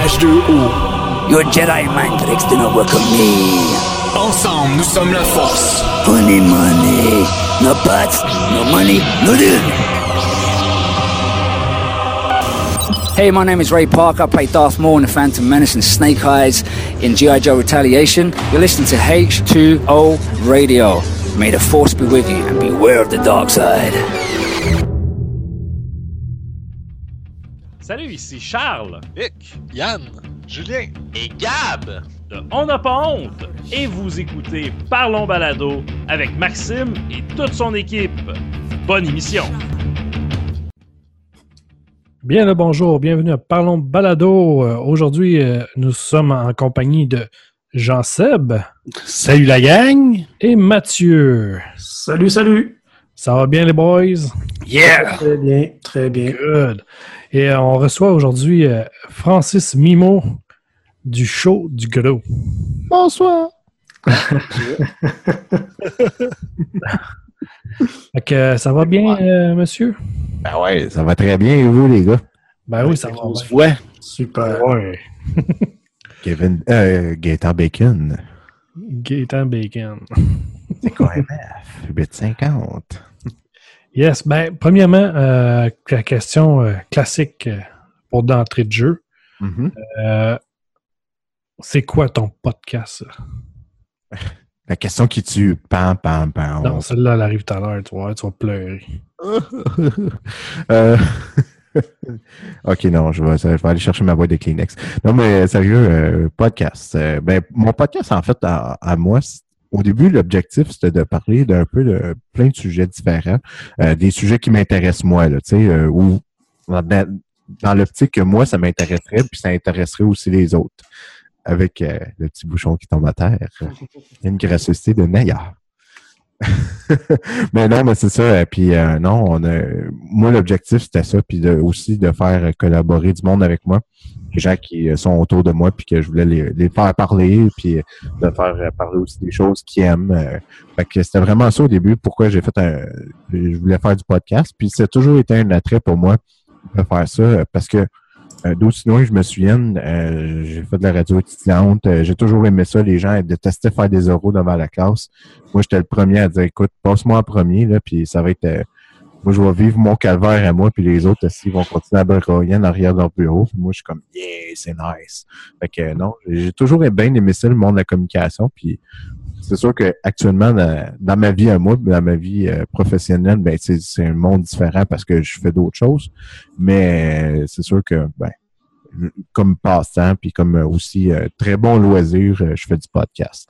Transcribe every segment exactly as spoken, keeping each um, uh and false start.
H deux O. Your Jedi mind tricks do not work on me. Ensemble, nous sommes la force. Money, money. No pots, no money, no deal. Hey, my name is Ray Parker. I play Darth Maul in The Phantom Menace and Snake Eyes in G I. Joe Retaliation. You're listening to H two O Radio. May the Force be with you and beware of the dark side. Salut, ici Charles, Vic, Yann, Julien et Gab de On n'a pas honte. Et vous écoutez Parlons Balado avec Maxime et toute son équipe. Bonne émission. Bien le bonjour, bienvenue à Parlons Balado. Euh, aujourd'hui, euh, nous sommes en compagnie de Jean-Seb. Salut la gang! Et Mathieu. Salut, salut! Ça va bien les boys? Yeah! Très bien, très bien. Good. Et euh, on reçoit aujourd'hui euh, Francis Mimo du show du Gros. Bonsoir! Fait que, ça va bien, euh, monsieur? Ben ouais, ça va très bien, et vous, les gars? Ben oui, ça va On bien. se voit. Super. Ouais. Kevin, euh, Gaëtan Bacon. Gaëtan Bacon. C'est quoi M F? huit cinquante. Yes, ben, premièrement, euh, la question euh, classique euh, pour d'entrée de jeu. Mm-hmm. Euh, c'est quoi ton podcast? Ça? La question qui tue. Pam, pam, pam. Non, celle-là, elle arrive tout à l'heure, tu vois, tu vas pleurer. euh... ok, non, je vais, je vais aller chercher ma boîte de Kleenex. Non, mais sérieux, euh, podcast. Euh, ben, mon podcast, en fait, à, à moi, au début, l'objectif, c'était de parler d'un peu de plein de sujets différents, euh, des sujets qui m'intéressent moi, là, tu sais, euh, ou dans, dans l'optique que moi, ça m'intéresserait, puis ça intéresserait aussi les autres. Avec euh, le petit bouchon qui tombe à terre. Une gracieuseté de Naya. Mais non, mais c'est ça. Puis euh, non, on a, moi, l'objectif, c'était ça. Puis de, aussi de faire collaborer du monde avec moi. Les gens qui sont autour de moi, puis que je voulais les, les faire parler, puis de faire parler aussi des choses qu'ils aiment. Euh, fait que c'était vraiment ça au début. Pourquoi j'ai fait un... Je voulais faire du podcast. Puis ça a toujours été un attrait pour moi de faire ça. Parce que Euh, d'aussi loin que je me souvienne, euh, j'ai fait de la radio étudiante, euh, j'ai toujours aimé ça, les gens détestaient faire des oraux devant la classe. Moi, j'étais le premier à dire, écoute, passe-moi en premier, là, puis ça va être, euh, moi, je vais vivre mon calvaire à moi, puis les autres, aussi, vont continuer à broyer en arrière de leur bureau. Puis moi, je suis comme, yeah, c'est nice. Fait que, euh, non, j'ai toujours bien aimé ça, le monde de la communication, puis c'est sûr que actuellement dans, dans ma vie à moi, dans ma vie euh, professionnelle, ben c'est, c'est un monde différent parce que je fais d'autres choses. Mais euh, c'est sûr que ben comme passe-temps puis comme aussi euh, très bon loisir, euh, je fais du podcast.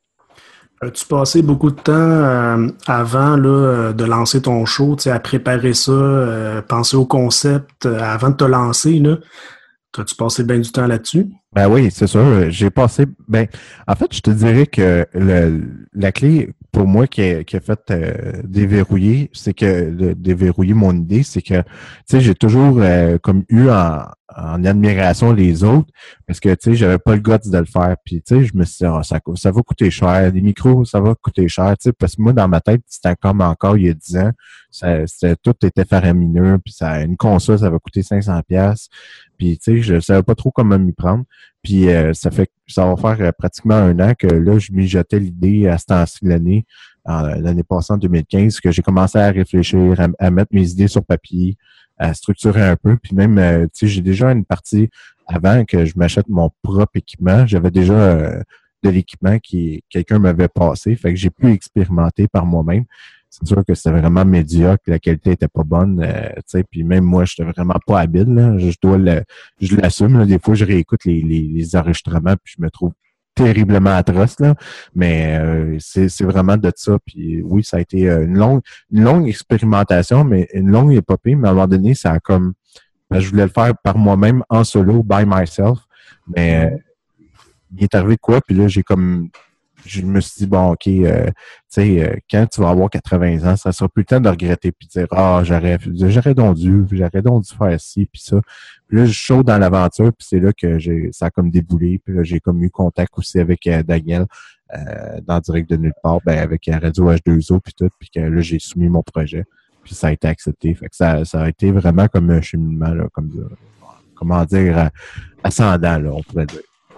As-tu passé beaucoup de temps euh, avant là, de lancer ton show, à préparer ça, euh, penser au concept euh, avant de te lancer, là? As-tu passé bien du temps là-dessus? Ben oui, c'est sûr. J'ai passé... Ben, en fait, je te dirais que le, la clé pour moi qui a, qui a fait euh, déverrouiller, c'est que de, déverrouiller mon idée, c'est que, tu sais, j'ai toujours euh, comme eu en, en admiration les autres parce que, tu sais, j'avais pas le guts de le faire. Puis, tu sais, je me suis dit, oh, ça, ça va coûter cher. Les micros, ça va coûter cher. Tu sais, parce que moi, dans ma tête, c'était comme encore il y a dix ans. Ça, c'était, tout était faramineux. Puis, ça, une console, ça va coûter cinq cents dollars. Puis, tu sais, je savais pas trop comment m'y prendre. Puis, euh, ça fait ça va faire euh, pratiquement un an que là, je mijotais l'idée à ce temps-ci de l'année, en, l'année passée, en deux mille quinze, que j'ai commencé à réfléchir, à, à mettre mes idées sur papier, à structurer un peu. Puis même, euh, tu sais, j'ai déjà une partie, avant que je m'achète mon propre équipement, j'avais déjà euh, de l'équipement qui quelqu'un m'avait passé. Fait que j'ai pu expérimenter par moi-même. C'est sûr que c'était vraiment médiocre, la qualité était pas bonne, euh, tu sais, puis même moi, j'étais vraiment pas habile, là. Je dois le, je l'assume, là. Des fois, je réécoute les, les, les enregistrements, puis je me trouve terriblement atroce, là. Mais euh, c'est, c'est vraiment de ça. Puis oui, ça a été une longue, une longue expérimentation, mais une longue épopée, mais à un moment donné, ça a comme, ben, je voulais le faire par moi-même, en solo, by myself. Mais euh, il est arrivé de quoi, puis là, j'ai comme je me suis dit, bon, OK, euh, tu sais, euh, quand tu vas avoir quatre-vingts ans, ça sera plus le temps de regretter puis de dire, ah, oh, j'aurais, j'aurais donc dû, j'aurais donc dû faire ci puis ça. Puis là, je suis chaud dans l'aventure, puis c'est là que j'ai, ça a comme déboulé. Puis là, j'ai comme eu contact aussi avec euh, Daniel euh, dans Direct de nulle part, ben, avec euh, Radio H deux O puis tout, puis que là, j'ai soumis mon projet. Puis ça a été accepté. Fait que ça, ça a été vraiment comme un cheminement, là, comme ça. comment dire, ascendant, là, on pourrait dire.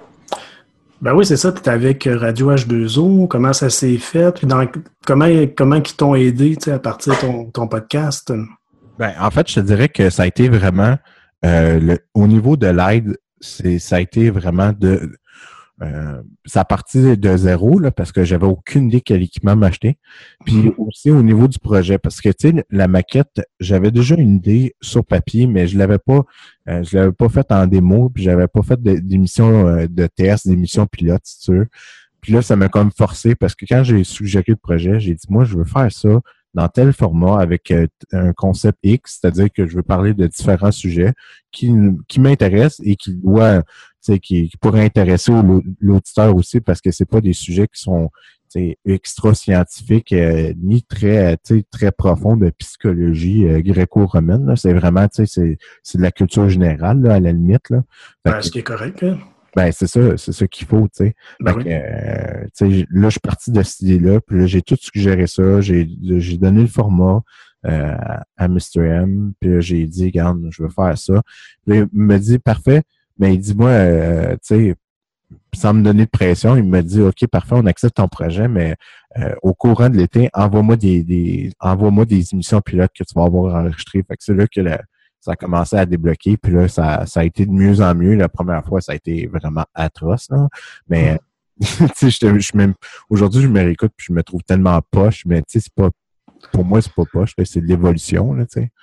Ben oui, c'est ça. Tu es avec Radio H deux O. Comment ça s'est fait? Puis dans, comment, comment ils t'ont aidé à partir de ton, ton podcast? Ben, en fait, je te dirais que ça a été vraiment, euh, le, au niveau de l'aide, c'est, ça a été vraiment de, euh, ça a parti de zéro, là, parce que j'avais aucune idée quel équipement m'acheter. Puis mm-hmm. aussi au niveau du projet, parce que, tu sais, la maquette, j'avais déjà une idée sur papier, mais je l'avais pas, euh, je l'avais pas faite en démo, puis j'avais pas fait de, d'émissions euh, de test, d'émissions pilotes, si tu veux. Puis là, ça m'a comme forcé, parce que quand j'ai suggéré le projet, j'ai dit, moi, je veux faire ça dans tel format avec euh, un concept X, c'est-à-dire que je veux parler de différents sujets qui, qui m'intéressent et qui doivent, tu sais, qui, qui pourraient intéresser l'auditeur aussi, parce que c'est pas des sujets qui sont, tu sais, extra scientifiques euh, ni très, tu sais, très profonds de psychologie euh, gréco-romaine. Là. C'est vraiment, tu sais, c'est, c'est de la culture générale là, à la limite. Là. Ben, ce qui est correct. Hein? Ben, c'est ça, c'est ça qu'il faut, tu sais. Ben oui. euh, tu sais, là, je suis parti de cette idée-là, puis là, j'ai tout suggéré ça, j'ai, j'ai donné le format euh, à mister M, puis là, j'ai dit, regarde, je veux faire ça. Puis il me dit, parfait, mais il dit, moi, euh, tu sais, sans me donner de pression, il me dit, OK, parfait, on accepte ton projet, mais euh, au courant de l'été, envoie-moi des, des envoie-moi des émissions pilotes que tu vas avoir enregistrées. Fait que c'est là que la ça a commencé à débloquer, puis là, ça, ça a été de mieux en mieux. La première fois, ça a été vraiment atroce, là. Mais, mm. tu sais, je, je me, aujourd'hui, je me réécoute, puis je me trouve tellement poche, mais tu sais, c'est pas, pour moi, c'est pas poche, là, c'est de l'évolution, là, tu sais.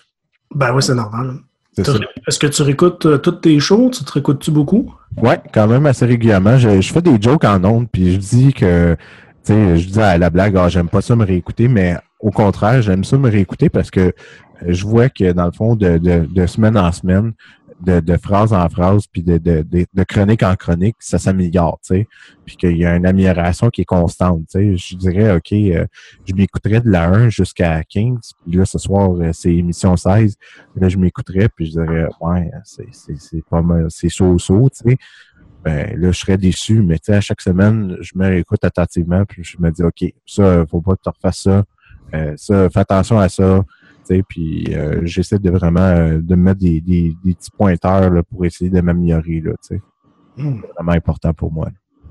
Ben oui, c'est normal. C'est ça. Est-ce que tu réécoutes euh, toutes tes shows? Tu te réécoutes-tu beaucoup? Ouais, quand même assez régulièrement. Je, je fais des jokes en ondes, puis je dis que, tu sais, je dis à la blague, ah, j'aime pas ça me réécouter, mais au contraire, j'aime ça me réécouter parce que je vois que dans le fond, de, de, de semaine en semaine, de, de phrase en phrase, puis de, de, de, de chronique en chronique, ça s'améliore, tu sais. Puis qu'il y a une amélioration qui est constante, tu sais. Je dirais, OK, euh, je m'écouterais de la un jusqu'à quinze, puis là, ce soir, euh, c'est émission seize. Là, je m'écouterais, puis je dirais, ouais, c'est, c'est, c'est pas mal, c'est so-so, tu sais. Ben, là, je serais déçu, mais tu sais, à chaque semaine, je me réécoute attentivement, puis je me dis, OK, ça, faut pas que tu refasses ça. Euh, ça, fais attention à ça. Puis euh, j'essaie de vraiment euh, de mettre des, des, des petits pointeurs là, pour essayer de m'améliorer. Là, mm. C'est vraiment important pour moi. Là.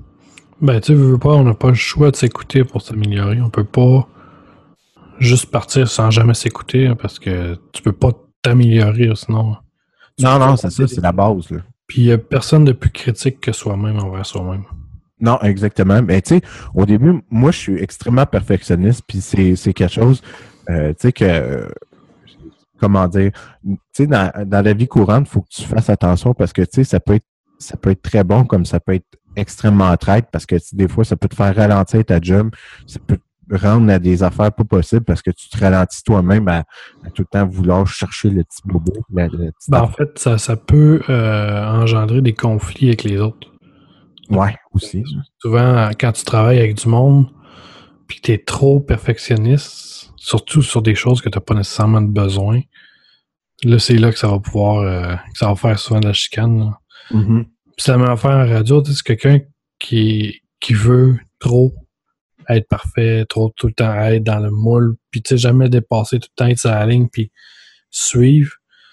Ben, tu veux pas, on n'a pas le choix de s'écouter pour s'améliorer. On peut pas juste partir sans jamais s'écouter hein, parce que tu peux pas t'améliorer sinon. Non, non, c'est ça, c'est la base. Là. Puis il n'y a personne de plus critique que soi-même envers soi-même. Non, exactement. Mais tu sais, au début, moi, je suis extrêmement perfectionniste, puis c'est, c'est quelque chose, euh, tu sais, que, euh, comment dire, tu sais, dans, dans la vie courante, il faut que tu fasses attention parce que, tu sais, ça peut être, ça peut être très bon comme ça peut être extrêmement traite parce que, des fois, ça peut te faire ralentir ta job, ça peut te rendre à des affaires pas possibles parce que tu te ralentis toi-même à, à tout le temps vouloir chercher le petit bobo. La, le petit ben, en fait, ça, ça peut euh, engendrer des conflits avec les autres. Ouais, aussi. Souvent, quand tu travailles avec du monde, puis que tu es trop perfectionniste, surtout sur des choses que tu n'as pas nécessairement de besoin, là, c'est là que ça va pouvoir, euh, que ça va faire souvent de la chicane. Mm-hmm. Puis c'est la même affaire en radio, tu sais, c'est quelqu'un qui, qui veut trop être parfait, trop tout le temps être dans le moule, puis tu sais, jamais dépasser tout le temps, être sur la ligne, puis suivre.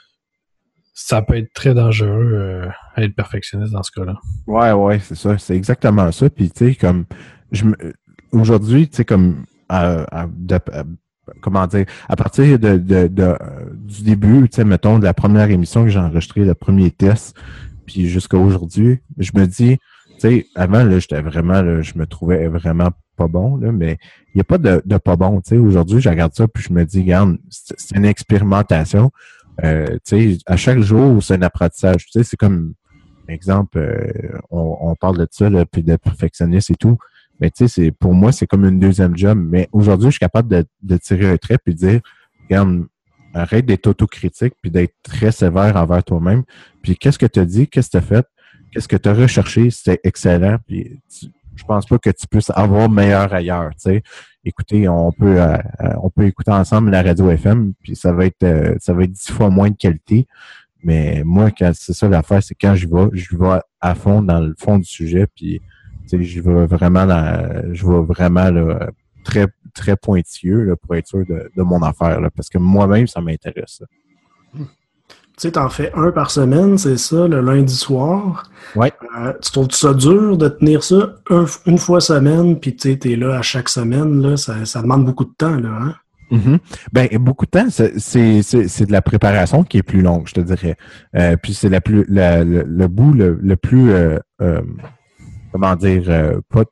Ça peut être très dangereux euh, à être perfectionniste dans ce cas-là. Ouais, ouais, c'est ça. C'est exactement ça. Puis, tu sais, comme, je me, aujourd'hui, tu sais, comme, à, à, de, à, comment dire, à partir de, de, de, euh, du début, tu sais, mettons, de la première émission que j'ai enregistrée, le premier test, puis jusqu'à aujourd'hui, je me dis, tu sais, avant, là, j'étais vraiment, là, je me trouvais vraiment pas bon, là, mais il n'y a pas de, de pas bon, tu sais. Aujourd'hui, je regarde ça, puis je me dis, regarde, c'est, c'est une expérimentation. Euh, tu sais, à chaque jour, c'est un apprentissage. Tu sais, c'est comme, exemple, euh, on, on parle de ça, là, puis de perfectionniste et tout. Mais tu sais, c'est, pour moi, c'est comme une deuxième job. Mais aujourd'hui, je suis capable de, de tirer un trait puis de dire, regarde, arrête d'être autocritique puis d'être très sévère envers toi-même. Puis qu'est-ce que tu as dit? Qu'est-ce que tu as fait? Qu'est-ce que tu as recherché? C'était excellent. Puis tu, je pense pas que tu puisses avoir meilleur ailleurs, tu sais. Écoutez, on peut euh, on peut écouter ensemble la radio F M, puis ça va être euh, ça va être dix fois moins de qualité. Mais moi, quand c'est ça l'affaire, c'est quand je vais, je vais à fond dans le fond du sujet, puis tu sais, je vais vraiment dans, je vais vraiment là, très très pointilleux là, pour être sûr de, de mon affaire, là, parce que moi-même, ça m'intéresse. Tu sais, t'en fais un par semaine, c'est ça, le lundi soir. Ouais. Euh, tu trouves ça dur de tenir ça un, une fois semaine, puis tu sais, t'es là à chaque semaine, là, ça, ça demande beaucoup de temps, là, hein? Mm-hmm. Ben, beaucoup de temps, c'est, c'est, c'est, c'est de la préparation qui est plus longue, je te dirais. Euh, puis c'est la plus, la, le, le bout le, le plus, euh, euh, comment dire, euh, pas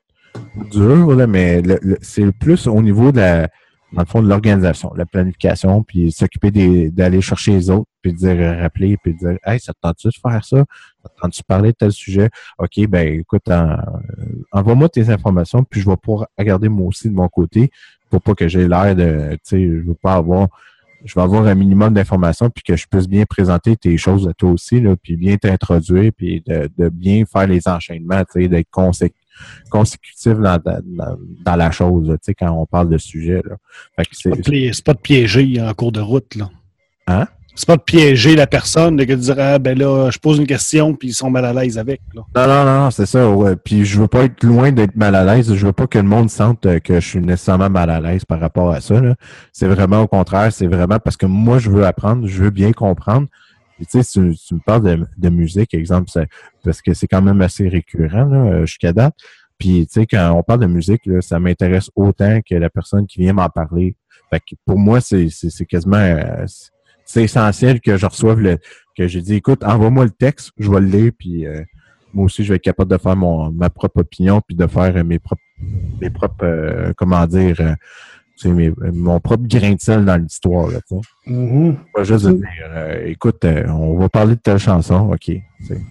dur, là, mais le, le, c'est le plus au niveau de la, dans le fond, de l'organisation, la planification, puis s'occuper des, d'aller chercher les autres, puis de dire, rappeler, puis de dire, hey, ça te tente-tu de faire ça? Ça te tente-tu de parler de tel sujet? OK, ben, écoute, en, envoie-moi tes informations, puis je vais pouvoir regarder moi aussi de mon côté, pour pas que j'ai l'air de, tu sais, je veux pas avoir, je vais avoir un minimum d'informations, puis que je puisse bien présenter tes choses à toi aussi, là, puis bien t'introduire, puis de, de bien faire les enchaînements, tu sais, d'être conséquent. consécutif dans, dans, dans la chose, tu sais, quand on parle de sujet. Là. Fait que c'est, c'est, pas de, c'est pas de piéger en cours de route, là. Hein? C'est pas de piéger la personne, de dire, ah, ben là, je pose une question, puis ils sont mal à l'aise avec, là. Non, non, non, c'est ça, ouais. Puis je veux pas être loin d'être mal à l'aise. Je veux pas que le monde sente que je suis nécessairement mal à l'aise par rapport à ça, là. C'est vraiment au contraire, c'est vraiment parce que moi, je veux apprendre, je veux bien comprendre. Tu sais, si tu, tu me parles de, de musique, exemple, ça, parce que c'est quand même assez récurrent là, jusqu'à date. Puis, tu sais, quand on parle de musique, là, ça m'intéresse autant que la personne qui vient m'en parler. Fait que pour moi, c'est, c'est, c'est quasiment... Euh, c'est essentiel que je reçoive le... que j'ai dit, écoute, envoie-moi le texte, je vais le lire, puis euh, moi aussi, je vais être capable de faire mon ma propre opinion, puis de faire mes propres... mes propres... Euh, comment dire... Euh, c'est mes, mon propre grain de sel dans l'histoire, là, tu sais. Mm-hmm. Pas juste de dire, euh, écoute, euh, on va parler de telle chanson, OK. C'est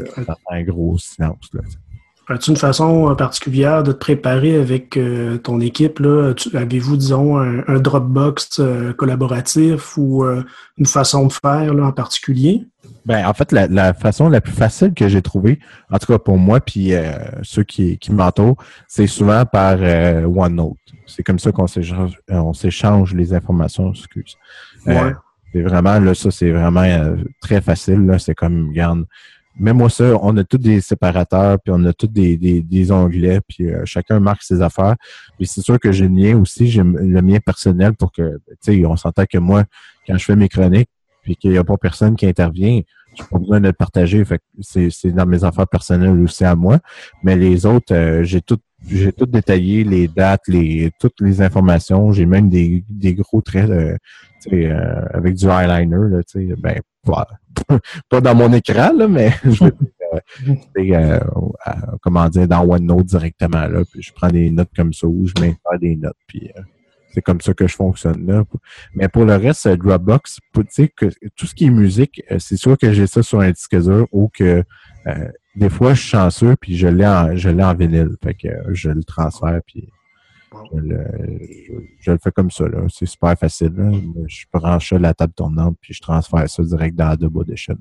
un gros silence, là. T'sais. As-tu une façon particulière de te préparer avec euh, ton équipe, là? Tu, avez-vous, disons, un, un Dropbox euh, collaboratif ou euh, une façon de faire, là, en particulier? Ben, en fait, la, la façon la plus facile que j'ai trouvée, en tout cas pour moi, puis euh, ceux qui, qui m'entourent, c'est souvent par euh, OneNote. C'est comme ça qu'on s'échange, on s'échange les informations, excuse. Ouais. Euh, c'est vraiment, là, ça, c'est vraiment euh, très facile, là. C'est comme, regarde, même moi, ça, on a tous des séparateurs, puis on a tous des, des, des onglets, puis euh, chacun marque ses affaires. Puis c'est sûr que j'ai le mien aussi, j'ai le mien personnel pour que, tu sais, on s'entend que moi, quand je fais mes chroniques, puis qu'il n'y a pas personne qui intervient, j'ai pas besoin de le partager. Fait que c'est, c'est dans mes affaires personnelles aussi à moi. Mais les autres, euh, j'ai tout, j'ai tout détaillé, les dates, les, toutes les informations. J'ai même des, des gros traits, euh, tu sais, euh, avec du eyeliner, là, tu sais, ben, pas, pas dans mon écran, là, mais je vais, euh, euh, euh, comment dire, dans OneNote directement, là. Puis je prends des notes comme ça ou je m'insère des notes, puis euh, c'est comme ça que je fonctionne là. Mais pour le reste, Dropbox, tu sais, que tout ce qui est musique, c'est sûr que j'ai ça sur un disque dur ou que euh, des fois, je suis chanceux puis je l'ai en, je l'ai en vinyle. Fait que euh, je le transfère puis je le, je, je le fais comme ça, là. C'est super facile, là. Je branche la table tournante puis je transfère ça direct dans Adobe Audition.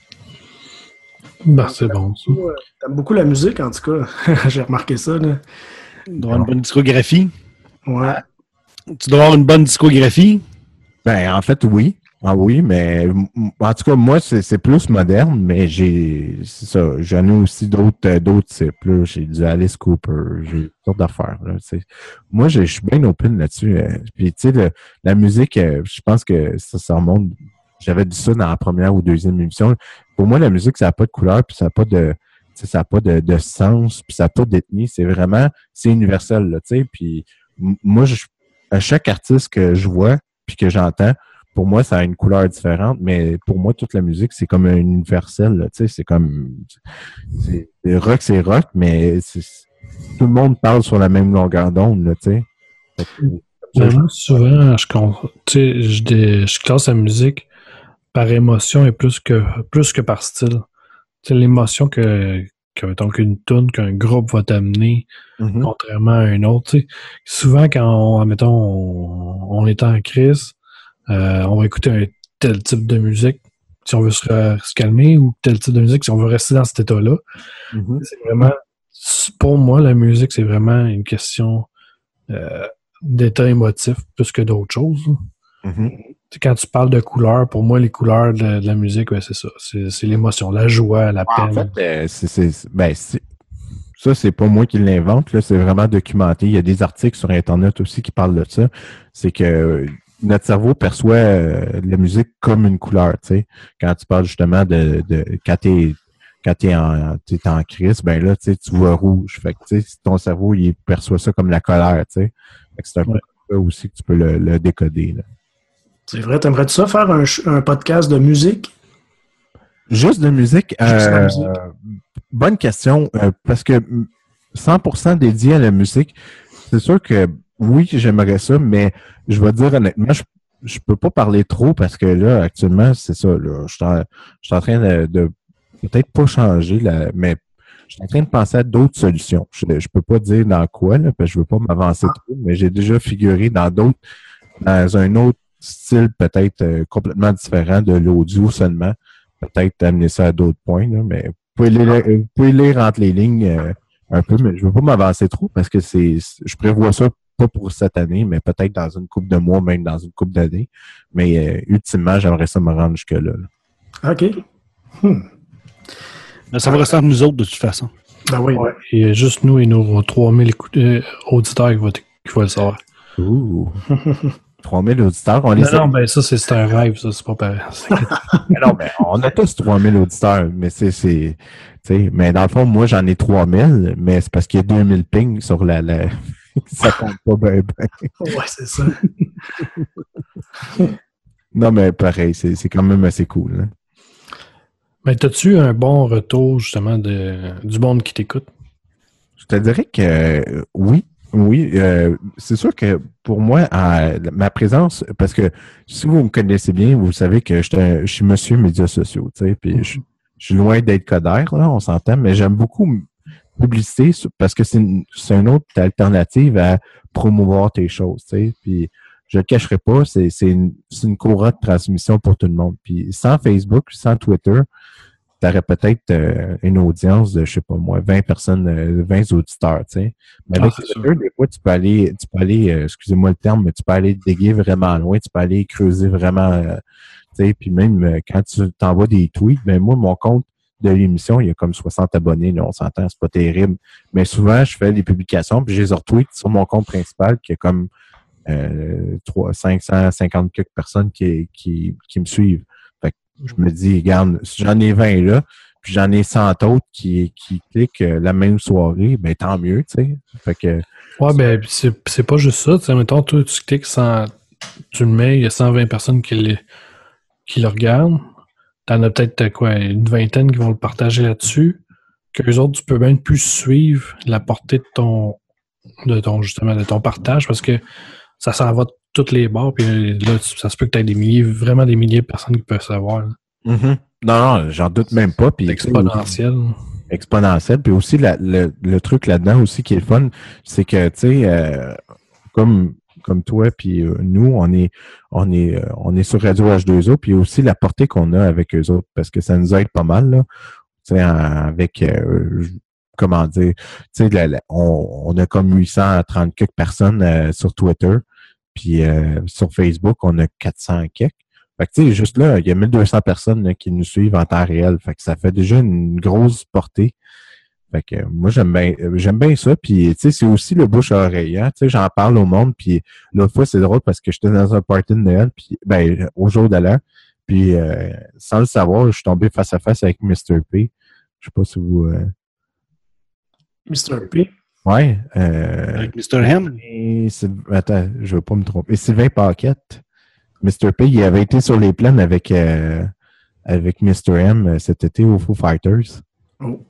Ben, c'est bon, ça. T'aimes beaucoup la musique, en tout cas. J'ai remarqué ça, là. Tu dois avoir une bonne discographie. Ouais. Tu dois avoir une bonne discographie. Ben, en fait, oui. Ah oui, mais en tout cas, moi, c'est, c'est plus moderne, mais j'ai, c'est ça, j'en ai aussi d'autres, d'autres types, là. J'ai du Alice Cooper, j'ai toutes sortes d'affaires, là. C'est, moi, je suis bien open là-dessus. Euh, puis, tu sais, la musique, euh, je pense que ça, ça remonte. J'avais dit ça dans la première ou deuxième émission. Pour moi, la musique, ça n'a pas de couleur, puis ça n'a pas de, tu sais, ça n'a pas de, de sens, puis ça n'a pas d'ethnie. C'est vraiment, c'est universel, là, tu sais. Puis, m- moi, je, à chaque artiste que je vois, puis que j'entends, pour moi, ça a une couleur différente, mais pour moi, toute la musique, c'est comme un universel, là, tu sais, c'est comme, c'est, c'est rock, c'est rock, mais c'est, tout le monde parle sur la même longueur d'onde, là, tu sais. Ben, moi, souvent, je, tu sais, je, dé, je classe la musique par émotion et plus que, plus que par style. Tu sais, l'émotion que, que mettons, qu'une tune, qu'un groupe va t'amener, mm-hmm. contrairement à un autre, tu sais. Souvent, quand on, mettons, on, on est en crise, Euh, on va écouter un tel type de musique si on veut se, se calmer ou tel type de musique si on veut rester dans cet état-là. Mm-hmm. C'est vraiment, pour moi, la musique, c'est vraiment une question euh, d'état émotif plus que d'autres choses. Mm-hmm. Quand tu parles de couleurs, pour moi, les couleurs de, de la musique, ben, c'est ça. C'est, c'est l'émotion, la joie, la peine. En fait, euh, c'est, c'est, ben, c'est, ça, c'est pas moi qui l'invente, là, c'est vraiment documenté. Il y a des articles sur Internet aussi qui parlent de ça. C'est que notre cerveau perçoit euh, la musique comme une couleur, tu sais. Quand tu parles justement de, de quand t'es quand t'es en t'es en crise, ben là, tu sais, tu vois rouge. Fait que tu sais, ton cerveau, il perçoit ça comme la colère, tu sais. Fait que c'est un ouais. peu comme ça aussi que tu peux le, le décoder, là. C'est vrai, t'aimerais-tu ça faire un, un podcast de musique? Juste de musique? Juste euh, de musique. Bonne question, euh, parce que cent pour cent dédié à la musique, c'est sûr que oui, j'aimerais ça, mais je vais dire honnêtement, je, je peux pas parler trop parce que là, actuellement, c'est ça, là, je suis en, je suis en train de, de peut-être pas changer, là, mais je suis en train de penser à d'autres solutions. Je, je peux pas dire dans quoi, là, parce que je veux pas m'avancer ah. trop, mais j'ai déjà figuré dans d'autres, dans un autre style peut-être euh, complètement différent de l'audio seulement. Peut-être amener ça à d'autres points, là, mais vous pouvez lire, vous pouvez lire entre les lignes euh, un peu, mais je veux pas m'avancer trop parce que c'est, je prévois ça pas pour cette année, mais peut-être dans une couple de mois, même dans une couple d'années. Mais euh, ultimement, j'aimerais ça me rendre jusque-là. Là. OK. Hmm. Mais ça va rester entre nous autres de toute façon. Ben oui. Ouais. Et juste nous et nos trois mille écoute- euh, auditeurs qui vont, qui vont le savoir. Ouh. trois mille auditeurs, on les Non, non, ben ça, c'est, c'est un rêve, ça, c'est pas pareil. mais non, ben, on a tous trois mille auditeurs, mais c'est, c'est, tu sais, mais dans le fond, moi, j'en ai trois mille, mais c'est parce qu'il y a deux mille pings sur la, la... ça compte pas bien, bien. Ouais, c'est ça. Non, mais pareil, c'est, c'est quand même assez cool, hein. Mais t'as-tu un bon retour, justement, de, du monde qui t'écoute? Je te dirais que euh, oui. Oui, euh, c'est sûr que pour moi, euh, ma présence, parce que si vous me connaissez bien, vous savez que je, un, je suis monsieur médias sociaux, tu sais, puis mm-hmm. je, je suis loin d'être codère, là, on s'entend, mais j'aime beaucoup publicité parce que c'est une, c'est une autre alternative à promouvoir tes choses, tu sais, puis je le cacherai pas, c'est, c'est, une, c'est une courante de transmission pour tout le monde. Puis sans Facebook, sans Twitter, tu aurais peut-être euh, une audience de, je sais pas moi, vingt personnes, euh, vingt auditeurs, tu sais. Mais avec ah, Twitter, des fois, tu peux aller, tu peux aller, euh, excusez-moi le terme, mais tu peux aller déguer vraiment loin, tu peux aller creuser vraiment, euh, tu sais, puis même euh, quand tu t'envoies des tweets, ben moi, mon compte de l'émission, il y a comme soixante abonnés, là, on s'entend, c'est pas terrible. Mais souvent, je fais des publications, puis je les retweet sur mon compte principal, qui a comme euh, trois, cinq cent cinquante quelques personnes qui, qui, qui me suivent. Je me dis, regarde, si j'en ai vingt là, puis j'en ai cent autres qui, qui cliquent la même soirée, ben tant mieux, tu sais. Fait que. Ouais, ben, c'est, c'est pas juste ça. Tu sais, mettons, toi, tu cliques cent, tu le mets, il y a cent vingt personnes qui le, qui le regardent. T'en as peut-être, quoi, une vingtaine qui vont le partager là-dessus. Qu'eux autres, tu peux même plus suivre la portée de ton, de ton, justement, de ton partage parce que ça s'en va de toutes les bords, puis là, ça se peut que tu aies des milliers, vraiment des milliers de personnes qui peuvent savoir. Mm-hmm. Non, non, j'en doute même pas. Puis, c'est exponentiel. Exponentiel. Puis aussi, la, le, le truc là-dedans aussi qui est le fun, c'est que, tu sais, euh, comme, comme toi puis euh, nous, on est, on est, euh, on est sur Radio H deux O, puis aussi la portée qu'on a avec eux autres, parce que ça nous aide pas mal, là. Tu sais, avec, euh, comment dire, tu sais, on, on a comme huit cent trente quelques personnes euh, sur Twitter. Puis euh, sur Facebook, on a quatre cents quelques. Fait que tu sais, juste là, il y a mille deux cents personnes là, qui nous suivent en temps réel. Fait que ça fait déjà une grosse portée. Fait que euh, moi, j'aime bien j'aime bien ça. Puis tu sais, c'est aussi le bouche à oreille. Hein? Tu sais, j'en parle au monde. Puis l'autre fois, c'est drôle parce que j'étais dans un party de Noël, puis ben, au jour de l'an. Puis euh, sans le savoir, je suis tombé face à face avec mister P. Je sais pas si vous. Euh... mister P? Ouais. Euh, Avec mister M? Et, attends, je veux pas me tromper. Et Sylvain Paquette. mister P, il avait été sur les plaines avec, euh, avec mister M cet été au Foo Fighters. Oh.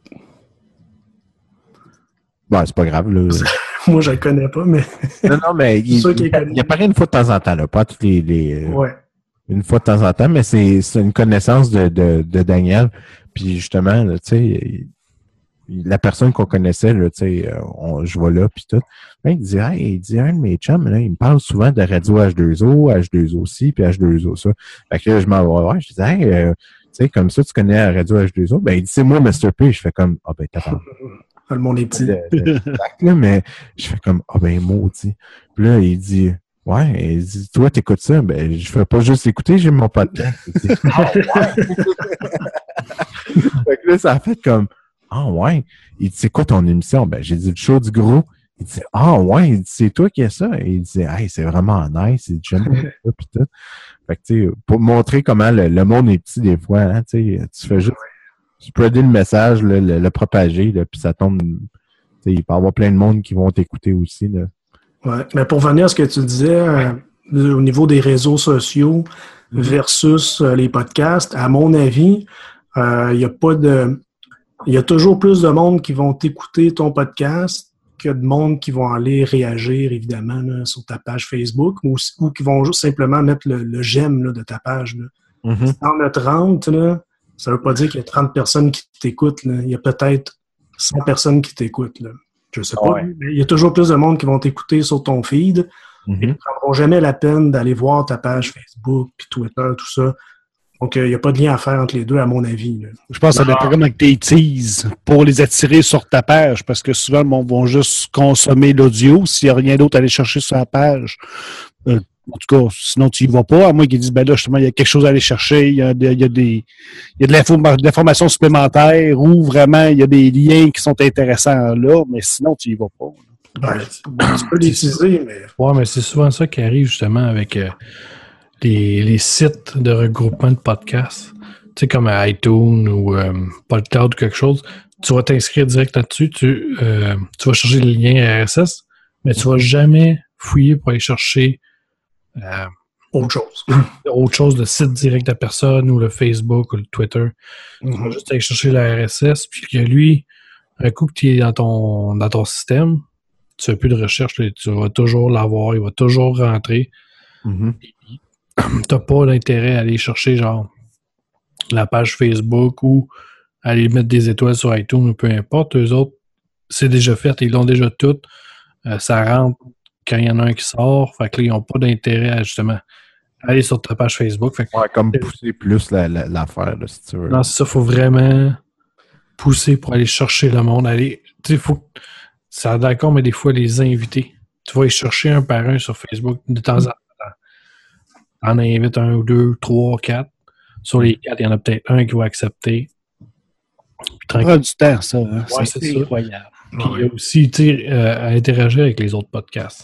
Bon, c'est pas grave, là. Moi, je le connais pas, mais. Non, non, mais il, il, il apparaît une fois de temps en temps, là. Pas toutes les. les ouais. Une fois de temps en temps, mais c'est, c'est une connaissance de, de, de Daniel. Puis justement, tu sais, la personne qu'on connaissait, là, tu sais, on, je vois là, puis tout. Ben, il dit, hey, il dit, un de mes chums, là, il me parle souvent de Radio H deux O, H deux O ci, puis H deux O ça. Fait que là, je m'en vais voir, je dis, hey, euh, tu sais, comme ça, tu connais la Radio H deux O? Ben, il dit, c'est moi, mister P. Je fais comme, ah, oh, ben, t'attends. Le monde est petit. Le, le, là, mais je fais comme, ah, oh, ben, maudit. Puis là, il dit, ouais, il dit, toi, t'écoutes ça? Ben, je fais pas juste écouter, j'ai mon podcast. Il dit, ah, ouais. Fait que là, ça a fait comme, ah, ouais. Il dit, c'est quoi ton émission? Ben, j'ai dit, le show du gros. Il dit « Ah ouais, il dit, c'est toi qui as ça? » Et il disait « Hey, c'est vraiment nice, il dit, j'aime ça, pis tout. » Fait que, tu sais, pour montrer comment le, le monde est petit des fois, hein, tu sais, tu fais juste spreader le message, là, le, le propager, là, puis ça tombe, tu sais, il peut y avoir plein de monde qui vont t'écouter aussi, là. Ouais, mais pour venir à ce que tu disais, euh, au niveau des réseaux sociaux versus euh, les podcasts, à mon avis, il euh, y a pas de... Il y a toujours plus de monde qui vont t'écouter ton podcast que de monde qui vont aller réagir, évidemment, là, sur ta page Facebook ou, ou qui vont juste simplement mettre le, le j'aime là, de ta page. Là. Mm-hmm. Si t'en as trente, là, ça veut pas dire qu'il y a trente personnes qui t'écoutent. Là. Il y a peut-être cent personnes qui t'écoutent. Là. Je sais pas. Ouais. Mais il y a toujours plus de monde qui vont t'écouter sur ton feed. Mm-hmm. Ils ne prendront jamais la peine d'aller voir ta page Facebook, puis Twitter, tout ça. Donc, il euh, n'y a pas de lien à faire entre les deux, à mon avis. Là. Je pense que ça dépend comme avec tes teases pour les attirer sur ta page, parce que souvent, le monde va juste consommer l'audio s'il n'y a rien d'autre à aller chercher sur la page. Euh, en tout cas, sinon, tu n'y vas pas, à moins qu'ils disent, ben là, justement, il y a quelque chose à aller chercher, il y a, de, il y a, des, il y a de, l'info, de l'information supplémentaire ou vraiment, il y a des liens qui sont intéressants là, mais sinon, tu n'y vas pas. Ouais, tu peux l'utiliser, mais... Ouais, mais c'est souvent ça qui arrive, justement, avec... Euh, Les, les sites de regroupement de podcasts, tu sais, comme à iTunes ou euh, PodCloud ou quelque chose, tu vas t'inscrire direct là-dessus, tu, euh, tu vas chercher le lien R S S, mais tu vas jamais fouiller pour aller chercher euh, autre chose. autre chose, le site direct de la personne ou le Facebook ou le Twitter. Mm-hmm. Tu vas juste aller chercher le R S S, puis que lui, un coup que tu es dans ton, dans ton système, tu fais plus de recherche, tu vas toujours l'avoir, il va toujours rentrer. Mm-hmm. T'as pas d'intérêt à aller chercher genre la page Facebook ou aller mettre des étoiles sur iTunes ou peu importe. Eux autres, c'est déjà fait, ils l'ont déjà tout. Euh, ça rentre quand il y en a un qui sort. Fait que là, ils n'ont pas d'intérêt à justement aller sur ta page Facebook. Fait que, ouais, comme pousser plus la, la, l'affaire, là, si tu veux. Non, c'est ça, faut vraiment pousser pour aller chercher le monde. Aller, tu sais, faut. Ça d'accord, mais des fois, les inviter. Tu vas les chercher un par un sur Facebook de temps en temps. On invite un ou deux, trois, quatre. Sur les quatre, il y en a peut-être un qui va accepter. Ça prend du temps, ça. Hein? Ouais, c'est, c'est incroyable. Puis il y a aussi, tu sais, euh, à interagir avec les autres podcasts.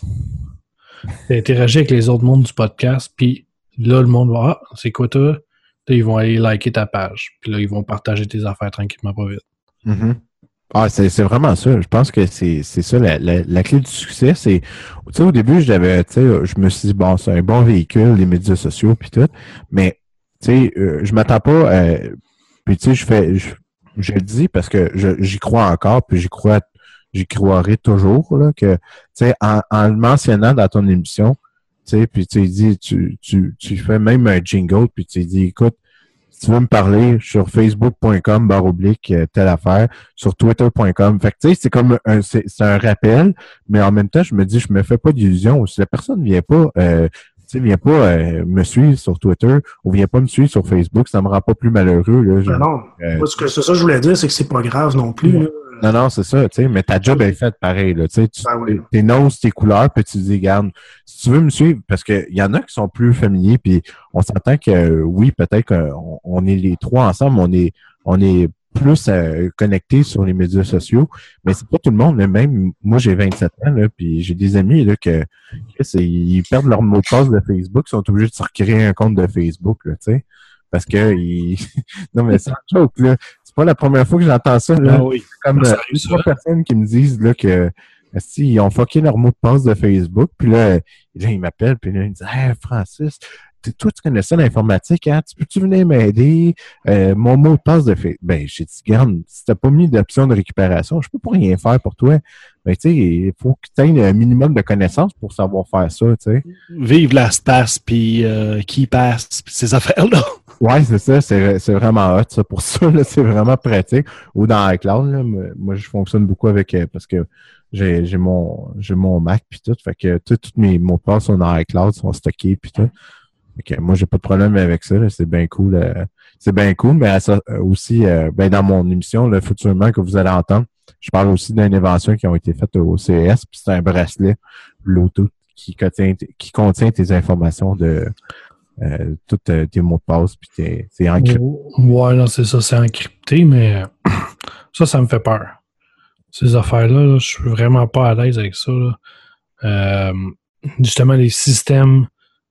Interagir avec les autres mondes du podcast, puis là, le monde va, ah, c'est quoi toi? Là, ils vont aller liker ta page. Puis là, ils vont partager tes affaires tranquillement, pas vite. Mm-hmm. Ah, c'est, c'est vraiment ça. Je pense que c'est, c'est ça, la, la, la clé du succès. C'est, tu sais, au début, j'avais, tu sais, je me suis dit, bon, c'est un bon véhicule, les médias sociaux, puis tout. Mais, tu sais, euh, je m'attends pas, euh, puis tu sais, je fais, je, je le dis parce que je, j'y crois encore, puis j'y crois, j'y croirai toujours, là, que, tu sais, en, en le mentionnant dans ton émission, tu sais, puis tu dis, tu, tu, tu fais même un jingle, puis tu dis, écoute, si tu veux me parler sur facebook point com barre oblique telle affaire, sur twitter point com. Fait que tu sais, c'est comme un, c'est, c'est un rappel, mais en même temps, je me dis, je me fais pas d'illusions. Si la personne vient pas, euh, tu sais, vient pas euh, me suivre sur Twitter ou vient pas me suivre sur Facebook, ça me rend pas plus malheureux. Là. Je, ben non, euh, Moi, ce que, c'est ça que je voulais dire, c'est que c'est pas grave non plus. Là. Non, non, c'est ça, tu sais, mais ta job est faite pareil, là, tu sais, tu, ben oui. tes noms, tes couleurs, puis tu dis, regarde, si tu veux me suivre, parce que il y en a qui sont plus familiers, puis on s'entend que, euh, oui, peut-être qu'on on est les trois ensemble, on est, on est plus euh, connectés sur les médias sociaux, mais c'est pas tout le monde, là, même, moi, j'ai vingt-sept ans, là, puis j'ai des amis, là, que, que c'est, ils perdent leur mot de passe de Facebook, ils sont obligés de se recréer un compte de Facebook, là, tu sais, parce que, ils... non, mais c'est un joke, là. C'est pas la première fois que j'entends ça, là. Ah oui. Comme euh, trois personnes qui me disent là que si ils ont fucké leur mot de passe de Facebook, puis là, là ils m'appellent, puis là, ils me disent Hey Francis, toi, tu connais ça l'informatique, hein? Tu peux-tu venir m'aider? Euh, mon mot de passe de Facebook. Ben, j'ai dit, garde, si t'as pas mis d'option de récupération, je peux pas rien faire pour toi. Ben, tu sais, il faut que tu aies un minimum de connaissances pour savoir faire ça, tu sais. Vive la Stas, puis euh, qui passe, pis ces affaires-là. Ouais, c'est ça, c'est, c'est vraiment hot, ça. Pour ça, là, c'est vraiment pratique. Ou dans iCloud, là, moi, je fonctionne beaucoup avec, parce que j'ai, j'ai mon, j'ai mon Mac puis tout. Fait que, tous mes mots de passe sont dans iCloud, sont stockés puis tout. Fait que moi, j'ai pas de problème avec ça, là, c'est bien cool. Euh, c'est bien cool, mais ça, euh, aussi, euh, ben, dans mon émission, là, futurement, que vous allez entendre, je parle aussi d'une invention qui ont été faites au C E S, puis c'est un bracelet Bluetooth qui contient, qui contient tes informations de, Euh, tous euh, tes mots de passe, puis t'es, c'est encrypté. Ouais, non, c'est ça, c'est encrypté, mais ça, ça me fait peur. ces affaires-là, là, je suis vraiment pas à l'aise avec ça. Là. Euh, justement, les systèmes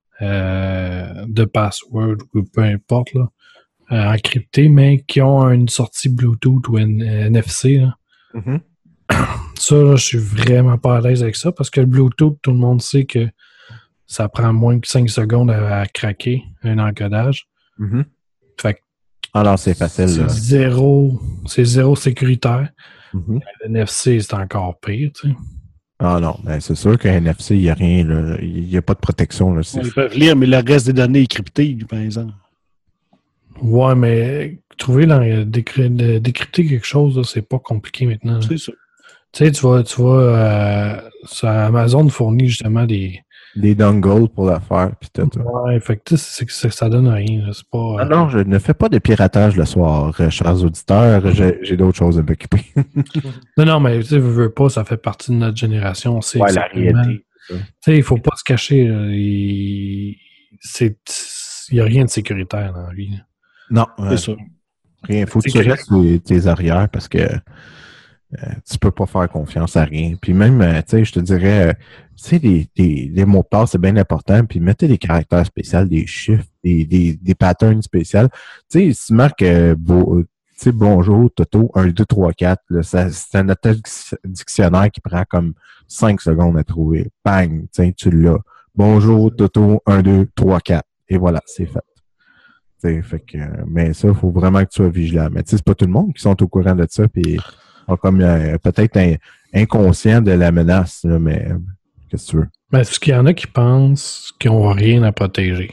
euh, de password ou peu importe, là, euh, encryptés, mais qui ont une sortie Bluetooth ou N- N F C. Là. Mm-hmm. Ça, là, je suis vraiment pas à l'aise avec ça parce que le Bluetooth, tout le monde sait que ça prend moins que cinq secondes à, à craquer un encodage. Mm-hmm. Fait que Alors, c'est facile. c'est là. zéro, c'est zéro sécuritaire. Mm-hmm. Le N F C, c'est encore pire, tu sais. Ah non, ben c'est sûr qu'un N F C, il n'y a rien, là. Il n'y a pas de protection. Là. C'est... Ils peuvent lire, mais le reste des données est crypté, par exemple. Ouais, mais trouver dans, décry- de- décrypter quelque chose, là, c'est pas compliqué maintenant. là. C'est ça. Tu sais, tu vas, tu vas euh, sur Amazon fournit justement des. Des dongles pour le faire, puis tout. Ouais, fait que tu sais, c'est, c'est, ça donne rien. Là. C'est pas. Ah non, je ne fais pas de piratage le soir, euh, chers auditeurs. J'ai, j'ai d'autres choses à m'occuper. Non, non, mais tu sais, veux, veux pas, ça fait partie de notre génération. C'est Ouais, la exactement- réalité. Tu sais, il faut pas se cacher. Là. Il c'est, il y a rien de sécuritaire dans la vie. là. Non, euh, C'est ça. rien. Faut que tu C'est que- restes sur tes arrières parce que euh, tu peux pas faire confiance à rien. Puis même, euh, tu sais, je te dirais, euh, tu sais, les, les, les mots de passe, c'est bien important. Puis mettez des caractères spéciaux, des chiffres, des, des, des patterns spéciaux. Tu sais, si tu marques euh, beau, tu sais, bonjour, Toto, un, deux, trois, quatre, là, ça, c'est un autre dictionnaire qui prend comme cinq secondes à trouver. Bang, tu sais, tu l'as. Bonjour, Toto, un, deux, trois, quatre. Et voilà, c'est fait. T'sais, fait que, euh, mais ça, il faut vraiment que tu sois vigilant. Mais tu sais, c'est pas tout le monde qui sont au courant de ça, puis sont comme euh, peut-être un, inconscient de la menace, là, mais euh, qu'est-ce que tu veux? Ben, parce qu'il y en a qui pensent qu'ils n'ont rien à protéger.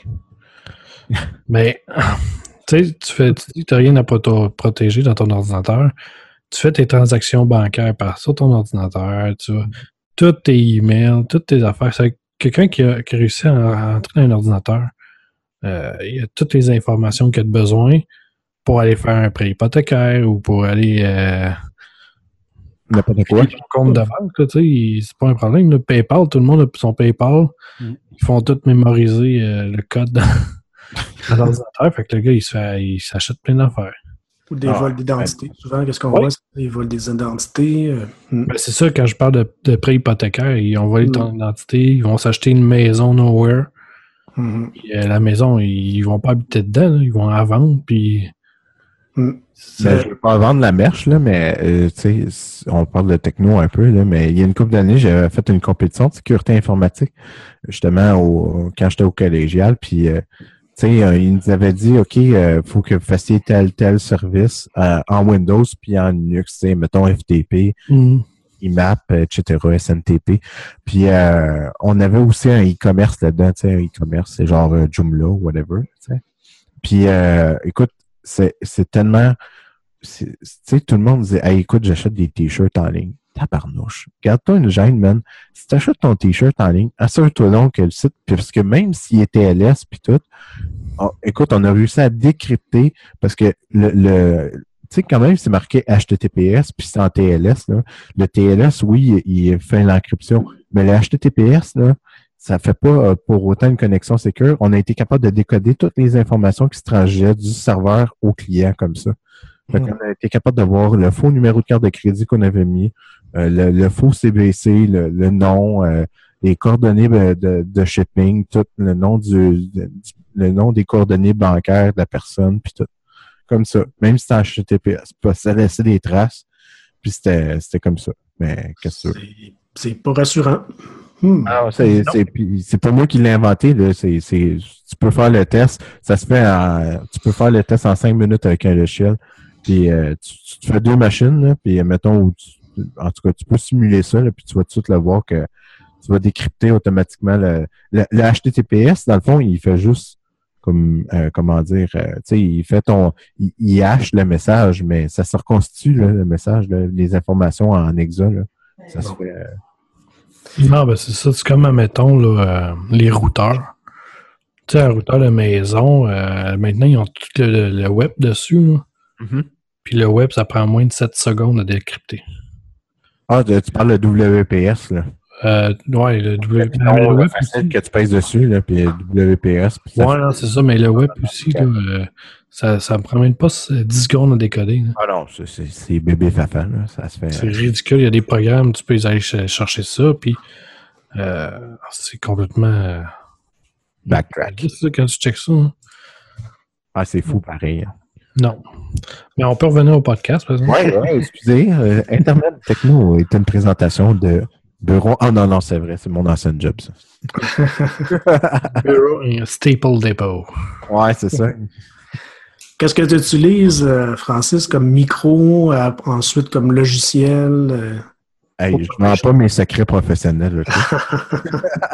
Mais, tu sais, tu fais, tu dis que tu n'as rien à proto- protéger dans ton ordinateur. Tu fais tes transactions bancaires par sur ton ordinateur. Tu vois, tous tes emails, toutes tes affaires. C'est quelqu'un qui a, qui a réussi à, à entrer dans un ordinateur. Euh, il y a toutes les informations qu'il a de besoin pour aller faire un prêt hypothécaire ou pour aller euh, N'importe quoi. payer ton compte de banque. Là, tu sais, il- c'est pas un problème. Le PayPal, tout le monde a son PayPal. Mm. Ils font tout mémoriser euh, le code dans, dans l'ordinateur. Fait que le gars, il, se fait, il s'achète plein d'affaires. Ou des Ah, vols d'identité. Souvent, qu'est-ce qu'on Ouais. voit? C'est des vols des identités. euh, hmm. Ben, c'est ça, quand je parle de, de prêt hypothécaire, ils ont volé Mm. ton identité, ils vont s'acheter une maison nowhere. Mhm. Puis, euh, la maison, ils vont pas habiter dedans, là, ils vont la vendre, puis... Mm. c'est- Ben, je veux pas vendre la merche, là, mais euh, tu sais, on parle de techno un peu, là, mais il y a une couple d'années, j'avais fait une compétition de sécurité informatique, justement, au, quand j'étais au collégial, puis euh, tu sais, euh, ils nous avaient dit, OK, il euh, faut que vous fassiez tel, tel service euh, en Windows puis en Linux, tu sais, mettons F T P, Mm. I M A P, et cetera, S N T P. Puis euh, on avait aussi un e-commerce là-dedans, tu sais, un e-commerce, c'est genre euh, Joomla, whatever, tu sais. Puis euh, écoute, c'est, c'est tellement... c'est- Tu sais, tout le monde disait, hey, écoute, j'achète des t-shirts en ligne. Tabarnouche. Garde-toi une gêne, man. Si tu achètes ton t-shirt en ligne, assure-toi donc que le site, parce que même s'il est T L S puis tout, oh, écoute, on a réussi à décrypter parce que le, le tu sais, quand même, c'est marqué H T T P S puis c'est en T L S, là. Le T L S, oui, il, il fait l'encryption, mais le H T T P S, là, ça fait pas euh, pour autant une connexion sécure. On a été capable de décoder toutes les informations qui se transitaient du serveur au client comme ça. Fait qu'on a été capable de voir le faux numéro de carte de crédit qu'on avait mis, euh, le, le faux C B C, le, le nom, euh, les coordonnées de, de, de shipping, tout le nom du, du- le nom des coordonnées bancaires de la personne, puis tout. Comme ça. Même si c'était en H T T P S. Puis ça laissait des traces. Puis c'était, c'était comme ça. Mais qu'est-ce que tu veux? C'est- C'est pas rassurant. Hmm. Ah, c'est, c'est, puis c'est pas moi qui l'ai inventé, là. C'est, c'est, tu peux faire le test. Ça se fait en, tu peux faire le test en cinq minutes avec un logiciel. Puis euh, tu, tu te fais deux machines, là, puis mettons, où tu- en tout cas, tu peux simuler ça, là, puis tu vas tout de suite le voir que tu vas décrypter automatiquement le, le, le H T T P S. Dans le fond, il fait juste comme, euh, comment dire, euh, tu sais, il fait ton, il, il hache le message, mais ça se reconstitue, là, le message, là, les informations en hexa, là. Ça se fait, euh, Non, ben c'est ça. C'est comme, admettons, là, euh, les routeurs. Tu sais, un routeur de maison, euh, maintenant, ils ont tout le, le web dessus. Là. Mhm. Puis le web, ça prend moins de sept secondes à décrypter. Ah, de- tu parles de W P S, là. Euh, ouais, le, w... non, le web aussi. Que tu pèses dessus, là, puis W P S. Puis ouais, non, c'est ça, mais le web aussi, là, euh, ça ne me prend même pas dix secondes à décoder. Là. Ah non, c'est, c'est, c'est bébé fafa, là. Ça se fait. C'est ridicule, il y a des programmes, tu peux aller chercher ça, puis euh, c'est complètement. Euh, Backtrack. C'est ça quand tu checkes ça. Hein. Ah, c'est fou, pareil. Non. Mais on peut revenir au podcast, par exemple. Oui, ouais, excusez. Euh, Internet Techno est une présentation de bureau. Ah non, non, c'est vrai, c'est mon ancien job, ça. Bureau et Staple Depot. Ouais, c'est ça. Qu'est-ce que tu utilises, euh, Francis, comme micro, euh, ensuite comme logiciel? Euh... Hey, je ne vends pas mes secrets professionnels. Okay?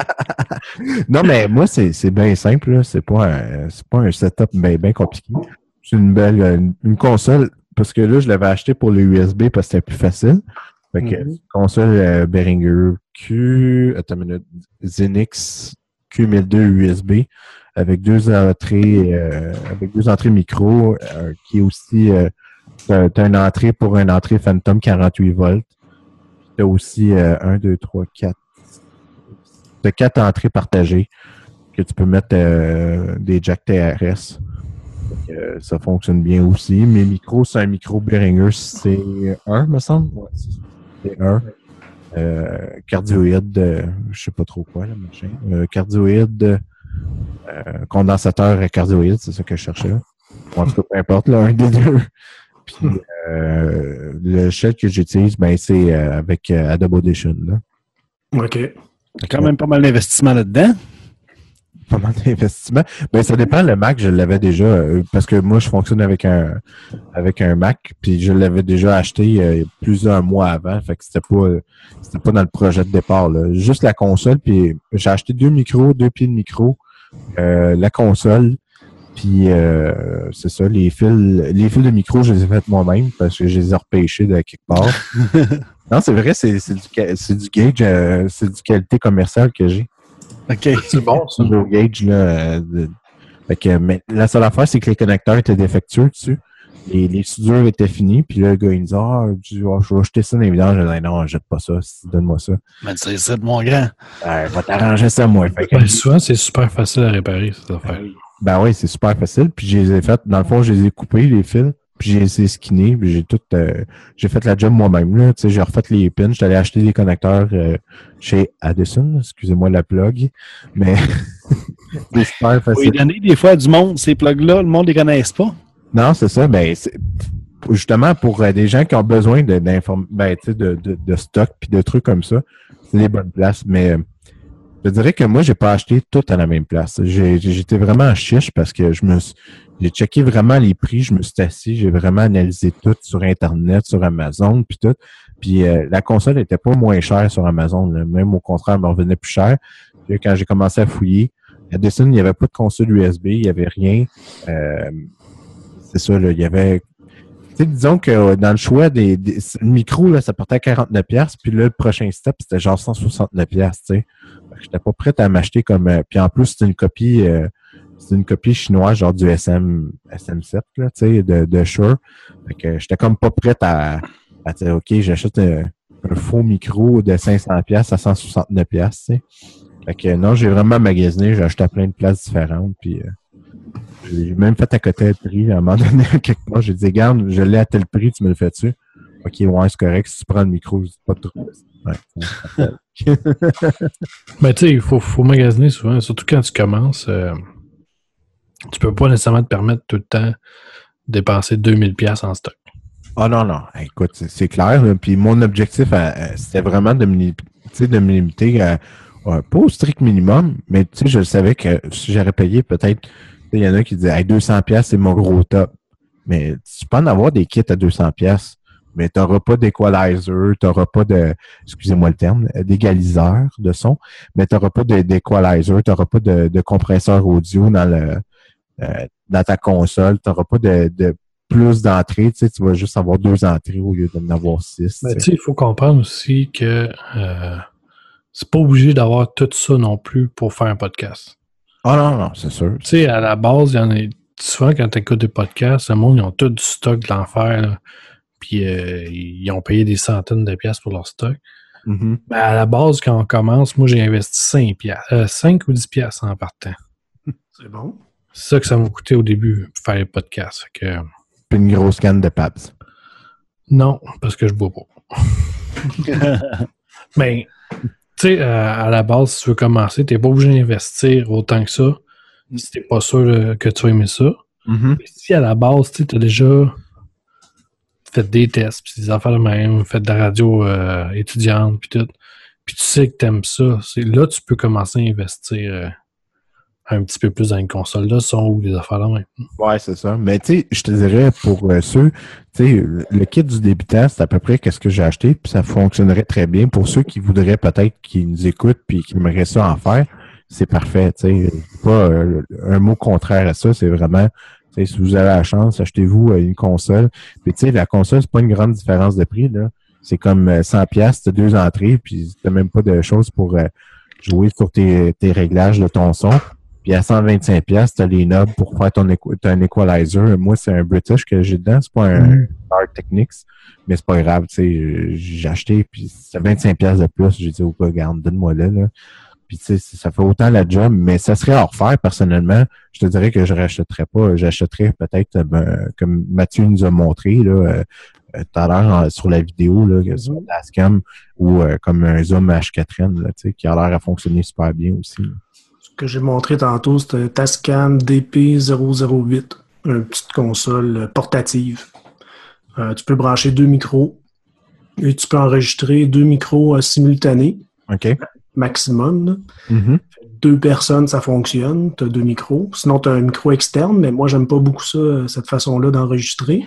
Non, mais moi, c'est, c'est bien simple. Là. C'est pas un, c'est pas un setup bien ben compliqué. C'est une belle une, une console, parce que là, je l'avais acheté pour le U S B parce que c'était plus facile. Fait que mm-hmm. console euh, Behringer Q, attends une minute, Xenix Q mille deux U S B avec deux entrées euh, avec deux entrées micro euh, qui est aussi euh, t'as, t'as une entrée pour une entrée Phantom quarante-huit volts. T'as aussi euh, un, deux, trois, quatre. T'as quatre entrées partagées que tu peux mettre euh, des jacks T R S. Donc, euh, ça fonctionne bien aussi. Mes micros, c'est un micro Behringer C un, me semble. Ouais, c'est un. Euh, cardioïde, euh, je sais pas trop quoi, là, machin. Euh, cardioïde, euh, condensateur cardioïde, c'est ça que je cherchais. Bon, en tout cas, peu importe, là, un des deux. Puis, euh, le shell que j'utilise, ben, c'est euh, avec euh, Adobe Audition, là. OK. T'as quand même pas mal d'investissement là-dedans. Pas mal d'investissement. Ben, ça dépend. Le Mac, je l'avais déjà, euh, parce que moi, je fonctionne avec un avec un Mac, puis je l'avais déjà acheté euh, plusieurs mois avant. Fait que c'était pas euh, c'était pas dans le projet de départ, là. Juste la console, puis j'ai acheté deux micros, deux pieds de micro, euh, la console, puis euh, c'est ça, les fils les fils de micro, je les ai faits moi-même parce que je les ai repêchés de quelque part. Non, c'est vrai, c'est, c'est, du, c'est du gauge, euh, c'est du qualité commerciale que j'ai. OK. C'est bon, c'est un gauge, là. Euh, de, fait que, mais la seule affaire, c'est que les connecteurs étaient défectueux dessus. Les, les soudures étaient finies, puis là, le gars, il me dit, ah, oh, je vais jeter ça dans les vidanges. Je dis, non, jette pas ça, donne-moi ça. Mais c'est ça de mon grand. Ben, va t'arranger ça, moi. Fait que, ben, souvent, c'est super facile à réparer, cette affaire. Ben oui, c'est super facile. Puis je les ai fait, dans le fond, je les ai coupés, les fils. Puis j'ai essayé skinné, puis j'ai tout, euh, j'ai fait la job moi-même, là. Tu sais, j'ai refait les pins, j'étais allé acheter des connecteurs euh, chez Addison, excusez-moi la plug, mais c'est super facile. Oui, donner des fois à du monde, ces plugs-là, le monde les connaisse pas. Non, c'est ça, ben, c'est, justement, pour euh, des gens qui ont besoin de, d'inform- ben, tu sais, de, de, de stock puis de trucs comme ça, c'est des bonnes places, mais je dirais que moi, j'ai pas acheté tout à la même place. J'ai, j'étais vraiment en chiche parce que je me suis, j'ai checké vraiment les prix, je me suis assis, j'ai vraiment analysé tout sur Internet, sur Amazon, puis tout. Puis euh, la console n'était pas moins chère sur Amazon, là. Même au contraire, elle me revenait plus cher. Puis quand j'ai commencé à fouiller, à Addison, il n'y avait pas de console U S B, il n'y avait rien. Euh, c'est ça, là, il y avait... Tu sais, disons que dans le choix des, des le micro, là, ça partait à quarante-neuf dollars, puis là, le prochain step, c'était genre cent soixante-neuf dollars, tu sais. J'étais pas prêt à m'acheter comme... Euh, puis en plus, c'était une copie... Euh, c'est une copie chinoise, genre du S M, S M sept, là, tu sais, de, de Shure. Fait que j'étais comme pas prêt à, à dire, OK, j'achète un, un faux micro de cinq cents dollars à cent soixante-neuf dollars, tu sais. Fait que non, j'ai vraiment magasiné, j'ai acheté à plein de places différentes, puis euh, j'ai même fait à côté le prix. À un moment donné, quelque part, j'ai dit, regarde, je l'ai à tel prix, tu me le fais-tu? OK, ouais, c'est correct, si tu prends le micro, je dis pas trop. Ouais. Ben, tu sais, il faut, faut magasiner souvent, surtout quand tu commences. Euh... Tu peux pas nécessairement te permettre tout le temps de dépenser deux mille dollars en stock. Ah non, non. Écoute, c'est, c'est clair. Là. Puis mon objectif, à, à, c'était vraiment de me, de me limiter à, à, pas au strict minimum, mais tu sais, je savais que si j'aurais payé peut-être, il y en a qui disaient hey, deux cents dollars, c'est mon gros top. Mais tu peux en avoir des kits à deux cents dollars, mais tu n'auras pas d'équalizer, tu n'auras pas de, excusez-moi le terme, d'égaliseur de son, mais tu n'auras pas de, d'équalizer, tu n'auras pas de, de compresseur audio dans le Euh, dans ta console, tu n'auras pas de, de plus d'entrées, tu sais, tu vas juste avoir deux entrées au lieu d'en avoir six. Mais tu sais, il faut comprendre aussi que euh, c'est pas obligé d'avoir tout ça non plus pour faire un podcast. Ah non, non, c'est sûr. Tu sais, à la base, il y en a souvent quand tu écoutes des podcasts, le monde, ils ont tout du stock de l'enfer, là. Puis euh, ils ont payé des centaines de piastres pour leur stock. Mm-hmm. Ben, à la base, quand on commence, moi, j'ai investi cinq piastres, euh, cinq ou dix piastres en partant. C'est bon. C'est ça que ça m'a coûté au début, pour faire les podcasts. Fait que, Puis une grosse canne de Pabst. non, parce que je bois pas. Mais, tu sais, euh, à la base, si tu veux commencer, t'es pas obligé d'investir autant que ça si t'es pas sûr euh, que tu vas aimer ça. Mm-hmm. Mais si à la base, tu as déjà fait des tests, puis des affaires de même, fait de la radio euh, étudiante, puis tout, puis tu sais que t'aimes ça, c'est là tu peux commencer à investir euh, un petit peu plus dans une console de son ou des affaires de même. Ouais, c'est ça. Mais tu sais, je te dirais pour euh, ceux, tu sais, le kit du débutant, c'est à peu près qu'est-ce que j'ai acheté, puis ça fonctionnerait très bien. Pour ceux qui voudraient peut-être qui nous écoutent puis qui aimeraient ça en faire, c'est parfait. Tu sais, pas euh, un mot contraire à ça, c'est vraiment, tu sais, si vous avez la chance, achetez-vous euh, une console. Puis tu sais, la console, c'est pas une grande différence de prix, là. C'est comme euh, cent piastres, t'as deux entrées, puis t'as même pas de choses pour euh, jouer sur tes, tes réglages de ton son. Puis à cent vingt-cinq piastres, t'as les knobs pour faire ton équ- t'as un equalizer. Moi, c'est un British que j'ai dedans. C'est pas un Mm. Art Technics, mais c'est pas grave. Tu sais, j'ai acheté, puis c'est vingt-cinq piastres de plus. J'ai dit, oh, regarde, donne-moi là, là. Puis tu sais, ça fait autant la job, mais ça serait à refaire personnellement. Je te dirais que je rachèterais pas. J'achèterais peut-être, ben, comme Mathieu nous a montré, là, euh, tout à l'heure en- sur la vidéo, là, mm-hmm. sur la Tascam, ou euh, comme un Zoom H quatre N, là, tu sais, qui a l'air à fonctionner super bien aussi, là. Que j'ai montré tantôt, c'était Tascam D P zéro zéro huit, une petite console portative. Euh, tu peux brancher deux micros et tu peux enregistrer deux micros euh, simultanés, OK. maximum. Là. Mm-hmm. Deux personnes, ça fonctionne, tu as deux micros. Sinon, tu as un micro externe, mais moi, j'aime pas beaucoup ça, cette façon-là d'enregistrer.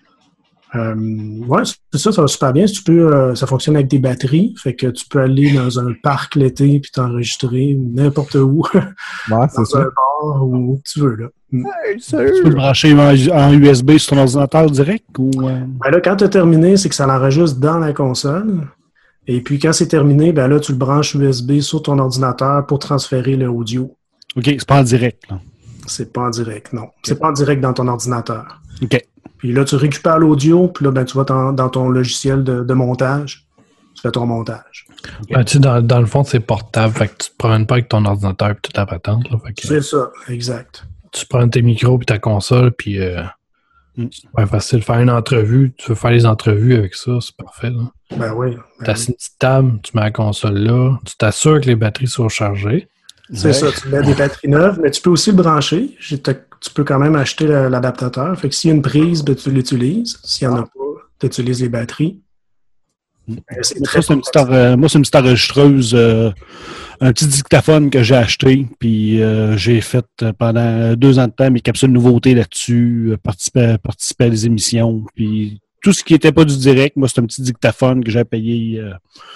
Euh, ouais, c'est ça, ça va super bien. Si tu peux, euh, ça fonctionne avec des batteries, fait que tu peux aller dans un parc l'été puis t'enregistrer n'importe où, Ouais, dans c'est un ça. bar ou où tu veux là. Mm. Hey, Tu peux le brancher en, en U S B sur ton ordinateur direct ou euh... Ben là, quand tu as terminé, c'est que ça l'enregistre dans la console. Et puis quand c'est terminé, ben là, tu le branches U S B sur ton ordinateur pour transférer l'audio. OK, c'est pas en direct, là. C'est pas en direct, non. C'est pas en direct dans ton ordinateur. OK. Puis là, tu récupères l'audio, puis là, ben, tu vas dans, dans ton logiciel de, de montage. Tu fais ton montage. Okay. Ben, tu sais, dans, dans le fond, c'est portable, fait que tu te promènes pas avec ton ordinateur et toute ta patente. Là, fait que, c'est ça, exact. Tu prends tes micros et ta console, puis euh, mm. c'est super facile. Faire une entrevue, tu veux faire les entrevues avec ça, c'est parfait. Là. Ben oui. Ben tu as oui. une petite table, tu mets la console là, tu t'assures que les batteries sont chargées. C'est ouais. ça, tu mets des batteries neuves, mais tu peux aussi le brancher. Tu peux quand même acheter l'adaptateur. Fait que s'il y a une prise, ben, tu l'utilises. S'il n'y en a pas, tu utilises les batteries. Mm. C'est moi, c'est une petite, euh, moi, c'est une petite enregistreuse, euh, un petit dictaphone que j'ai acheté, puis euh, j'ai fait euh, pendant deux ans de temps mes capsules nouveautés là-dessus, euh, participer, participer à des émissions, puis tout ce qui n'était pas du direct, moi, c'est un petit dictaphone que j'ai payé euh,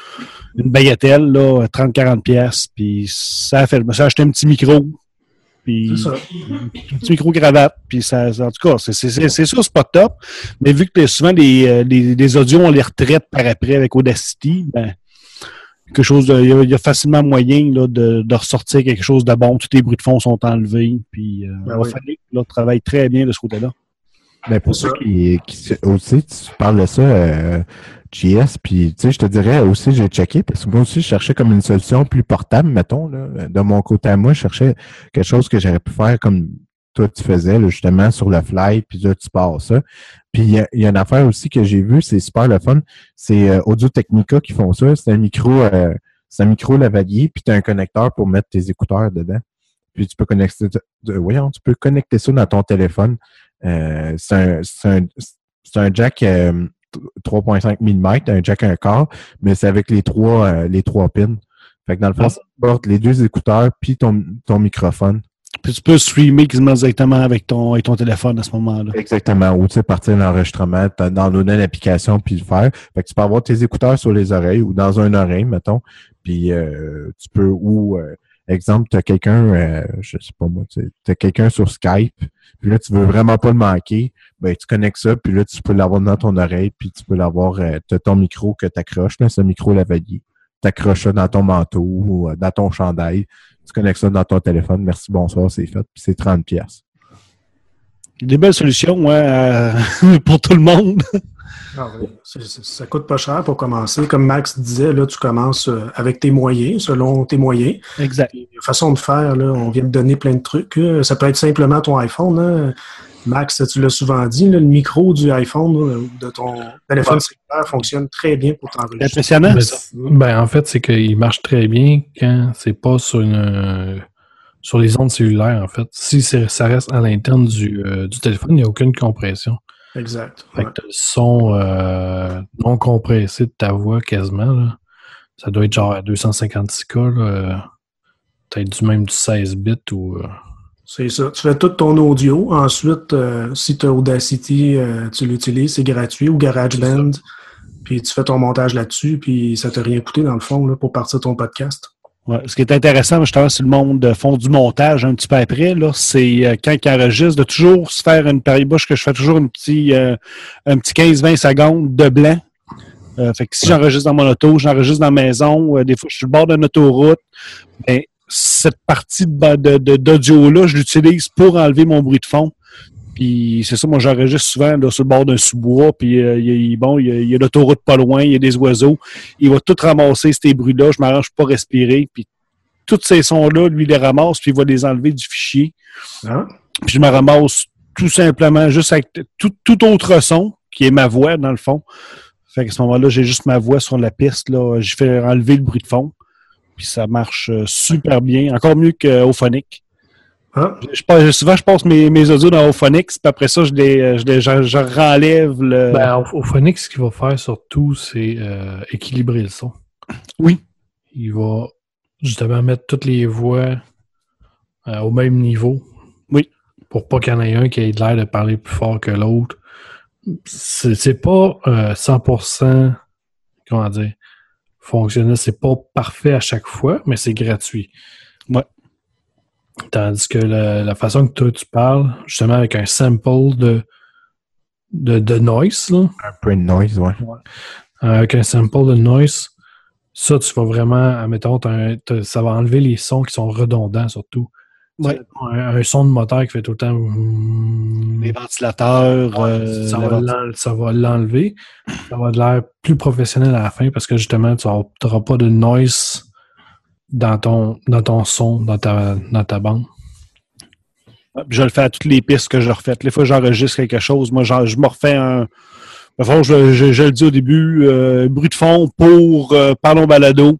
une bagatelle, là, trente à quarante piastres, puis ça a fait, je me suis acheté un petit micro, puis un petit micro-cravate, puis ça, en tout cas, c'est, c'est, c'est, c'est sûr, c'est pas top, mais vu que souvent les, les, les audios, on les retraite par après avec Audacity, ben, quelque chose de, il y a, il y a facilement moyen là, de, de ressortir quelque chose de bon, tous les bruits de fond sont enlevés, puis euh, ben on va oui. faire là, travaille très bien de ce côté-là. Ben pour ceux qui, qui aussi, tu parles de ça, euh, J S, puis tu sais, je te dirais aussi, j'ai checké, parce que moi aussi, je cherchais comme une solution plus portable, mettons, là. De mon côté à moi, je cherchais quelque chose que j'aurais pu faire comme toi tu faisais, là, justement, sur le fly, puis là, tu pars ça. Puis il y a, y a une affaire aussi que j'ai vue, c'est super le fun, c'est euh, Audio-Technica qui font ça, c'est un micro, euh, c'est un micro lavalier, puis tu as un connecteur pour mettre tes écouteurs dedans. Puis tu peux connecter, de, voyons, tu peux connecter ça dans ton téléphone. Euh, c'est, un, c'est, un, c'est un jack euh, trois virgule cinq millimètres, un jack un quart, mais c'est avec les trois euh, les trois pins. Fait que dans le fond, Ah. ça porte les deux écouteurs puis ton, ton microphone. Puis tu peux streamer quasiment directement avec ton, avec ton téléphone à ce moment-là. Exactement. Ou tu sais, partir de l'enregistrement, downloader l'application puis le faire. Fait que tu peux avoir tes écouteurs sur les oreilles ou dans une oreille, mettons. Puis euh, tu peux, ou euh, exemple, tu as quelqu'un, euh, je sais pas moi, tu as quelqu'un sur Skype, puis là, tu veux vraiment pas le manquer, ben tu connectes ça, puis là, tu peux l'avoir dans ton oreille, puis tu peux l'avoir, euh, tu as ton micro que tu accroches, là, c'est un micro lavalier. Tu accroches ça dans ton manteau ou euh, dans ton chandail, tu connectes ça dans ton téléphone, merci, bonsoir, c'est fait, puis c'est trente piastres. Des belles solutions, ouais, euh, pour tout le monde. Ah oui. c'est, c'est, ça coûte pas cher pour commencer. Comme Max disait, là, tu commences avec tes moyens, selon tes moyens. Exact. Puis, façon de faire, là, on vient de donner plein de trucs. Là. Ça peut être simplement ton iPhone. Hein. Max, tu l'as souvent dit, là, le micro du iPhone là, de ton téléphone ouais. cellulaire fonctionne très bien pour t'enregistrer. Impressionnant. Ben, ben, en fait, c'est qu'il marche très bien quand c'est pas sur une sur les ondes cellulaires, en fait. Si c'est, ça reste à l'interne du, euh, du téléphone, il n'y a aucune compression. Exact. Fait Ouais. que t'as le son euh, non compressé de ta voix quasiment. Là. Ça doit être genre à deux cent cinquante-six K. Là. Peut-être du même du seize bits ou... Euh... C'est ça. Tu fais tout ton audio. Ensuite, euh, si tu as Audacity, euh, tu l'utilises, c'est gratuit, ou GarageBand. Puis tu fais ton montage là-dessus, puis ça t'a rien coûté dans le fond là, pour partir ton podcast. Ouais. Ce qui est intéressant, justement, sur le monde fond du montage un petit peu après, là, c'est euh, quand il enregistre, de toujours se faire une péribouche que je fais toujours une petit, euh, un petit quinze à vingt secondes de blanc. Euh, fait que si j'enregistre dans mon auto, j'enregistre dans la maison, euh, des fois je suis sur le bord d'une autoroute, ben, cette partie de, de, de, d'audio-là, je l'utilise pour enlever mon bruit de fond. Puis c'est ça, moi j'enregistre souvent là, sur le bord d'un sous-bois, puis euh, il y a, bon, il y a, il y a l'autoroute pas loin, il y a des oiseaux. Il va tout ramasser ces bruits-là, je m'arrange pas respirer, puis tous ces sons-là, lui, il les ramasse, puis il va les enlever du fichier. Ah. Puis je me ramasse tout simplement juste avec tout, tout autre son, qui est ma voix, dans le fond. Fait qu'à ce moment-là, j'ai juste ma voix sur la piste, là, je fais enlever le bruit de fond. Puis ça marche super bien, encore mieux qu'Auphonic. Ah. Je, je, souvent, je passe mes, mes audios dans Auphonic, puis après ça, je les, je les je, je renlève le... Ben, Auphonic, ce qu'il va faire surtout, c'est euh, équilibrer le son. Oui. Il va justement mettre toutes les voix euh, au même niveau. Oui. Pour pas qu'il y en ait un qui ait l'air de parler plus fort que l'autre. C'est, c'est pas euh, cent pour cent, comment dire, fonctionnel, c'est pas parfait à chaque fois, mais c'est gratuit. Ouais. Tandis que la, la façon que toi tu parles, justement avec un sample de, de, de noise, là, Un peu de noise, ouais. ouais. Avec un sample de noise, ça, tu vas vraiment, admettons, t'as, t'as, ça va enlever les sons qui sont redondants, surtout. Ouais. Un, un son de moteur qui fait tout le temps... Les ventilateurs... Ouais, euh, ça, va ça va l'enlever. Ça va de l'air plus professionnel à la fin parce que, justement, tu n'auras pas de noise dans ton, dans ton son, dans ta, dans ta bande. Je le fais à toutes les pistes que je refais. Les fois que j'enregistre quelque chose, moi, genre, je me refais un... Enfin, je, je, je le dis au début, euh, bruit de fond pour euh, Parlons Balado.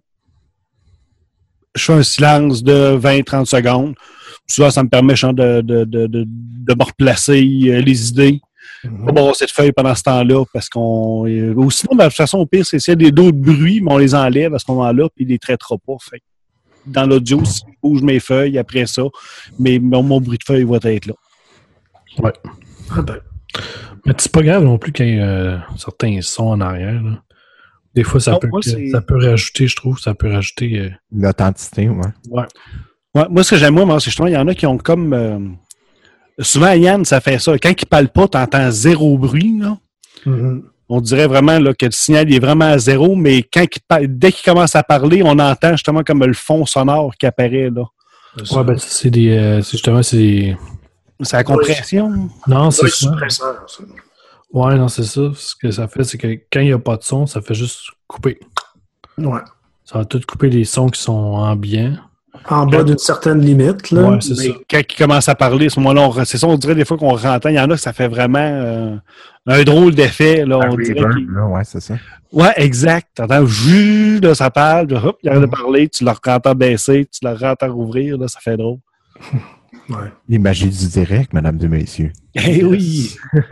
Je fais un silence de vingt à trente secondes. Souvent, ça me permet genre, de, de, de, de, de me replacer euh, les idées. Mm-hmm. Pas avoir cette feuille pendant ce temps-là, parce qu'on... Euh, ou sinon, de toute façon, au pire, c'est s'il y a d'autres bruits, mais on les enlève à ce moment-là, puis ils les traitera pas. Fait. Dans l'audio, si je bouge mes feuilles après ça, mais mon, mon bruit de feuille va être là. Ouais. Ah ben. Mais c'est pas grave non plus qu'il y ait euh, certains sons en arrière. Là. Des fois, ça, non, peut, moi, ça peut rajouter, je trouve, ça peut rajouter... Euh... L'authenticité, ouais. Ouais. Ouais, moi, ce que j'aime, moi, c'est justement, il y en a qui ont comme... Euh, souvent, Yann, ça fait ça. Quand il parle pas, t'entends zéro bruit, là. Mm-hmm. On dirait vraiment là, que le signal il est vraiment à zéro, mais quand il parle, dès qu'il commence à parler, on entend justement comme le fond sonore qui apparaît, là. Ouais, ben, c'est des... Euh, c'est justement, c'est des... C'est la compression? Oui. Non, c'est ça. ça. Ouais, non, c'est ça. Ce que ça fait, c'est que quand il n'y a pas de son, ça fait juste couper. Ouais. Ça va tout couper les sons qui sont ambiants. En bas d'une certaine limite, là. Ouais, c'est mais ça. Quand il commence à parler, à ce moment-là, on, c'est ça, on dirait des fois qu'on rentend. Il y en a que ça fait vraiment euh, un drôle d'effet. Là, un on dirait reverb, qu'il... là, ouais, c'est ça. Ouais, exact. T'entends, jus, là, ça parle, puis, hop, il arrête de parler, tu le entends baisser, tu le entends rouvrir, là, ça fait drôle. Ouais. Les magies du direct, mesdames et messieurs. Eh oui!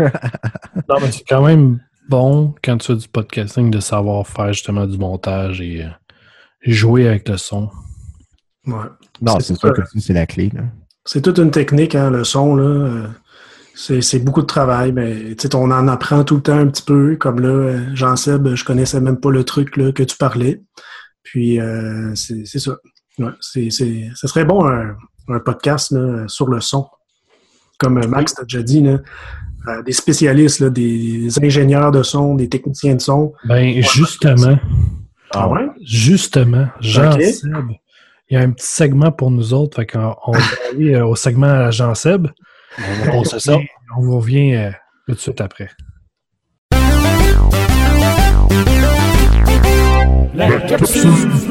Non, mais c'est quand même bon, quand tu fais du podcasting, de savoir faire justement du montage et euh, jouer avec le son. Ouais. Non, c'est, c'est sûr que c'est la clé, là. C'est toute une technique, hein, le son, là. C'est, c'est beaucoup de travail, mais on en apprend tout le temps un petit peu. Comme là, Jean-Seb, je connaissais même pas le truc là, que tu parlais. Puis, euh, c'est, c'est ça. Ouais, c'est, c'est, ça serait bon un, un podcast là, sur le son. Comme Max t'a déjà dit, là, euh, des spécialistes, là, des ingénieurs de son, des techniciens de son. Ben, justement. Ah ouais? Justement, Jean-Seb. Okay. Il y a un petit segment pour nous autres. Fait qu'on on va aller au segment à Jean-Seb. On, on, ça. On revient euh, tout de suite après.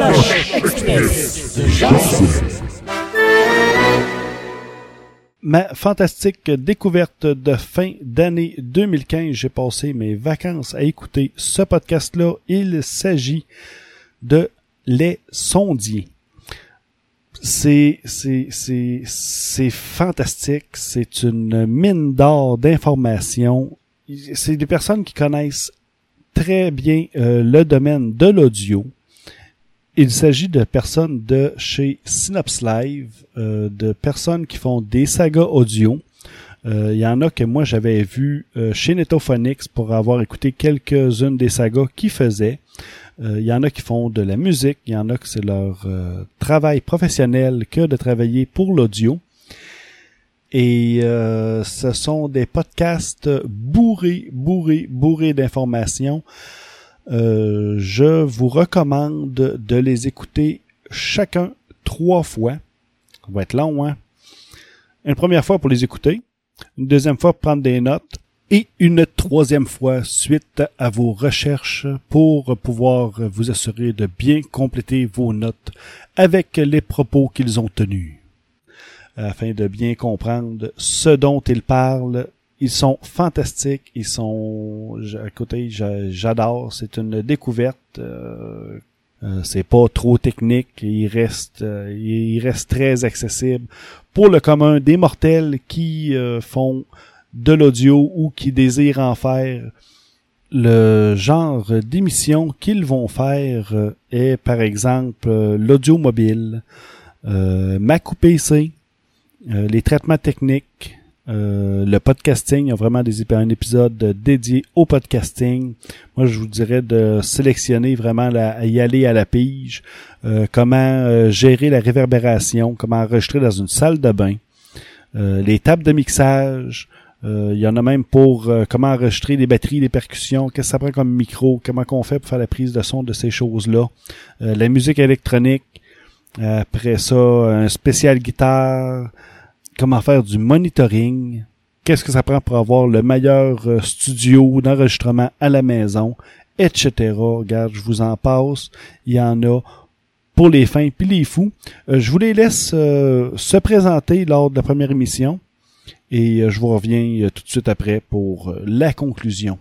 Flash Express de Janssen. Ma fantastique découverte de fin d'année deux mille quinze, j'ai passé mes vacances à écouter ce podcast-là. Il s'agit de Les Sondiers. C'est, c'est, c'est, c'est fantastique. C'est une mine d'or d'informations. C'est des personnes qui connaissent très bien euh, le domaine de l'audio. Il s'agit de personnes de chez Synops Live, euh, de personnes qui font des sagas audio. Euh, il y en a que moi j'avais vu euh, chez Netophonics pour avoir écouté quelques-unes des sagas qu'ils faisaient. Euh, il y en a qui font de la musique, il y en a que c'est leur euh, travail professionnel que de travailler pour l'audio. Et euh, ce sont des podcasts bourrés, bourrés, bourrés d'informations. Euh, je vous recommande de les écouter chacun trois fois. Ça va être long, hein? Une première fois pour les écouter, une deuxième fois pour prendre des notes, et une troisième fois suite à vos recherches pour pouvoir vous assurer de bien compléter vos notes avec les propos qu'ils ont tenus, afin de bien comprendre ce dont ils parlent. Ils sont fantastiques, ils sont, écoutez, j'adore, c'est une découverte, euh, euh, c'est pas trop technique, il reste, euh, il reste très accessible pour le commun des mortels qui euh, font de l'audio ou qui désirent en faire. Le genre d'émission qu'ils vont faire est par exemple l'audio mobile, euh, Mac ou P C, euh, les traitements techniques. Euh, le podcasting, il y a vraiment des un épisode dédié au podcasting. Moi, je vous dirais de sélectionner vraiment, la, à y aller à la pige. Euh, comment euh, gérer la réverbération, comment enregistrer dans une salle de bain. Euh, les tables de mixage. Euh, il y en a même pour euh, comment enregistrer les batteries, les percussions, qu'est-ce que ça prend comme micro, comment qu'on fait pour faire la prise de son de ces choses-là. Euh, la musique électronique. Après ça, un spécial guitare. Comment faire du monitoring, qu'est-ce que ça prend pour avoir le meilleur euh, studio d'enregistrement à la maison, et cetera. Regarde, je vous en passe. Il y en a pour les fins puis les fous. Euh, je vous les laisse euh, se présenter lors de la première émission et euh, je vous reviens euh, tout de suite après pour euh, la conclusion.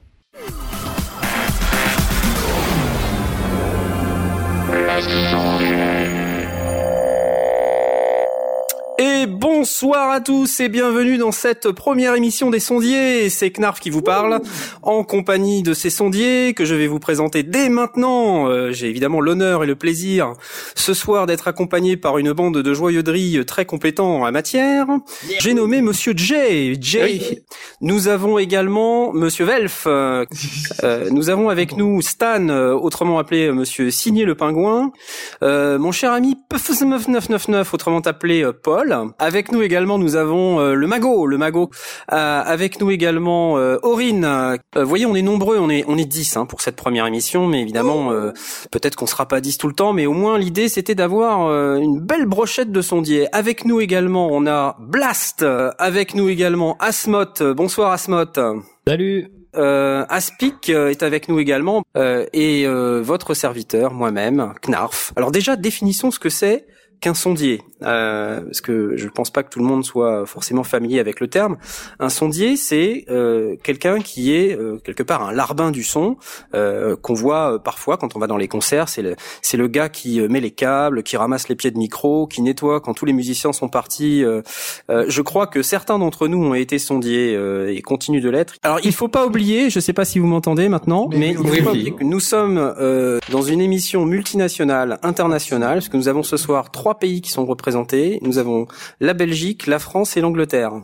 Et bonsoir à tous et bienvenue dans cette première émission des Sondiers. C'est Knarf qui vous parle en compagnie de ces sondiers que je vais vous présenter dès maintenant. Euh, j'ai évidemment l'honneur et le plaisir ce soir d'être accompagné par une bande de joyeuderies très compétents en la matière. J'ai nommé Monsieur Jay. Jay. Oui. Nous avons également Monsieur Velf. Euh, euh, nous avons avec nous Stan, euh, autrement appelé euh, Monsieur Signé le Pingouin. Euh, mon cher ami Puff neuf neuf neuf neuf, autrement appelé euh, Paul. Avec nous également, nous avons euh, le Mago, le Mago. Euh, avec nous également euh, Aurine. Euh, vous voyez, on est nombreux, on est on est dix hein, pour cette première émission, mais évidemment, euh, peut-être qu'on sera pas dix tout le temps, mais au moins l'idée c'était d'avoir euh, une belle brochette de sondiers. Avec nous également, on a Blast. Euh, avec nous également Asmoth. Bonsoir Asmoth. Salut. Euh, Aspic est avec nous également euh, et euh, votre serviteur, moi-même, Knarf. Alors déjà, définissons ce que c'est qu'un sondier, euh, parce que je ne pense pas que tout le monde soit forcément familier avec le terme. Un sondier, c'est euh, quelqu'un qui est euh, quelque part un larbin du son, euh, qu'on voit euh, parfois quand on va dans les concerts. C'est le, c'est le gars qui euh, met les câbles, qui ramasse les pieds de micro, qui nettoie quand tous les musiciens sont partis. Euh, euh, je crois que certains d'entre nous ont été sondiers euh, et continuent de l'être. Alors, il faut pas oublier, je sais pas si vous m'entendez maintenant, mais, mais il faut oui, pas oui. oublier que nous sommes euh, dans une émission multinationale, internationale, parce que nous avons ce soir trois pays qui sont représentés. Nous avons la Belgique, la France et l'Angleterre.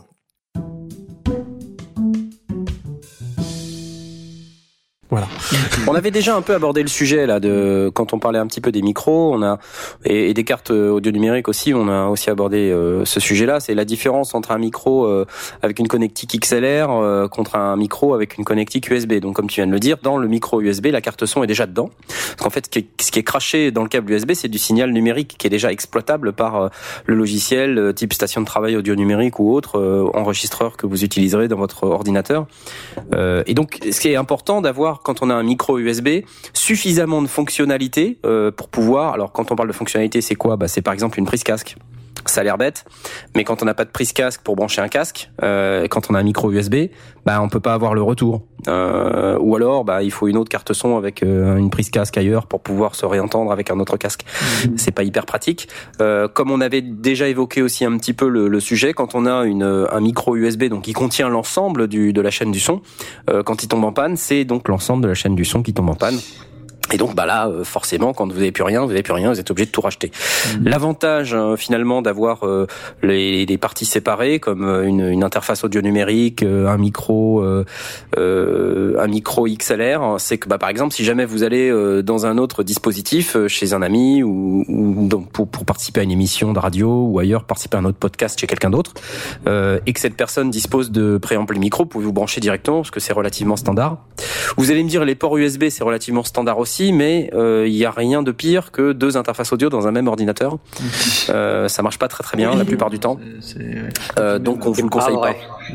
Voilà. On avait déjà un peu abordé le sujet là de quand on parlait un petit peu des micros, on a et, et des cartes audio numériques aussi, on a aussi abordé euh, ce sujet-là, c'est la différence entre un micro euh, avec une connectique X L R euh, contre un micro avec une connectique U S B. Donc comme tu viens de le dire, dans le micro U S B, la carte son est déjà dedans. Parce qu'en fait, ce qui est, ce qui est craché dans le câble U S B, c'est du signal numérique qui est déjà exploitable par euh, le logiciel euh, type station de travail audio numérique ou autre euh, enregistreur que vous utiliserez dans votre ordinateur. Euh, et donc, ce qui est important d'avoir avoir, quand on a un micro U S B, suffisamment de fonctionnalités euh, pour pouvoir... Alors, quand on parle de fonctionnalité, c'est quoi ? Bah, c'est par exemple une prise casque. Ça a l'air bête, mais quand on n'a pas de prise casque pour brancher un casque, euh, quand on a un micro U S B, bah on peut pas avoir le retour. Euh, ou alors, bah il faut une autre carte son avec euh, une prise casque ailleurs pour pouvoir se réentendre avec un autre casque. Mmh. C'est pas hyper pratique. Euh, comme on avait déjà évoqué aussi un petit peu le, le sujet, quand on a une un micro U S B donc qui contient l'ensemble du de la chaîne du son, euh, quand il tombe en panne, c'est donc l'ensemble de la chaîne du son qui tombe en panne. Et donc, bah là, forcément, quand vous n'avez plus rien, vous n'avez plus rien, vous êtes obligé de tout racheter. Mmh. L'avantage, euh, finalement, d'avoir euh, les, les parties séparées, comme une, une interface audio numérique, euh, un micro, euh, euh, un micro X L R, c'est que, bah, par exemple, si jamais vous allez euh, dans un autre dispositif, euh, chez un ami ou, ou donc pour, pour participer à une émission de radio ou ailleurs, participer à un autre podcast chez quelqu'un d'autre, euh, et que cette personne dispose de préampli micro, vous pouvez vous brancher directement parce que c'est relativement standard. Vous allez me dire, les ports U S B, c'est relativement standard aussi. Mais il euh, y a rien de pire que deux interfaces audio dans un même ordinateur. Euh, ça marche pas très très bien oui, la plupart du temps. C'est, c'est, euh, donc on vous le conseille pas.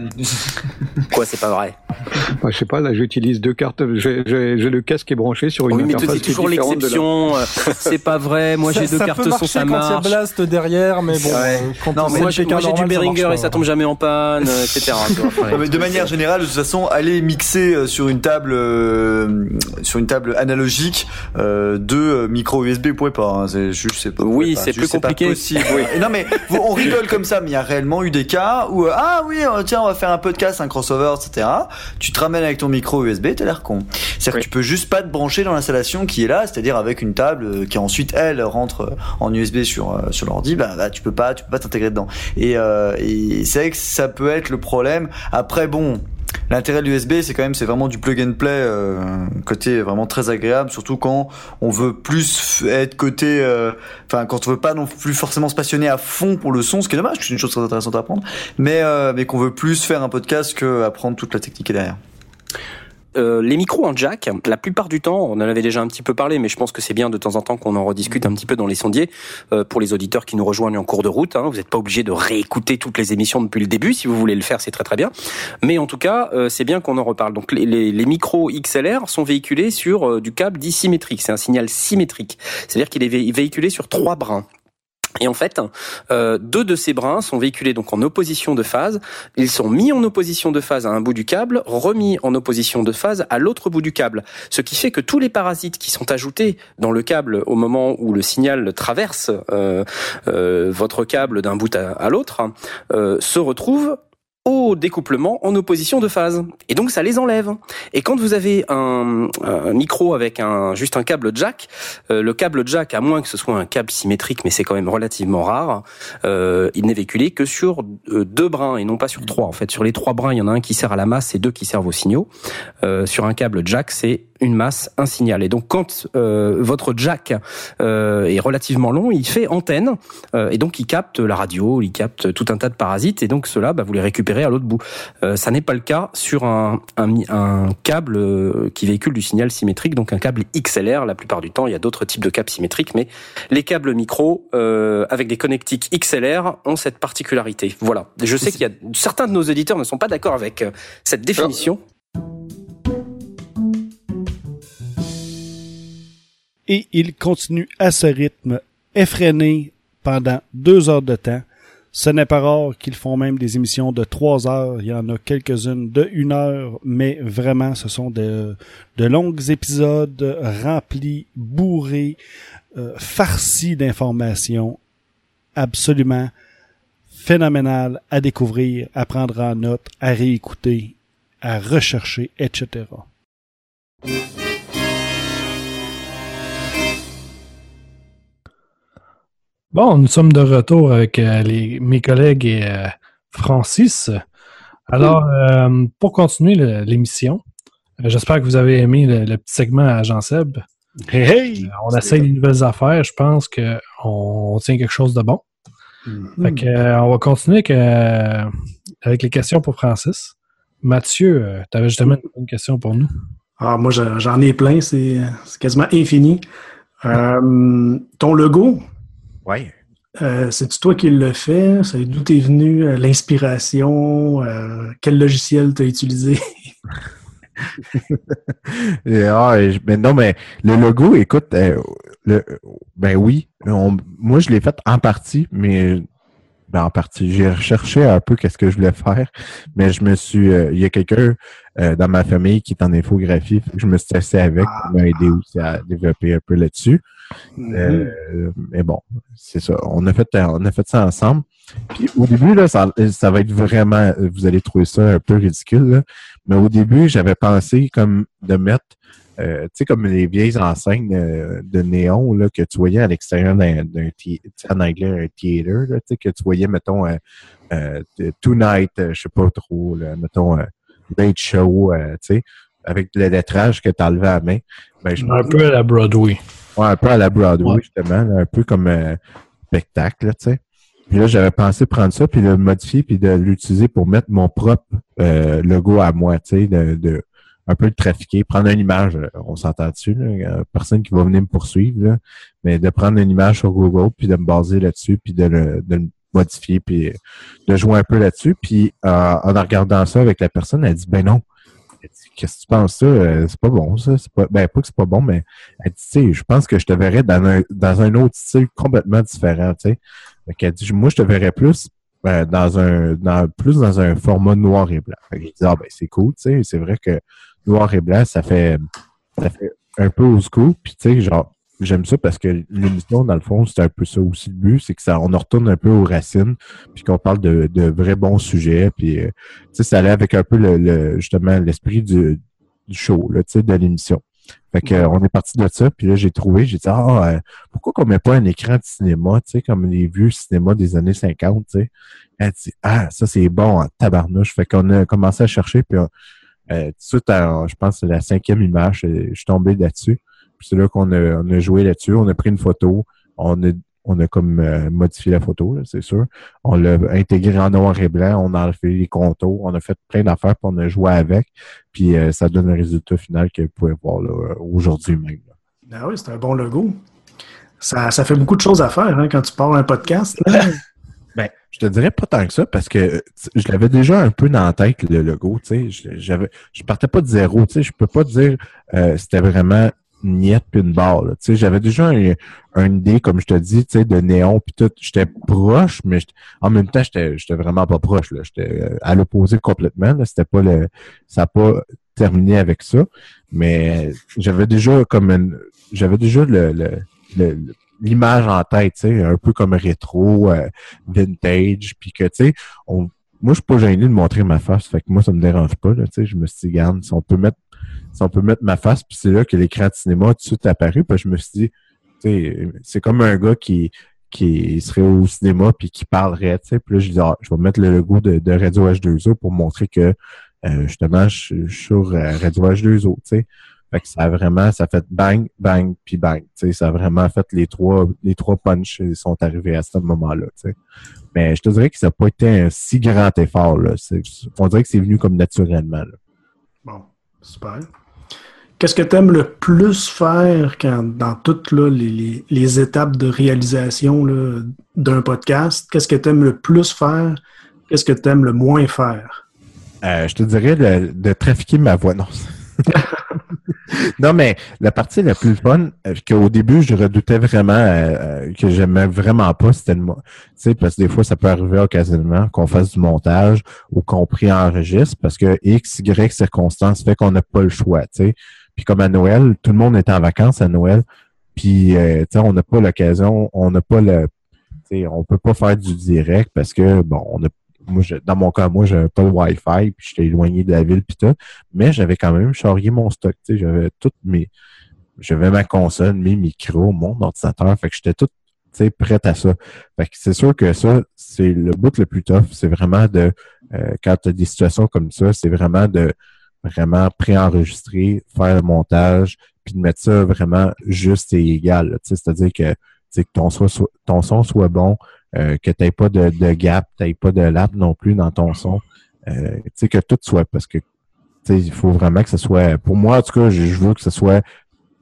Quoi, c'est pas vrai? Bah, je sais pas. Là, j'utilise deux cartes. J'ai, j'ai, j'ai le casque qui est branché sur une oui, interface. Oui, mais c'est toujours l'exception. La... C'est pas vrai. Moi, ça, j'ai deux ça cartes son, ça marche. Quand il y a Blast derrière, mais bon. Ouais. Quand non, mais moi, j'ai, moi, j'ai du Behringer et ça tombe jamais en panne, et cetera. Non, mais de manière générale, de toute façon, aller mixer sur une table, euh, sur une table analogique. Euh, deux micro U S B, vous pouvez pas. Hein, c'est juste, c'est pas. Oui, pas, c'est plus compliqué. Oui. Non mais vous, on rigole comme ça, mais il y a réellement eu des cas où ah oui, tiens, on va faire un podcast, un crossover, et cetera. Tu te ramènes avec ton micro U S B, t'as l'air con. C'est-à-dire oui. que tu peux juste pas te brancher dans l'installation qui est là, c'est-à-dire avec une table qui ensuite elle rentre en U S B sur sur l'ordi. Bah, bah tu peux pas, tu peux pas t'intégrer dedans. Et, euh, et c'est vrai que ça peut être le problème. Après bon. L'intérêt de l'U S B, c'est quand même, c'est vraiment du plug and play, euh, côté vraiment très agréable, surtout quand on veut plus être côté, enfin, euh, quand on veut pas non plus forcément se passionner à fond pour le son, ce qui est dommage, c'est une chose très intéressante à apprendre, mais, euh, mais qu'on veut plus faire un podcast que apprendre toute la technique qui est derrière. Euh, les micros en jack, la plupart du temps, on en avait déjà un petit peu parlé, mais je pense que c'est bien de temps en temps qu'on en rediscute un petit peu dans les sondiers, euh, pour les auditeurs qui nous rejoignent en cours de route. Hein, vous n'êtes pas obligé de réécouter toutes les émissions depuis le début. Si vous voulez le faire, c'est très très bien. Mais en tout cas, euh, c'est bien qu'on en reparle. Donc les, les, les micros X L R sont véhiculés sur euh, du câble dit symétrique. C'est un signal symétrique. C'est-à-dire qu'il est vé- véhiculé sur trois brins. Et en fait, euh, deux de ces brins sont véhiculés donc en opposition de phase. Ils sont mis en opposition de phase à un bout du câble, remis en opposition de phase à l'autre bout du câble. Ce qui fait que tous les parasites qui sont ajoutés dans le câble au moment où le signal traverse euh, euh, votre câble d'un bout à, à l'autre euh, se retrouvent au découplement en opposition de phase. Et donc ça les enlève. Et quand vous avez un, un micro avec un juste un câble jack, euh, le câble jack, à moins que ce soit un câble symétrique, mais c'est quand même relativement rare, euh, il n'est véhiculé que sur euh, deux brins et non pas sur trois. En fait, sur les trois brins, il y en a un qui sert à la masse et deux qui servent aux signaux. Euh, sur un câble jack, c'est une masse, un signal. Et donc quand euh, votre jack euh, est relativement long, il fait antenne euh, et donc il capte la radio, il capte tout un tas de parasites et donc ceux-là, bah, vous les récupérez à l'autre bout. Euh, ça n'est pas le cas sur un, un, un câble euh, qui véhicule du signal symétrique, donc un câble X L R. La plupart du temps, il y a d'autres types de câbles symétriques, mais les câbles micro euh, avec des connectiques X L R ont cette particularité. Voilà. Je sais qu'il y a certains de nos auditeurs ne sont pas d'accord avec euh, cette définition. Et il continue à ce rythme effréné pendant deux heures de temps. Ce n'est pas rare qu'ils font même des émissions de trois heures. Il y en a quelques-unes de une heure, mais vraiment, ce sont de, de longs épisodes remplis, bourrés, euh, farcis d'informations, absolument phénoménal à découvrir, à prendre en note, à réécouter, à rechercher, et cetera. Bon, nous sommes de retour avec euh, les, mes collègues et euh, Francis. Alors, euh, pour continuer le, l'émission, euh, j'espère que vous avez aimé le, le petit segment à Jean-Seb. Hey, hey! Euh, on essaye des nouvelles affaires. Je pense qu'on on tient quelque chose de bon. Mm-hmm. Fait que, euh, on va continuer avec, euh, avec les questions pour Francis. Mathieu, euh, tu avais justement une question pour nous. Ah, moi, j'en ai plein. C'est, c'est quasiment infini. Euh, ton logo... Oui. Euh, c'est-tu toi qui l'as fait? C'est d'où t'es venu euh, l'inspiration? Euh, quel logiciel t'as utilisé? Et, ah, et, mais non, mais le logo, écoute, euh, le, ben oui, on, moi je l'ai fait en partie, mais ben en partie, j'ai recherché un peu qu'est-ce que je voulais faire, mais je me suis, euh, il y a quelqu'un euh, dans ma famille qui est en infographie, je me suis assis avec pour m'aider aussi à développer un peu là-dessus. Mm-hmm. Euh, mais bon, c'est ça. On a fait, on a fait ça ensemble. Puis au début, là, ça, ça va être vraiment, vous allez trouver ça un peu ridicule, là, mais au début, j'avais pensé comme de mettre, euh, tu sais, comme les vieilles enseignes de, de néon là, que tu voyais à l'extérieur d'un, d'un tu sais, en anglais, un theater, là, tu sais, que tu voyais, mettons, euh, euh, Tonight, euh, je sais pas trop, là, mettons, euh, Late Show, euh, tu sais, avec le lettrage que tu enlevais à la main. Ben, je un me... peu à la Broadway. Ouais, un peu à la Broadway, ouais. Justement, là, un peu comme euh, spectacle, tu sais. Puis là, j'avais pensé prendre ça, puis de le modifier, puis de l'utiliser pour mettre mon propre euh, logo à moi, tu sais, de, de un peu le trafiquer, prendre une image, on s'entend dessus, là, personne qui va venir me poursuivre, là, mais de prendre une image sur Google, puis de me baser là-dessus, puis de le, de le modifier, puis de jouer un peu là-dessus. Puis euh, en regardant ça avec la personne, elle dit, ben non, elle dit, qu'est-ce que tu penses ça? C'est pas bon, ça. C'est pas, ben, pas que c'est pas bon, mais elle dit, tu sais, je pense que je te verrais dans un, dans un autre style complètement différent, tu sais. Donc, elle dit, moi, je te verrais plus euh, dans un, dans, plus dans un format noir et blanc. Fait que je dis, ah, ben, c'est cool, tu sais. C'est vrai que noir et blanc, ça fait, ça fait un peu old school. Puis, tu sais, genre, j'aime ça parce que l'émission, dans le fond, c'est un peu ça aussi le but, c'est que ça, on en retourne un peu aux racines, puis qu'on parle de, de vrais bons sujets, puis euh, tu sais, ça allait avec un peu le, le justement l'esprit du, du show, là, tu sais, de l'émission. Fait que euh, on est parti de ça, puis là j'ai trouvé, j'ai dit ah euh, pourquoi qu'on met pas un écran de cinéma, tu sais, comme les vieux cinémas des années cinquante, tu sais. Elle dit ah ça c'est bon en tabarnouche. Fait qu'on a commencé à chercher, puis euh, tout de suite, à, je pense que c'est la cinquième image, je suis tombé là-dessus. Puis c'est là qu'on a, on a joué là-dessus, on a pris une photo, on a, on a comme euh, modifié la photo, là, c'est sûr. On l'a intégré en noir et blanc, on a enlevé les contours, on a fait plein d'affaires, puis on a joué avec, puis euh, ça donne le résultat final que vous pouvez voir là, aujourd'hui même. Là. Ah oui, c'est un bon logo. Ça, ça fait beaucoup de choses à faire hein, quand tu pars un podcast. Ben, je te dirais pas tant que ça, parce que je l'avais déjà un peu dans la tête, le logo, tu sais. J'avais, je partais pas de zéro, tu sais. Je peux pas dire euh, c'était vraiment niette puis une barre, tu sais. J'avais déjà un, une idée, comme je te dis, tu sais, de néon puis tout. J'étais proche, mais en même temps, j'étais, j'étais vraiment pas proche, là. J'étais à l'opposé complètement, là. C'était pas le, ça n'a pas terminé avec ça, mais j'avais déjà comme une, j'avais déjà le, le, le, le l'image en tête, tu sais, un peu comme rétro, euh, vintage, puis que, tu sais, on, moi, je suis pas gêné de montrer ma face, fait que moi, ça me dérange pas, là, tu sais, je me suis dit, garde, si on peut mettre, si on peut mettre ma face, puis c'est là que l'écran de cinéma tout de suite apparu, puis je me suis dit, tu sais, c'est comme un gars qui, qui serait au cinéma, puis qui parlerait, tu sais, puis là, je dis, ah, je vais mettre le logo de, de Radio H deux O pour montrer que, euh, justement, je, je suis sur euh, Radio H deux O, tu sais. Fait que ça a vraiment, ça a fait bang, bang, puis bang. Tu sais, ça a vraiment fait les trois, les trois punchs sont arrivés à ce moment-là. Tu sais. Mais je te dirais que ça n'a pas été un si grand effort. Là. C'est, on dirait que c'est venu comme naturellement. Là. Bon, super. Qu'est-ce que tu aimes le plus faire quand, dans toutes là, les, les, les étapes de réalisation là, d'un podcast? Qu'est-ce que tu aimes le plus faire? Qu'est-ce que tu aimes le moins faire? Euh, je te dirais de, de trafiquer ma voix. Non. Non, mais la partie la plus fun, euh, qu'au début, je redoutais vraiment, euh, que j'aimais vraiment pas, c'était le, tu sais, parce que des fois, ça peut arriver occasionnellement qu'on fasse du montage ou qu'on préenregistre parce que X, Y circonstances fait qu'on n'a pas le choix, tu sais. Puis comme à Noël, tout le monde est en vacances à Noël, puis, euh, tu sais, on n'a pas l'occasion, on n'a pas le, tu sais, on peut pas faire du direct parce que, bon, on a Moi, je, dans mon cas, moi, j'avais pas le Wi-Fi, puis j'étais éloigné de la ville, puis tout. Mais j'avais quand même charrié mon stock, tu sais. J'avais toutes mes... J'avais ma console, mes micros, mon ordinateur. Fait que j'étais tout, tu sais, prêt à ça. Fait que c'est sûr que ça, c'est le bout le plus tough. C'est vraiment de... Euh, quand tu as des situations comme ça, c'est vraiment de vraiment préenregistrer, faire le montage, puis de mettre ça vraiment juste et égal, tu sais. C'est-à-dire que, tu sais, que ton, soit, ton son soit bon, Euh, que tu n'aies pas de, de gap, tu n'aies pas de lap non plus dans ton son. Euh, tu sais, que tout soit, parce que il faut vraiment que ce soit, pour moi en tout cas, je, je veux que ce soit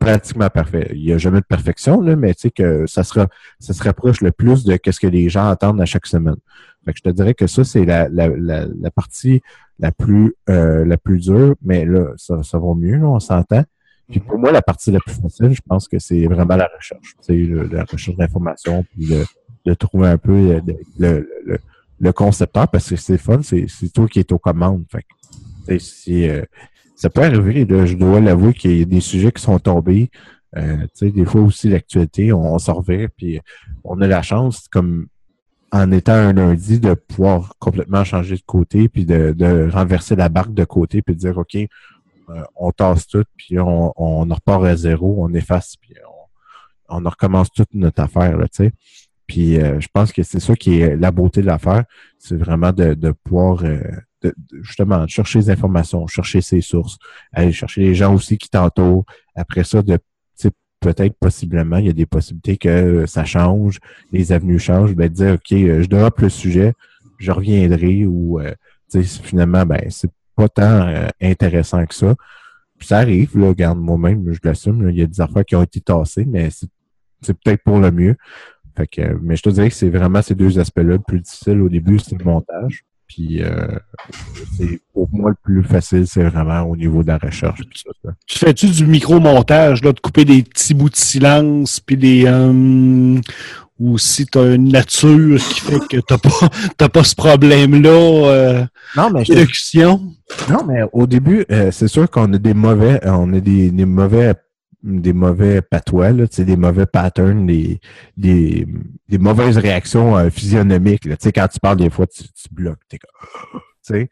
pratiquement parfait. Il n'y a jamais de perfection, là, mais tu sais que ça sera, ça se rapproche le plus de ce que les gens entendent à chaque semaine. Fait que je te dirais que ça, c'est la, la, la, la partie la plus euh, la plus dure, mais là, ça, ça va mieux, là, on s'entend. Puis pour moi, la partie la plus facile, je pense que c'est vraiment la recherche. Tu sais, le, la recherche d'informations, puis de, de trouver un peu le, le, le, le concepteur, parce que c'est fun, c'est, c'est toi qui es aux commandes. Fait que, si, euh, ça peut arriver, là, je dois l'avouer qu'il y a des sujets qui sont tombés. Euh, tu sais, des fois aussi, l'actualité, on, on s'en revient, puis on a la chance, comme en étant un lundi, de pouvoir complètement changer de côté, puis de, de renverser la barque de côté, puis de dire, OK, euh, on tasse tout, puis on, on repart à zéro, on efface, puis on, on recommence toute notre affaire, là, tu sais. Puis euh, je pense que c'est ça qui est la beauté de l'affaire, c'est vraiment de, de pouvoir, euh, de, de, justement, chercher les informations, chercher ses sources, aller chercher les gens aussi qui t'entourent. Après ça, de peut-être, possiblement, il y a des possibilités que ça change, les avenues changent, ben, de dire, OK, je développe le sujet, je reviendrai, ou, euh, tu sais, finalement, ben, c'est pas tant euh, intéressant que ça. Puis ça arrive, là, regarde, moi-même, je l'assume, là, il y a des affaires qui ont été tassées, mais c'est, c'est peut-être pour le mieux. Fait que, mais je te dirais que c'est vraiment ces deux aspects-là. Le plus difficile au début, c'est le montage. Puis, euh, c'est, pour moi, le plus facile, c'est vraiment au niveau de la recherche. Tout ça. Tu fais-tu du micro-montage, là, de couper des petits bouts de silence, puis des... Euh, ou si tu as une nature qui fait que tu n'as pas, t'as pas ce problème-là, euh, non, mais d'élocution? Non, mais au début, euh, c'est sûr qu'on a des mauvais... On a des, des mauvais... des mauvais patois, là, des mauvais patterns, des, des, des mauvaises réactions euh, physionomiques. Là. Quand tu parles, des fois, tu, tu bloques. T'es comme, c'est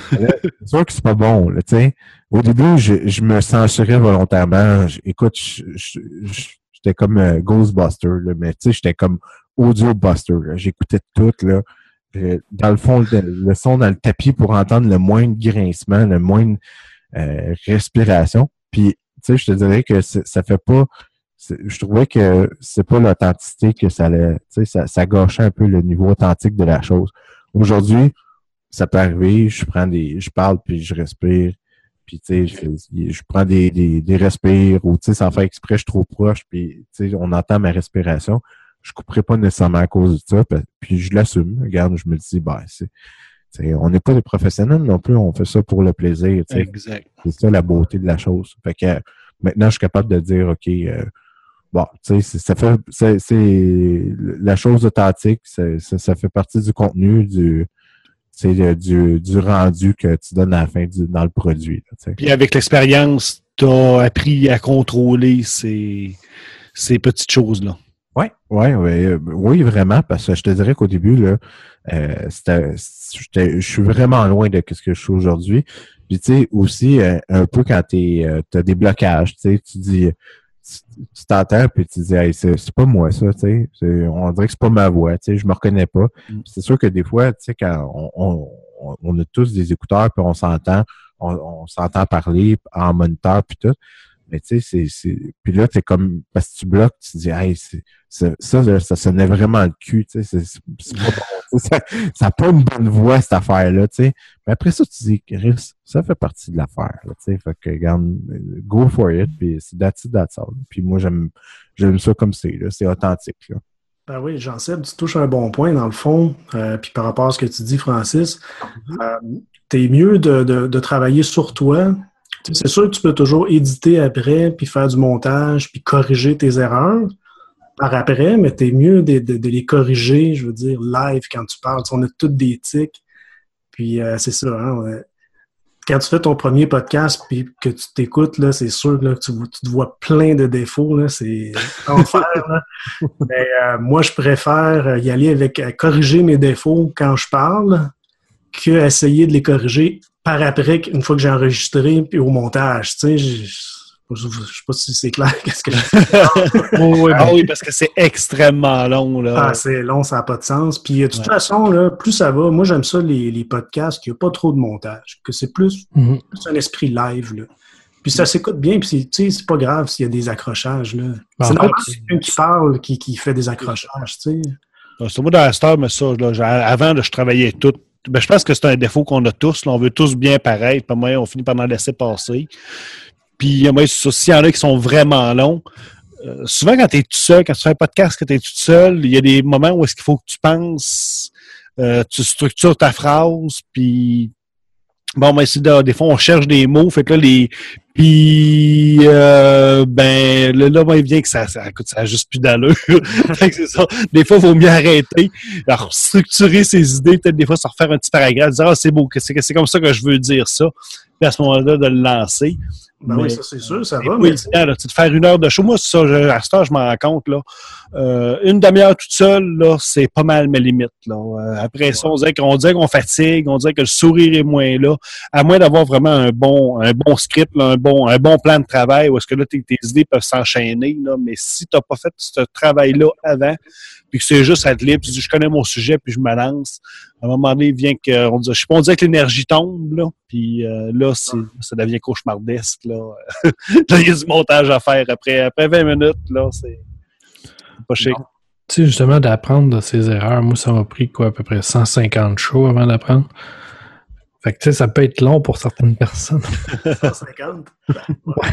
sûr que c'est pas bon. Là, au début, je, je me censurais volontairement. Je, écoute, je, je, je, j'étais comme euh, Ghostbuster, là, mais j'étais comme Audiobuster. Là. J'écoutais tout. Là. Dans le fond, le, le son dans le tapis pour entendre le moindre grincement, le moindre euh, respiration. Puis, tu sais, je te dirais que ça fait pas... Je trouvais que c'est pas l'authenticité que ça allait... Tu sais, ça, ça gâchait un peu le niveau authentique de la chose. Aujourd'hui, ça peut arriver, je prends des... Je parle, puis je respire, puis tu sais, je, je prends des, des, des respires, ou tu sais, sans faire exprès, je suis trop proche, puis tu sais, on entend ma respiration. Je couperai pas nécessairement à cause de ça, puis je l'assume. Regarde, je me dis, ben, c'est... T'sais, on n'est pas des professionnels non plus, on fait ça pour le plaisir. T'sais. Exact. C'est ça la beauté de la chose. Fait que euh, maintenant, je suis capable de dire, OK, euh, bon, tu sais, ça fait c'est, c'est la chose authentique, c'est, ça, ça fait partie du contenu, du, du, du rendu que tu donnes à la fin du, dans le produit. Là, puis avec l'expérience, tu as appris à contrôler ces, ces petites choses-là. Oui, ouais, ouais, oui, vraiment, parce que je te dirais qu'au début, là, euh, c'était, j'étais, je suis vraiment loin de ce que je suis aujourd'hui. Puis tu sais, aussi, euh, un peu quand tu euh, as des blocages, tu sais, tu dis, tu, tu t'entends, puis tu dis, hey, c'est, c'est pas moi ça, tu sais, c'est, on dirait que c'est pas ma voix, tu sais, je me reconnais pas. Mm. C'est sûr que des fois, tu sais, quand on, on, on a tous des écouteurs, puis on s'entend, on, on s'entend parler en moniteur, puis tout. Mais tu sais, c'est, c'est. Puis là, t'es comme. Parce que tu bloques, tu te dis, hey, c'est, c'est, ça, là, ça sonnait vraiment le cul, tu sais. C'est, c'est, c'est pas bon. Ça n'a pas une bonne voix, cette affaire-là, tu sais. Mais après ça, tu dis, Chris, ça fait partie de l'affaire, tu sais. Fait que, regarde, go for it, puis c'est that's it, that's all. Puis moi, j'aime, j'aime ça comme c'est, là. C'est authentique, là. Ben oui, Jean-Seb, tu touches un bon point, dans le fond. Euh, puis par rapport à ce que tu dis, Francis, euh, t'es mieux de, de, de travailler sur toi. C'est sûr que tu peux toujours éditer après, puis faire du montage, puis corriger tes erreurs par après, mais t'es mieux de, de, de les corriger, je veux dire, live quand tu parles. Tu sais, on a toutes des tics, puis euh, c'est ça. Hein, quand tu fais ton premier podcast, puis que tu t'écoutes, là, c'est sûr là, que tu, tu te vois plein de défauts. Là, c'est enfer. Là. Mais euh, moi, je préfère y aller avec euh, corriger mes défauts quand je parle qu'essayer de les corriger par après, une fois que j'ai enregistré, puis au montage, tu sais, je ne sais pas si c'est clair qu'est-ce que je fais. oh, oui, ah oui, parce que c'est extrêmement long, là. Ah, c'est long, ça n'a pas de sens. Puis de toute ouais. façon, là, plus ça va, moi j'aime ça, les, les podcasts, qu'il n'y a pas trop de montage, que c'est plus, mm-hmm. plus un esprit live, là. Puis ça s'écoute bien, puis c'est, tu sais, c'est pas grave s'il y a des accrochages, là. Ben, c'est normal que c'est quelqu'un qui parle, qui, qui fait des accrochages, tu sais. C'est moi dans la star, mais ça, là, avant, là, je travaillais tout. Ben, je pense que c'est un défaut qu'on a tous. Là. On veut tous bien paraître. Pas moyen, on finit par en laisser passer. Puis, euh, s'il y en a qui sont vraiment longs, euh, souvent quand tu es tout seul, quand tu fais un podcast, quand tu es tout seul, il y a des moments où est-ce qu'il faut que tu penses, euh, tu structures ta phrase, puis bon, ben, c'est de, des fois, on cherche des mots, fait que là, les, puis, euh, ben, là, là, ben, il vient que ça, ça, écoute, ça a juste plus d'allure. Fait que c'est ça. Des fois, il vaut mieux arrêter, alors, structurer ses idées, peut-être des fois, se refaire un petit paragraphe, dire, ah, c'est beau, c'est, c'est comme ça que je veux dire ça. Puis, à ce moment-là, de le lancer. Ben mais, oui, ça, c'est sûr, ça va. Oui, Mais... c'est là, tu de faire une heure de show. Moi, ça, je, à ce temps, je m'en rends compte, là. Euh, une demi-heure toute seule, là, c'est pas mal mes limites, là. Euh, après ouais. ça, on dirait qu'on dirait qu'on fatigue, on dirait que le sourire est moins là. À moins d'avoir vraiment un bon, un bon script, là, un bon, un bon plan de travail, où est-ce que là, tes, tes idées peuvent s'enchaîner, là. Mais si t'as pas fait ce travail-là avant, puis que c'est juste à te libre, tu dis, je connais mon sujet, puis je me lance. À un moment donné, il vient que, on dit, je sais pas, on dirait que l'énergie tombe, là. Puis euh, là, c'est, ça devient cauchemardesque, là. Là, il y a du montage à faire. Après, après vingt minutes, là, c'est pas chic. Tu sais, justement, d'apprendre de ses erreurs, moi, ça m'a pris, quoi, à peu près cent cinquante shows avant d'apprendre. Fait que, tu sais, ça peut être long pour certaines personnes. cent cinquante? Ouais.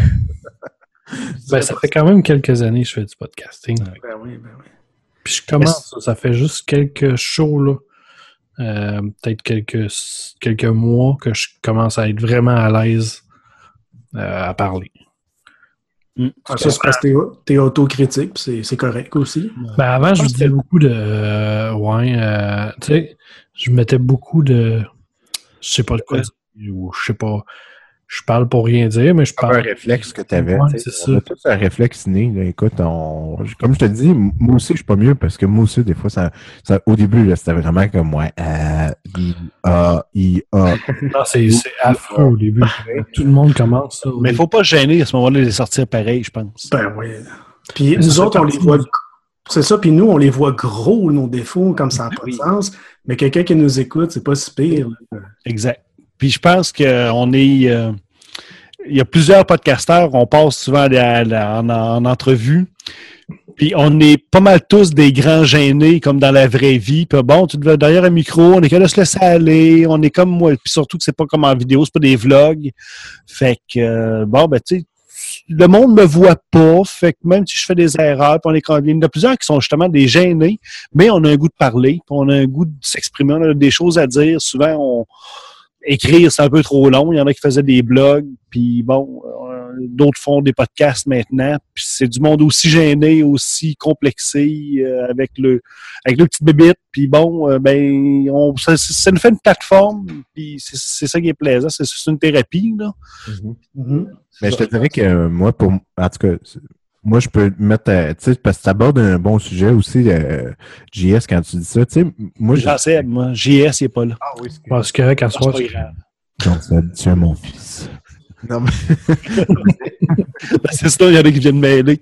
Ben, ça fait quand même quelques années que je fais du podcasting. Ben oui, ben oui. Puis je commence, ça, ça fait juste quelques shows, là. Euh, peut-être quelques, quelques mois que je commence à être vraiment à l'aise euh, à parler. Mm. Ah, ça, c'est parce que t'es, t'es autocritique, c'est, c'est correct aussi. Ben avant, je, je disais que... beaucoup de... Euh, ouais, euh, tu sais, je mettais beaucoup de... Je sais pas de quoi dire, ou je sais pas... Je parle pour rien dire, mais je parle... un réflexe que tu avais. Ouais, c'est ça. On a tous un réflexe né. Là. Écoute, on... comme je te dis, moi aussi, je suis pas mieux parce que moi aussi, des fois, ça, ça au début, là, c'était vraiment comme moi. Euh, I, A, I, A. Non, c'est, c'est affreux au début. Tout le monde commence ça. Mais il faut pas se gêner à ce moment-là de les sortir pareil, je pense. Ben oui. Puis nous ça autres, on les voit... C'est ça, puis nous, on les voit gros, nos défauts, comme ça n'a pas de sens. Mais quelqu'un qui nous écoute, c'est pas si pire. Là. Exact. Puis je pense qu'on est... Euh, il y a plusieurs podcasteurs, on passe souvent à la, la, en, en entrevue, puis on est pas mal tous des grands gênés, comme dans la vraie vie. Puis bon, tu te vas derrière un micro, on est capable de se laisser aller, on est comme moi. Puis surtout que c'est pas comme en vidéo, c'est pas des vlogs. Fait que, euh, bon, ben tu sais, le monde me voit pas, fait que même si je fais des erreurs, puis on est il y en a plusieurs qui sont justement des gênés, mais on a un goût de parler, puis on a un goût de s'exprimer, on a des choses à dire. Souvent, on... écrire, c'est un peu trop long. Il y en a qui faisaient des blogs, puis bon, euh, d'autres font des podcasts maintenant. Puis c'est du monde aussi gêné, aussi complexé, euh, avec le avec le petit bébite. Puis bon, euh, ben, on, ça, ça nous fait une plateforme, puis c'est, c'est ça qui est plaisant. C'est, c'est une thérapie, là. Mm-hmm. Mm-hmm. Mais je te dirais que euh, moi, pour en tout cas, moi, je peux mettre, euh, tu sais, parce que tu abordes un bon sujet aussi, euh, J S, quand tu dis ça, tu sais, moi, J'en sais, moi, J S, il n'est pas là. Ah oui, c'est parce que qu'à soir, c'est grave. Jean, tu es mon fils. Non, mais... ben, c'est ça, il y en a qui viennent mêler.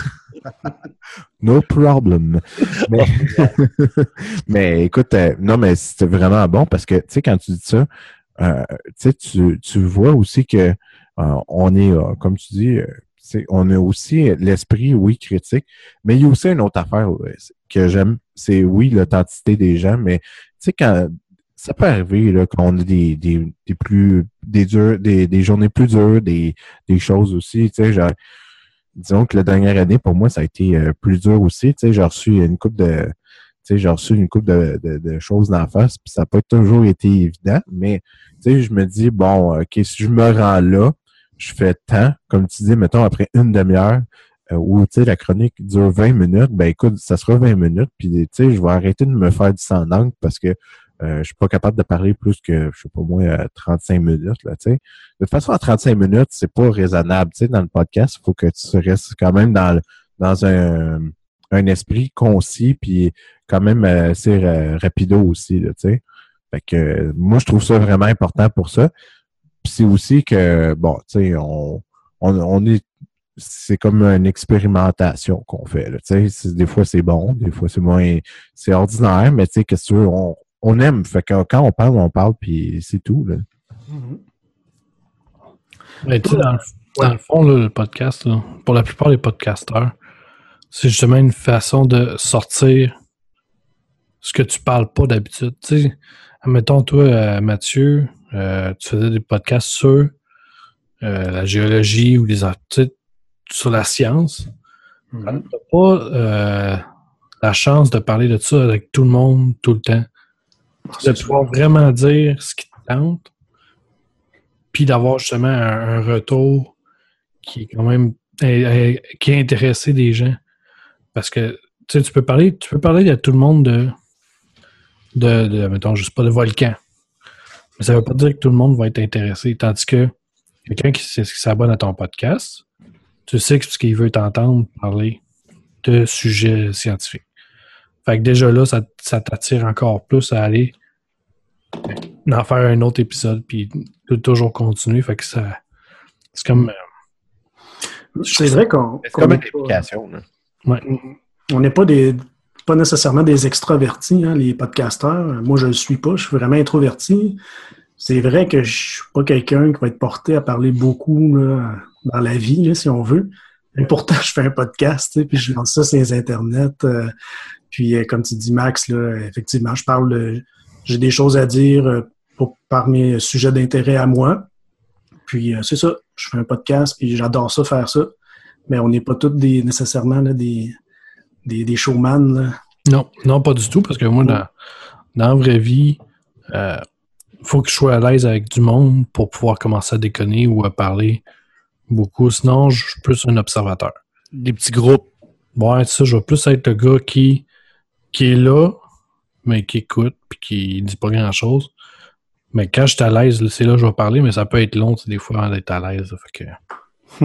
No problem. Mais, mais écoute, euh, non, mais c'était vraiment bon parce que, tu sais, quand tu dis ça, euh, tu sais, tu, tu vois aussi que euh, on est, euh, comme tu dis, euh, c'est, on a aussi l'esprit, oui, critique, mais il y a aussi une autre affaire que j'aime, c'est, oui, l'authenticité des gens, mais tu sais, quand ça peut arriver là, qu'on a des, des, des plus des durs, des, des journées plus dures, des, des choses aussi, tu sais, genre, disons que la dernière année, pour moi, ça a été euh, plus dur aussi, tu sais, j'ai reçu une couple de, tu sais, j'ai reçu une couple de, de, de choses d'en face, puis ça n'a pas toujours été évident, mais, tu sais, je me dis, bon, OK, si je me rends là, je fais tant, comme tu dis, mettons, après une demi-heure, euh, où, tu sais, la chronique dure vingt minutes, ben écoute, ça sera vingt minutes, puis, tu sais, je vais arrêter de me faire du sang d'angle parce que euh, je suis pas capable de parler plus que, je sais pas moi, trente-cinq minutes, là, tu sais. De toute façon, à trente-cinq minutes, c'est pas raisonnable, tu sais, dans le podcast, il faut que tu restes quand même dans le, dans un, un esprit concis, puis quand même assez euh, rapido aussi, là, tu sais. Fait que, euh, moi, je trouve ça vraiment important pour ça. Puis c'est aussi que, bon, tu sais, on, on, on est, c'est comme une expérimentation qu'on fait, là, tu sais. Des fois, c'est bon, des fois, c'est moins, c'est ordinaire, mais tu sais, qu'est-ce que tu veux, on, on aime. Fait que quand on parle, on parle, puis c'est tout, là. Mm-hmm. Mais tu sais, dans, dans le fond, là, le podcast, là, pour la plupart des podcasteurs, c'est justement une façon de sortir ce que tu parles pas d'habitude. Tu sais, admettons, toi, euh, Mathieu, euh, tu faisais des podcasts sur euh, la géologie ou les articles sur la science, mm-hmm. on n'a pas euh, la chance de parler de ça avec tout le monde tout le temps. De pouvoir vraiment dire ce qui te tente, puis d'avoir justement un, un retour qui est quand même qui est intéressé des gens. Parce que tu sais, tu peux parler, tu peux parler à tout le monde de, de, de mettons, je sais pas, de volcan. Mais ça veut pas dire que tout le monde va être intéressé. Tandis que quelqu'un qui, qui s'abonne à ton podcast, tu sais ce qu'il veut t'entendre parler de sujets scientifiques. Fait que déjà là, ça, ça t'attire encore plus à aller en faire un autre épisode, puis de toujours continuer. Fait que ça, c'est comme... Euh, c'est vrai qu'on... C'est comme une application. Là. Ouais. On n'est pas des pas nécessairement des extravertis, hein, les podcasteurs. Moi, je ne le suis pas. Je suis vraiment introverti. C'est vrai que je suis pas quelqu'un qui va être porté à parler beaucoup là, dans la vie, là, si on veut. Mais pourtant, je fais un podcast, puis je lance ça sur les internets. Euh, puis, euh, comme tu dis, Max, là, effectivement, je parle... De, j'ai des choses à dire euh, pour, par mes sujets d'intérêt à moi. Puis, euh, c'est ça. Je fais un podcast, puis j'adore ça, faire ça. Mais on n'est pas tous des, nécessairement là, des, des, des showman. Là. Non, non, pas du tout, parce que moi, dans, dans la vraie vie, il euh, faut que je sois à l'aise avec du monde pour pouvoir commencer à déconner ou à parler beaucoup. Sinon, je suis plus un observateur. Des petits groupes. Ouais, ça, je vais plus être le gars qui, qui est là, mais qui écoute, puis qui dit pas grand-chose. Mais quand je suis à l'aise, c'est là que je vais parler, mais ça peut être long, des fois, hein, d'être à l'aise. Fait que...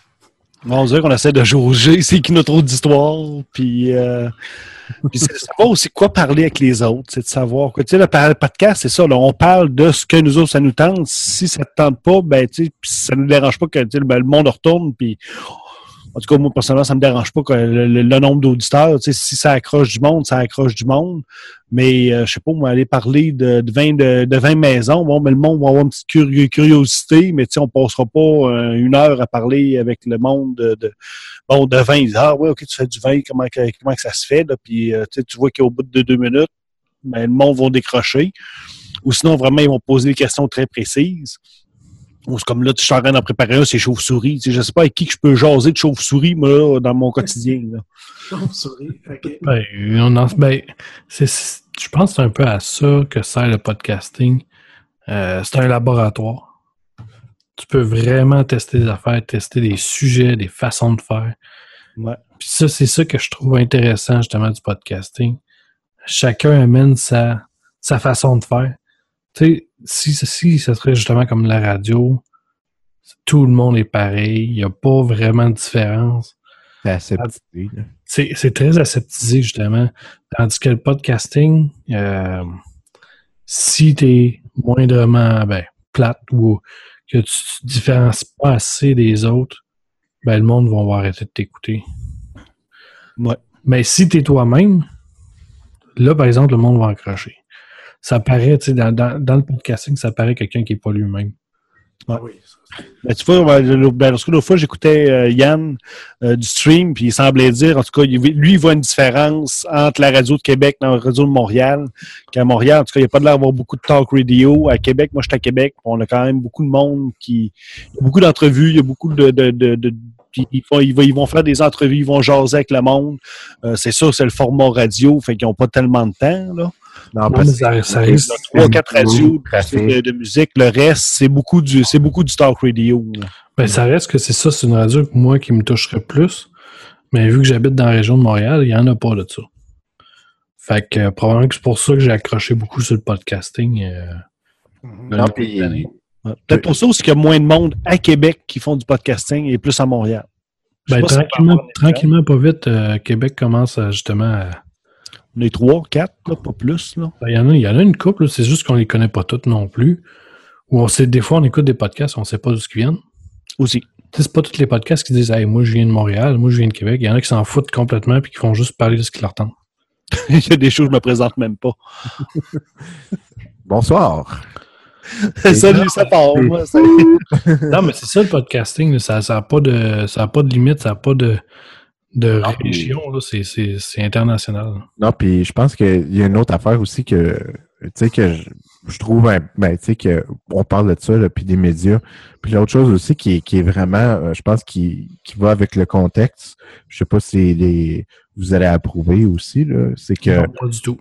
On dirait qu'on essaie de jauger c'est qui notre auditoire, puis, euh, puis c'est de savoir aussi quoi parler avec les autres, c'est de savoir que, tu sais, le podcast, c'est ça, là, on parle de ce que nous autres, ça nous tente. Si ça ne te tente pas, ben, tu sais, ça ne nous dérange pas que ben, le monde retourne, puis en tout cas, moi, personnellement, ça me dérange pas que le, le, le nombre d'auditeurs, tu sais, si ça accroche du monde, ça accroche du monde. Mais, euh, je sais pas, moi, aller parler de, de, vingt, de, de vingt maisons, bon, mais le monde va avoir une petite curi- curiosité, mais tu sais, on passera pas euh, une heure à parler avec le monde de, de bon, de vin. Ils disent, ah, ouais, ok, tu fais du vin, comment, comment que ça se fait, là? Puis, euh, tu vois qu'au bout de deux minutes, ben, le monde va décrocher. Ou sinon, vraiment, ils vont poser des questions très précises. Ou c'est comme là, tu suis en train d'en préparer un, c'est chauve-souris. Tu sais, je sais pas avec qui que je peux jaser de chauve-souris, moi, là, dans mon quotidien. Là. Chauve-souris, OK. Ben, on en, ben c'est, c'est, je pense que c'est un peu à ça que sert le podcasting. Euh, c'est un laboratoire. Tu peux vraiment tester des affaires, tester des sujets, des façons de faire. Ouais. Puis ça, c'est ça que je trouve intéressant, justement, du podcasting. Chacun amène sa, sa façon de faire. Tu sais, si, si ça serait justement comme la radio, tout le monde est pareil, il n'y a pas vraiment de différence. C'est aseptisé. C'est, c'est très aseptisé, justement. Tandis que le podcasting, euh, si tu es moindrement ben, plate ou que tu te différencies pas assez des autres, ben le monde va arrêter de t'écouter. Ouais. Mais si tu es toi-même, là, par exemple, le monde va accrocher. Ça paraît, tu sais, dans, dans, dans le podcasting, ça paraît quelqu'un qui n'est pas lui-même. Ouais. Oui. Ben, tu vois, ben, l'autre fois, j'écoutais euh, Yann euh, du stream, puis il semblait dire, en tout cas, il, lui, il voit une différence entre la radio de Québec et la radio de Montréal. Qu'à Montréal, en tout cas, il n'y a pas de l'air d'avoir beaucoup de talk radio. À Québec, moi, je suis à Québec, on a quand même beaucoup de monde qui... Il y a beaucoup d'entrevues, il y a beaucoup de... de, de, de puis ils, font, ils, vont, ils vont faire des entrevues, ils vont jaser avec le monde. Euh, c'est sûr, c'est le format radio, fait qu'ils n'ont pas tellement de temps, là. Non, parce que ça, ça risque trois quatre radios de, de musique. Le reste, c'est beaucoup du, c'est beaucoup du talk radio. Ben, ça reste que c'est ça, c'est une radio que moi qui me toucherait plus. Mais vu que j'habite dans la région de Montréal, il n'y en a pas de ça. Fait que euh, probablement que c'est pour ça que j'ai accroché beaucoup sur le podcasting. Euh, non, puis, ouais. Peut-être pour ça aussi qu'il y a moins de monde à Québec qui font du podcasting et plus à Montréal. Ben, tranquillement, tranquillement, pas vite, euh, Québec commence à, justement à... On est trois, quatre, là, pas plus. Là. Ben, il y en a, il y en a une couple, là, c'est juste qu'on les connaît pas toutes non plus. Ou on sait, des fois, on écoute des podcasts, on ne sait pas d'où ils viennent. Aussi. Tu sais, c'est pas tous les podcasts qui disent hey, moi, je viens de Montréal, moi, je viens de Québec. Il y en a qui s'en foutent complètement et qui font juste parler de ce qui leur tente. Il y a des choses que je me présente même pas. Bonsoir. Salut, ça part. Moi, ça... Non, mais c'est ça le podcasting. Ça n'a ça pas, de, ça a pas de limite, ça n'a pas de, de non, région, là, c'est, c'est, c'est international. Non, puis je pense qu'il y a une autre affaire aussi que, tu sais, que je, je trouve, ben, tu sais, qu'on parle de ça, là, puis des médias. Puis l'autre chose aussi qui est, qui est vraiment, je pense, qui, qui va avec le contexte, je sais pas si les, vous allez approuver aussi, là, c'est que... Non, pas du tout.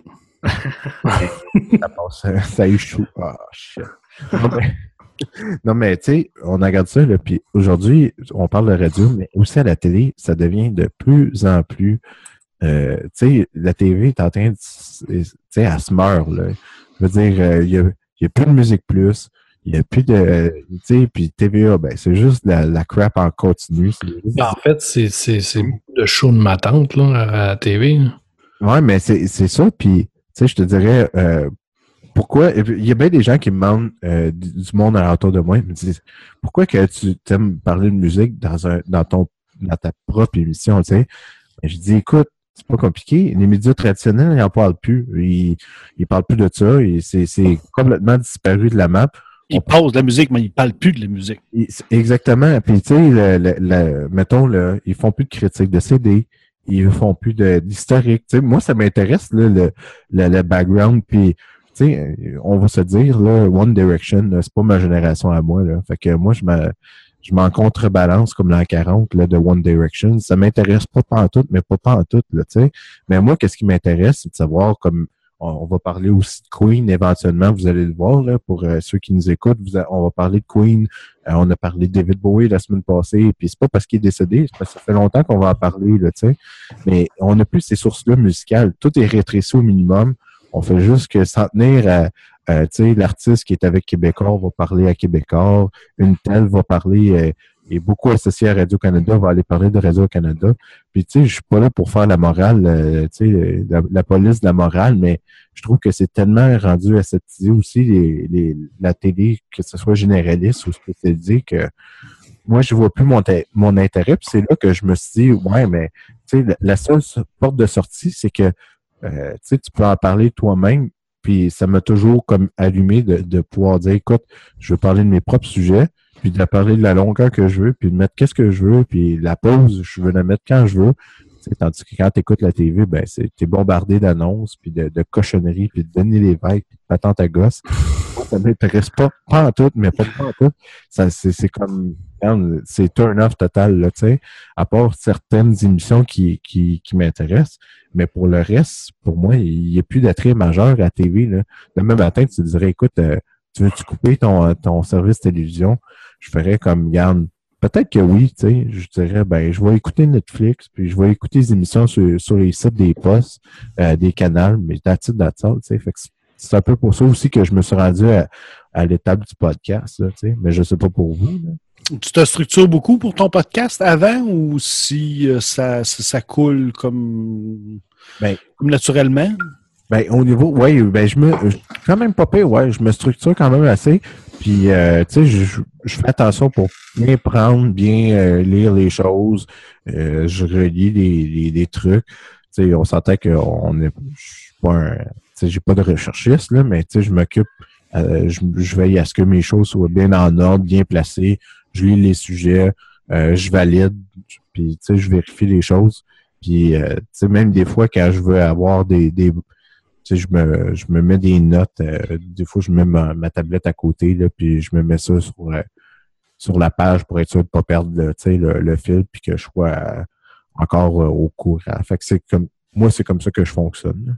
ça passe, ça échoue. Ah, oh, shit. Non, mais, non, mais tu sais, on regarde ça, là, puis aujourd'hui, on parle de radio, mais aussi à la télé, ça devient de plus en plus... Euh, tu sais, la T V est en train de... Tu sais, elle se meurt, là. Je veux dire, il euh, n'y a, y a plus de musique plus, il n'y a plus de... Tu sais, puis T V A, ben, c'est juste la, la crap en continu. C'est... En fait, c'est, c'est, c'est beaucoup de show de ma tante, là, à la T V. Là. Ouais, mais c'est, c'est ça, puis, tu sais, je te dirais... Euh, Pourquoi, il y a bien des gens qui me demandent euh, du, du monde alentour de moi, ils me disent pourquoi que tu aimes parler de musique dans un dans ton dans ta propre émission, tu sais. Ben, je dis écoute, c'est pas compliqué, les médias traditionnels, ils en parlent plus. Ils, ils parlent plus de ça, et c'est, c'est complètement disparu de la map. Ils passent de la musique, mais ils parlent plus de la musique. Exactement. Puis tu sais, le, le, le, mettons, le, ils font plus de critiques de C D. Ils font plus de, d'historique. Tu sais, moi, ça m'intéresse, là, le, le, le background, puis tu sais, on va se dire, là, One Direction, là, c'est pas ma génération à moi, là. Fait que moi, je me, je m'en contrebalance comme l'an quarante, là, de One Direction. Ça m'intéresse pas pantoute, mais pas pantoute, là, tu sais. Mais moi, qu'est-ce qui m'intéresse, c'est de savoir, comme, on, on va parler aussi de Queen, éventuellement, vous allez le voir, là, pour euh, ceux qui nous écoutent, vous a, on va parler de Queen, euh, on a parlé de David Bowie la semaine passée, puis c'est pas parce qu'il est décédé, c'est parce que ça fait longtemps qu'on va en parler, là, tu sais. Mais on n'a plus ces sources-là musicales. Tout est rétréci au minimum. On fait juste que s'en tenir à, à tu sais, l'artiste qui est avec Québécois va parler à Québécois, une telle va parler, euh, est beaucoup associée à Radio-Canada, va aller parler de Radio-Canada. Puis, tu sais, je suis pas là pour faire la morale, euh, tu sais, la, la police de la morale, mais je trouve que c'est tellement rendu aseptisé aussi, les, les, la télé, que ce soit généraliste ou spécialisé, que moi, je vois plus mon, mon intérêt. Puis c'est là que je me suis dit, ouais, mais, tu sais, la, la seule porte de sortie, c'est que Euh, tu sais, tu peux en parler toi-même, puis ça m'a toujours comme allumé de, de pouvoir dire, écoute, je veux parler de mes propres sujets, puis de parler de la longueur que je veux, puis de mettre qu'est-ce que je veux, puis la pause, je veux la mettre quand je veux. Tu sais, tandis que quand tu écoutes la T V, ben, c'est, t'es bombardé d'annonces, puis de, de cochonneries, puis de donner les vagues, puis de patente à gosse. Ça m'intéresse pas, pas en tout, mais pas pas en tout. Ça, c'est, c'est comme, c'est turn-off total, là, tu sais, à part certaines émissions qui, qui, qui m'intéressent. Mais pour le reste, pour moi, il n'y a plus d'attrait majeur à la T V, là. Le même matin, tu te dirais, écoute, euh, tu veux-tu couper ton, ton service télévision? Je ferais comme, garde, peut-être que oui, tu sais, je dirais, ben, je vais écouter Netflix, puis je vais écouter les émissions sur, sur les sites des postes, euh, des canals, mais that's it, that's all, tu sais. Fait que c'est un peu pour ça aussi que je me suis rendu à, à l'étape du podcast, là, tu sais. Mais je sais pas pour vous, là. Tu te structures beaucoup pour ton podcast avant ou si euh, ça, ça, ça coule comme, ben, comme naturellement? Ben, au niveau, ouais, ben, je me, je, quand même pas pire, ouais, je me structure quand même assez. Puis, euh, tu sais, je, je fais attention pour bien prendre, bien euh, lire les choses. Euh, je relis les, les, les trucs. Tu sais, on s'entend qu'on est, je suis pas un, tu sais, j'ai pas de recherchiste, là, mais tu sais, je m'occupe, euh, je, je veille à ce que mes choses soient bien en ordre, bien placées. Je lis les sujets, euh, je valide, puis, tu sais, je vérifie les choses. Puis, euh, tu sais, même des fois, quand je veux avoir des, des tu sais, je me, je me mets des notes. Euh, des fois, je mets ma, ma tablette à côté, là, puis je me mets ça sur, euh, sur la page pour être sûr de ne pas perdre le, tu sais, le, le fil, puis que je sois euh, encore euh, au courant. Fait que c'est comme, moi, c'est comme ça que je fonctionne.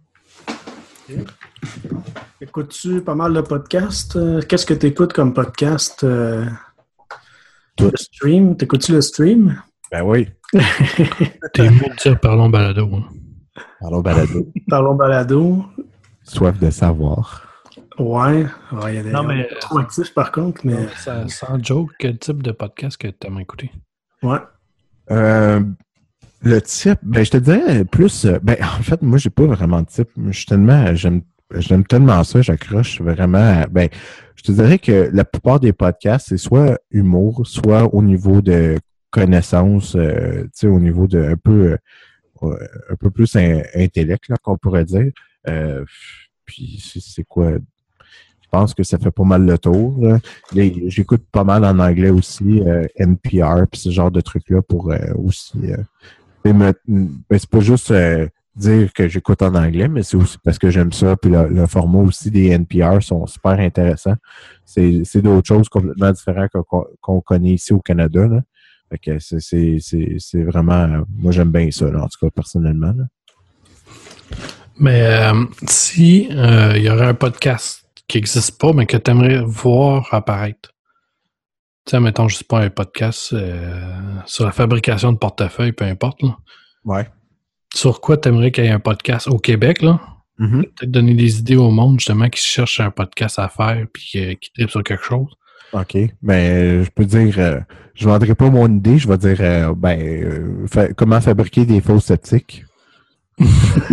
Okay. Écoutes-tu pas mal de podcasts? Qu'est-ce que tu écoutes comme podcast? Euh, Tout. Le stream? T'écoutes-tu le stream? Ben oui. T'es mieux de dire parlons balado. Hein. Parlons balado. Parlons balado. Soif de savoir. Ouais. Ouais, il y a des non, mais, trop actifs par contre. Mais... Non, ça, sans joke, quel type de podcast que tu aimes écouter? Ouais. Euh, le type, ben je te dirais plus. Ben en fait, moi, j'ai pas vraiment de type. Je suis tellement. J'aime J'aime tellement ça, j'accroche vraiment. À, ben, je te dirais que la plupart des podcasts, c'est soit humour, soit au niveau de connaissances, euh, tu sais, au niveau de un peu, euh, un peu plus in, intellect, là, qu'on pourrait dire. Euh, puis c'est, c'est quoi? Je pense que ça fait pas mal le tour. Là. Les, j'écoute pas mal en anglais aussi, euh, N P R, puis ce genre de trucs-là pour euh, aussi. Euh, c'est, me, ben, c'est pas juste euh, dire que j'écoute en anglais, mais c'est aussi parce que j'aime ça. Puis le, le format aussi des N P R sont super intéressants. C'est, c'est d'autres choses complètement différentes qu'on, qu'on connaît ici au Canada. Là. Fait que c'est, c'est, c'est, c'est vraiment... Moi, j'aime bien ça, là, en tout cas, personnellement. Là. Mais euh, si euh, il y aurait un podcast qui n'existe pas, mais que tu aimerais voir apparaître. Tu sais, mettons, je sais pas, un podcast euh, sur la fabrication de portefeuilles, peu importe. Là. Ouais. Sur quoi tu aimerais qu'il y ait un podcast au Québec, là? Mm-hmm. Peut-être donner des idées au monde, justement, qui cherche un podcast à faire puis euh, qui tripe sur quelque chose. OK. Ben, je peux dire, euh, je ne vendrai pas mon idée, je vais dire, euh, ben, euh, fa- comment fabriquer des faux sceptiques. Vous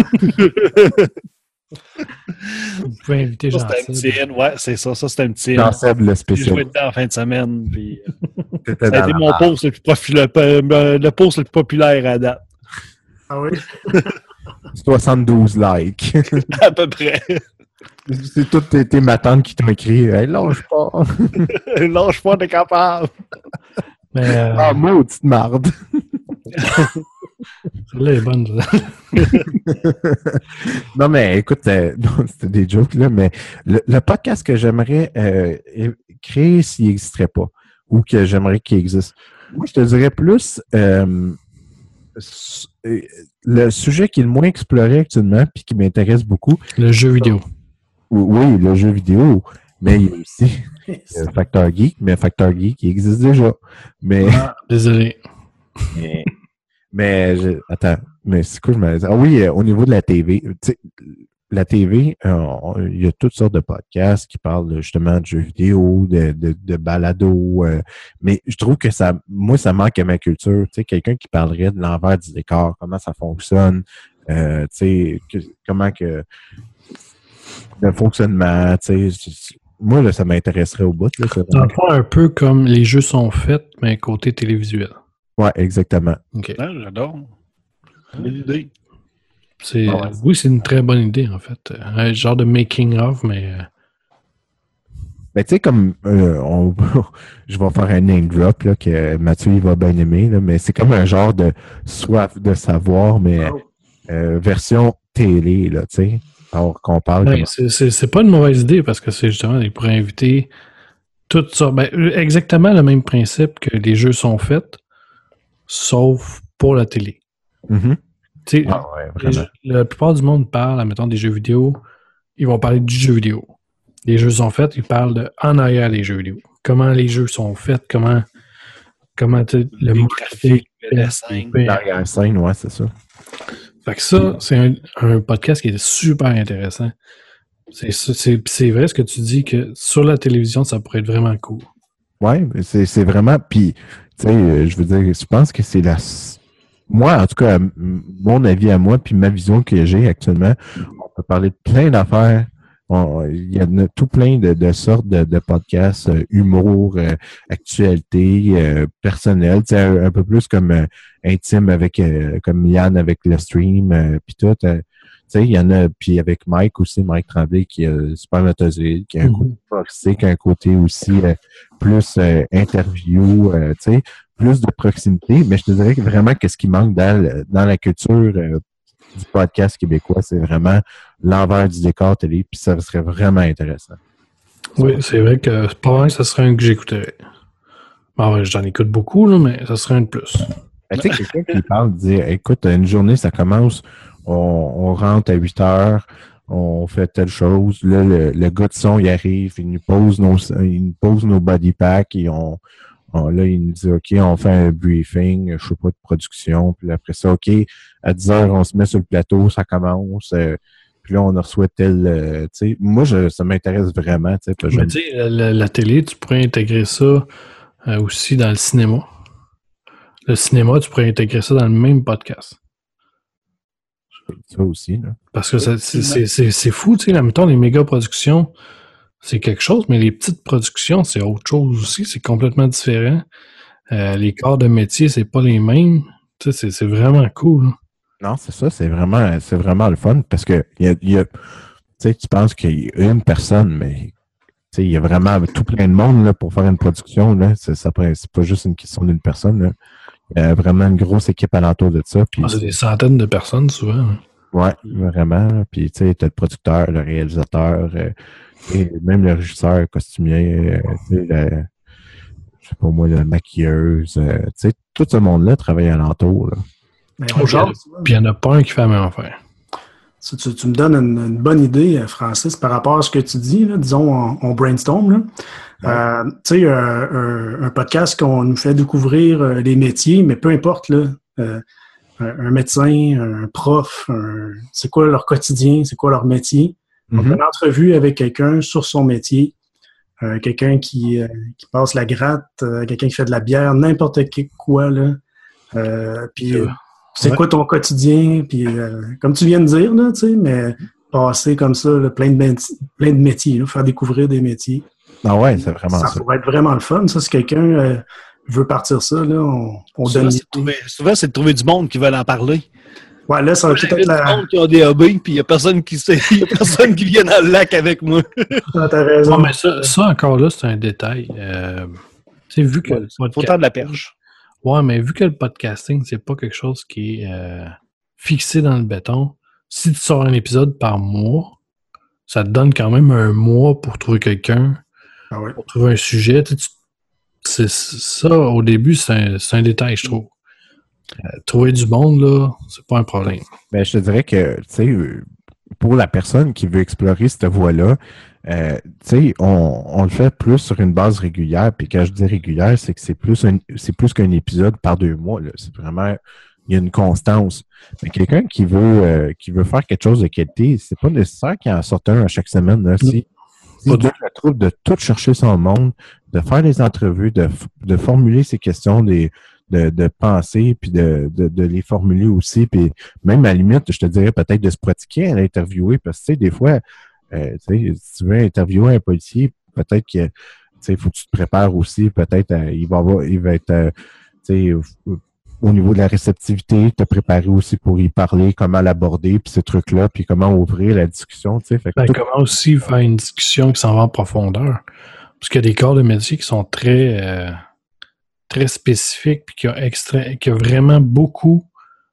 pouvez inviter Ça, c'était un petit N, ouais, c'est ça. Ça, c'était un petit N. Jean-Seb, le spécial. J'ai joué dedans en fin de semaine. Puis, ça a été mon post le plus, profi- le, le post le plus populaire à date. Ah oui? soixante-douze likes. À peu près. C'est toutes tes, tes matantes qui t'ont écrit hey, « Lâche pas! » Lâche pas, t'es capable! Mais, euh... Ah, maudite marde! Celle-là est bonne. Non, mais écoute, euh, non, c'était des jokes, là, mais le, le podcast que j'aimerais euh, créer s'il n'existerait pas, ou que j'aimerais qu'il existe, moi, je te dirais plus euh, le sujet qui est le moins exploré actuellement, puis qui m'intéresse beaucoup. Le jeu vidéo. Oui, le jeu vidéo, mais il y a aussi euh, Factor Geek, mais Factor Geek, il existe déjà. Mais... Ah, désolé. Mais, mais je, attends, mais c'est quoi je me disais? Ah oui, euh, au niveau de la T V, tu sais, la T V, euh, il y a toutes sortes de podcasts qui parlent justement de jeux vidéo, de, de, de balados, euh, mais je trouve que ça, moi, ça manque à ma culture. Tu sais, quelqu'un qui parlerait de l'envers du décor, comment ça fonctionne, euh, tu sais, que, comment que le fonctionnement, tu sais, moi, là, ça m'intéresserait au bout. Là, dans le fond, un peu comme les jeux sont faits, mais côté télévisuel. Ouais, exactement. Okay. Ah, j'adore. Bonne idée. C'est, ah ouais. Oui, c'est une très bonne idée, en fait. Un genre de making-of, mais... Ben, tu sais, comme... Euh, on, je vais faire un name drop, là, que Mathieu, il va bien aimer, là, mais c'est comme un genre de soif de savoir, mais euh, version télé, là, tu sais. Alors qu'on parle... Ben, comme... c'est, c'est, c'est pas une mauvaise idée, parce que c'est justement, ils pourraient inviter toutes sortes... Ben, exactement le même principe que les jeux sont faits, sauf pour la télé. Mm-hmm. Tu sais, ah ouais, les, la plupart du monde parle, admettons, des jeux vidéo, ils vont parler du jeu vidéo. Les jeux sont faits, ils parlent de en arrière des jeux vidéo. Comment les jeux sont faits, comment, comment le monde graphique, le dessin. L'arrière-scène, ouais, c'est ça. Fait que ça, c'est un, un podcast qui est super intéressant. C'est, c'est, c'est vrai ce que tu dis, que sur la télévision, ça pourrait être vraiment cool. Ouais, c'est, c'est vraiment... Puis, tu sais, je veux dire, je pense que c'est la... Moi, en tout cas, mon avis à moi, puis ma vision que j'ai actuellement, on peut parler de plein d'affaires. On, il y a tout plein de, de sortes de, de podcasts, euh, humour, euh, actualité, euh, personnel, tu sais, un, un peu plus comme euh, intime avec, euh, comme Yann avec le stream, euh, puis tout. Euh, tu sais, il y en a, puis avec Mike aussi, Mike Tremblay, qui est super méthodique, qui a un mm-hmm. côté toxique, un côté aussi euh, plus euh, interview, euh, tu sais, plus de proximité, mais je te dirais que vraiment que ce qui manque dans, dans la culture euh, du podcast québécois, c'est vraiment l'envers du décor télé, puis ça serait vraiment intéressant. Oui, c'est vrai que c'est pas vrai que ça serait un que j'écouterais. Bon, ouais, j'en écoute beaucoup, là, mais ça serait un de plus. Ben, tu sais, quelqu'un qui parle, dire écoute, une journée, ça commence, on, on rentre à huit heures, on fait telle chose, là, le, le gars de son, il arrive, il nous pose nos, il nous pose nos body packs, et on On, là, il nous dit, OK, on fait un briefing, je sais pas, de production. Puis après ça, OK, à dix heures, on se met sur le plateau, ça commence. Euh, puis là, on reçoit tel... Euh, tu sais, moi, je, ça m'intéresse vraiment. Tu sais, tu sais, la, la télé, tu pourrais intégrer ça euh, aussi dans le cinéma. Le cinéma, tu pourrais intégrer ça dans le même podcast. Ça aussi, là. Parce que ça, c'est, c'est, c'est, c'est fou, tu sais, là, mettons, les méga-productions... C'est quelque chose, mais les petites productions, c'est autre chose aussi. C'est complètement différent. Euh, les corps de métier, c'est pas les mêmes. Tu sais, c'est, c'est vraiment cool. Hein. Non, c'est ça. C'est vraiment, c'est vraiment le fun parce que y a, y a, tu sais, tu penses qu'il y a une personne, mais tu sais, il y a vraiment tout plein de monde là, pour faire une production. Là. C'est, ça, c'est pas juste une question d'une personne. Là. Il y a vraiment une grosse équipe alentour de ça. Puis, ah, c'est des centaines de personnes souvent. Hein. Ouais, vraiment. Puis, tu sais, t'as le producteur, le réalisateur, euh, et même le régisseur, le costumier, euh, tu sais, le, je sais pas moi, la maquilleuse, euh, tu sais, tout ce monde-là travaille alentour, là. Ben, Oh, puis il n'y en a pas un qui fait la même affaire. Tu, tu, tu me donnes une, une bonne idée, Francis, par rapport à ce que tu dis, là, disons, on, on brainstorm, là. Ouais. Euh, tu sais, un, un, un podcast qu'on nous fait découvrir euh, les métiers, mais peu importe, là, euh, un, un médecin, un prof, un, c'est quoi leur quotidien, c'est quoi leur métier. Mm-hmm. On fait une entrevue avec quelqu'un sur son métier, euh, quelqu'un qui, euh, qui passe la gratte, euh, quelqu'un qui fait de la bière, n'importe quoi, là. Euh, puis, euh, c'est ouais. quoi ton quotidien, puis euh, comme tu viens de dire, là, tu sais, mais passer comme ça, là, plein, de métiers, plein de métiers, là, faire découvrir des métiers. Ah ouais, c'est vraiment ça. Ça pourrait être vraiment le fun, ça, si quelqu'un euh, veut partir ça, là, on, on souvent, donne... C'est trouver, souvent, c'est de trouver du monde qui veut en parler. Ouais, là, ça va peut-être être la... du monde qui a des hobbies, puis il n'y a personne qui sait, il y a personne qui vient dans le lac avec moi. Ah, t'as raison. Non, mais ça, ça, encore là, c'est un détail. Euh, tu sais, vu que... Ouais, podcast... Faut faire de la perche. Ouais, mais vu que le podcasting, c'est pas quelque chose qui est euh, fixé dans le béton, si tu sors un épisode par mois, ça te donne quand même un mois pour trouver quelqu'un, ah ouais. pour trouver un sujet. Tu, tu, c'est, ça, au début, c'est un, c'est un détail, je trouve. Euh, trouver du monde, là, c'est pas un problème. Ben, je te dirais que, tu sais, pour la personne qui veut explorer cette voie-là, euh, tu sais, on, on le fait plus sur une base régulière. Puis quand je dis régulière, c'est que c'est plus un, c'est plus qu'un épisode par deux mois. Là. C'est vraiment, il y a une constance. Mais quelqu'un qui veut, euh, qui veut faire quelque chose de qualité, c'est pas nécessaire qu'il en sorte un à chaque semaine. Là. Si, si il le trouve de tout chercher son monde, de faire des entrevues, de, de formuler ses questions, des, de, de penser, puis de, de, de les formuler aussi. Puis même à la limite, je te dirais peut-être de se pratiquer à l'interviewer, parce que tu sais, des fois, Euh, si tu veux interviewer un policier, peut-être que il faut que tu te prépares aussi. Peut-être euh, il va avoir, il va être euh, au niveau de la réceptivité, te préparer aussi pour y parler, comment l'aborder, puis ces trucs-là, puis comment ouvrir la discussion. Fait que ben, tout... Comment aussi faire une discussion qui s'en va en profondeur. Parce qu'il y a des corps de métier qui sont très euh, très spécifiques, puis qui ont extra... qui ont vraiment beaucoup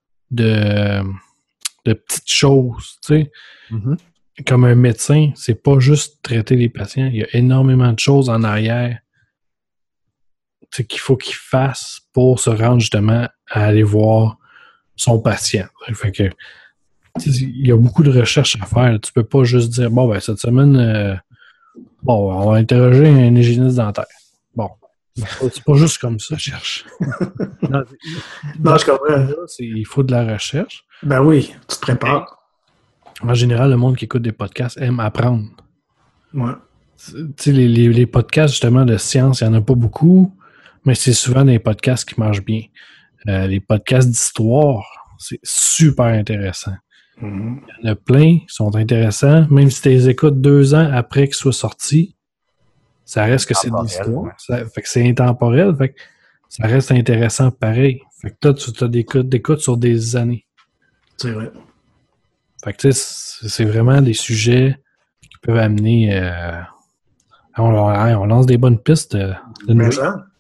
de, de petites choses. Tu sais. Mm-hmm. Comme un médecin, c'est pas juste traiter les patients. Il y a énormément de choses en arrière qu'il faut qu'il fasse pour se rendre justement à aller voir son patient. Fait que, il y a beaucoup de recherches à faire. Tu peux pas juste dire, bon, ben cette semaine, euh, bon, on va interroger un hygiéniste dentaire. Bon, c'est pas juste comme ça, je cherche. non, non, je comprends. Il faut de la recherche. Ben oui, tu te prépares. En général, le monde qui écoute des podcasts aime apprendre. Ouais. Tu sais, les, les, les podcasts, justement, de science, il n'y en a pas beaucoup, mais c'est souvent des podcasts qui marchent bien. Euh, les podcasts d'histoire, c'est super intéressant. Mm-hmm. Il y en a plein qui sont intéressants, même si tu les écoutes deux ans après qu'ils soient sortis, ça reste que c'est de l'histoire. Ouais. Ça, fait que c'est intemporel, fait que ça reste intéressant pareil. Fait que là, tu as des écoutes, des écoutes sur des années. C'est vrai. Fait que tu sais, c'est vraiment des sujets qui peuvent amener... Euh, on, on lance des bonnes pistes de, de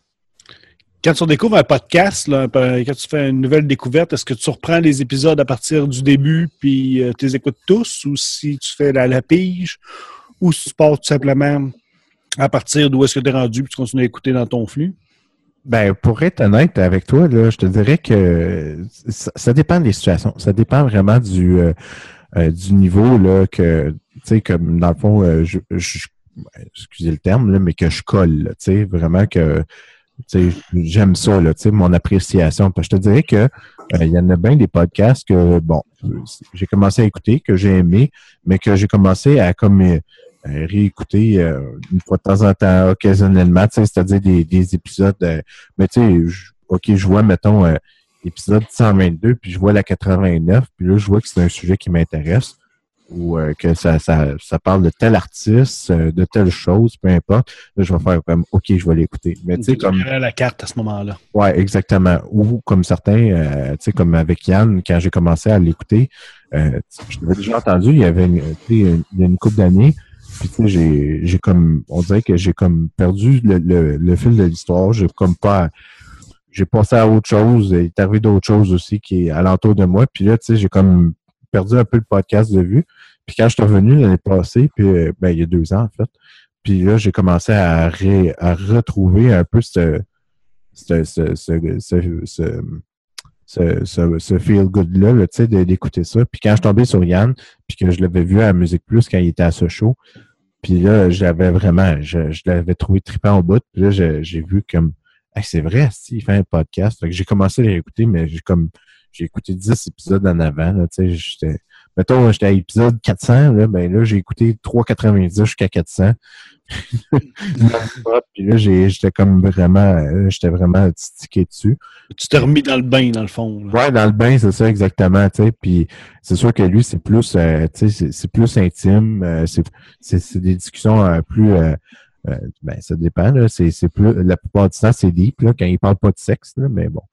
Quand tu découvres un podcast, là, quand tu fais une nouvelle découverte, est-ce que tu reprends les épisodes à partir du début puis euh, tu les écoutes tous, ou si tu fais la, la pige, ou si tu pars tout simplement à partir d'où est-ce que tu es rendu puis tu continues à écouter dans ton flux? Ben, pour être honnête avec toi, là, je te dirais que ça, ça dépend des situations. Ça dépend vraiment du, euh, euh, du niveau là, que, tu sais, comme dans le fond, euh, je, je, excusez le terme, là, mais que je colle, tu sais, vraiment que tu sais, j'aime ça, là, tu sais, mon appréciation. Parce que je te dirais que il euh, y en a bien des podcasts que, bon, j'ai commencé à écouter, que j'ai aimé, mais que j'ai commencé à comme euh, réécouter euh, une fois de temps en temps, occasionnellement, tu sais, c'est-à-dire des, des épisodes, euh, mais tu sais, je, ok, je vois, mettons, euh, épisode cent vingt-deux, puis je vois la quatre-vingt-neuf, puis là, je vois que c'est un sujet qui m'intéresse, ou euh, que ça, ça, ça parle de tel artiste, euh, de telle chose, peu importe. Là, je vais faire comme, ok, je vais l'écouter. Mais tu sais, comme à la carte à ce moment-là. Ouais, exactement. Ou comme certains, euh, tu sais, comme avec Yann, quand j'ai commencé à l'écouter, euh, je l'avais déjà entendu. Il y avait, une, tu sais, il y a une couple d'années. Puis tu sais, j'ai, j'ai comme, on dirait que j'ai comme perdu le, le, le fil de l'histoire. J'ai comme pas, j'ai passé à autre chose. Il est arrivé d'autres choses aussi qui est alentour de moi. Puis là, tu sais, j'ai comme perdu un peu le podcast de vue. Puis quand je suis revenu l'année passée, puis ben, il y a deux ans, en fait, puis là, j'ai commencé à, ré, à retrouver un peu ce, ce, ce, ce, ce, ce, ce, ce, ce feel-good-là, là, tu sais, d'écouter ça. Puis quand je suis tombé sur Yann, puis que je l'avais vu à Musique Plus quand il était à ce show, puis là, j'avais vraiment, je, je l'avais trouvé trippant au bout. Puis là, j'ai, j'ai vu comme, hey, c'est vrai, si, il fait un podcast. Fait que j'ai commencé à l'écouter, mais j'ai comme, j'ai écouté dix épisodes en avant, là, tu sais, j'étais, mettons, j'étais à l'épisode quatre cents, là, ben là, j'ai écouté trois quatre-vingt-dix jusqu'à quatre cents. Puis là, j'ai, j'étais comme vraiment, j'étais vraiment stické dessus. Tu t'es remis dans le bain, dans le fond. Là. Ouais, dans le bain, c'est ça, exactement, tu sais. Puis c'est sûr que lui, c'est plus, euh, tu sais, c'est, c'est plus intime, euh, c'est, c'est, c'est des discussions euh, plus, euh, euh, ben, ça dépend, là. C'est, c'est plus, la plupart du temps, c'est deep, là, quand il parle pas de sexe, là, mais bon.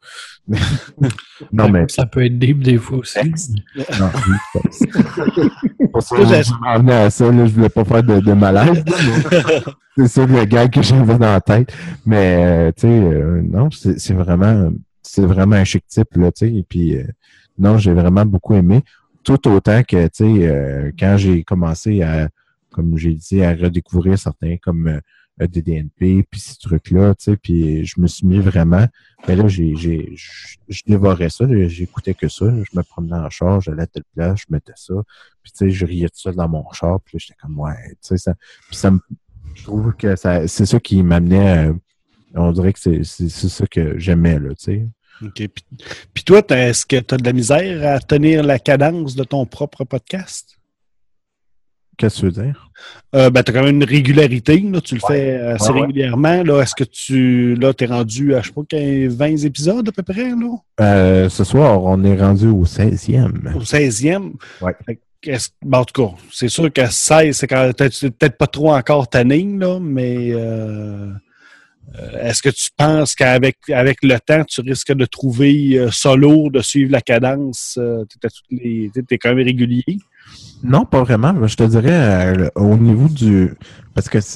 non, mais. Ça peut être deep des fois aussi. Non, oui, pour ça, je m'en venais à ça, là, je voulais pas faire de, de malaise, là, c'est ça le gag que j'avais dans la tête. Mais, euh, tu sais, euh, non, c'est, c'est vraiment, c'est vraiment un chic type, là, tu sais, et puis, euh, non, j'ai vraiment beaucoup aimé. Tout autant que, tu sais, euh, quand j'ai commencé à, comme j'ai dit, à redécouvrir certains comme euh, D D N P, puis ces trucs-là, tu sais, puis je me suis mis vraiment, mais là, j'ai, j'ai, je, je dévorais ça, là, j'écoutais que ça, là, je me promenais en char, j'allais à telle place, je mettais ça, puis tu sais, je riais tout seul dans mon char, puis là, j'étais comme, ouais, tu sais, ça, puis ça me, je trouve que ça, c'est ça qui m'amenait, euh, on dirait que c'est, c'est, c'est ça que j'aimais, là, tu sais. OK. Puis, puis toi, est-ce que tu as de la misère à tenir la cadence de ton propre podcast? Qu'est-ce que tu veux dire? Euh, ben, tu as quand même une régularité, là, tu le ouais. fais assez ouais, régulièrement. Là. Est-ce que tu là, t'es rendu à, je sais pas, vingt épisodes à peu près? Là? Euh, ce soir, on est rendu au seizième. Au seizième? Oui. Ben, en tout cas, c'est sûr que seize, c'est quand peut-être, peut-être pas trop encore tanné, là, mais euh, euh, est-ce que tu penses qu'avec avec le temps, tu risques de trouver euh, ça lourd, de suivre la cadence? Euh, tu es quand même régulier? Non, pas vraiment. Je te dirais euh, au niveau du... Parce que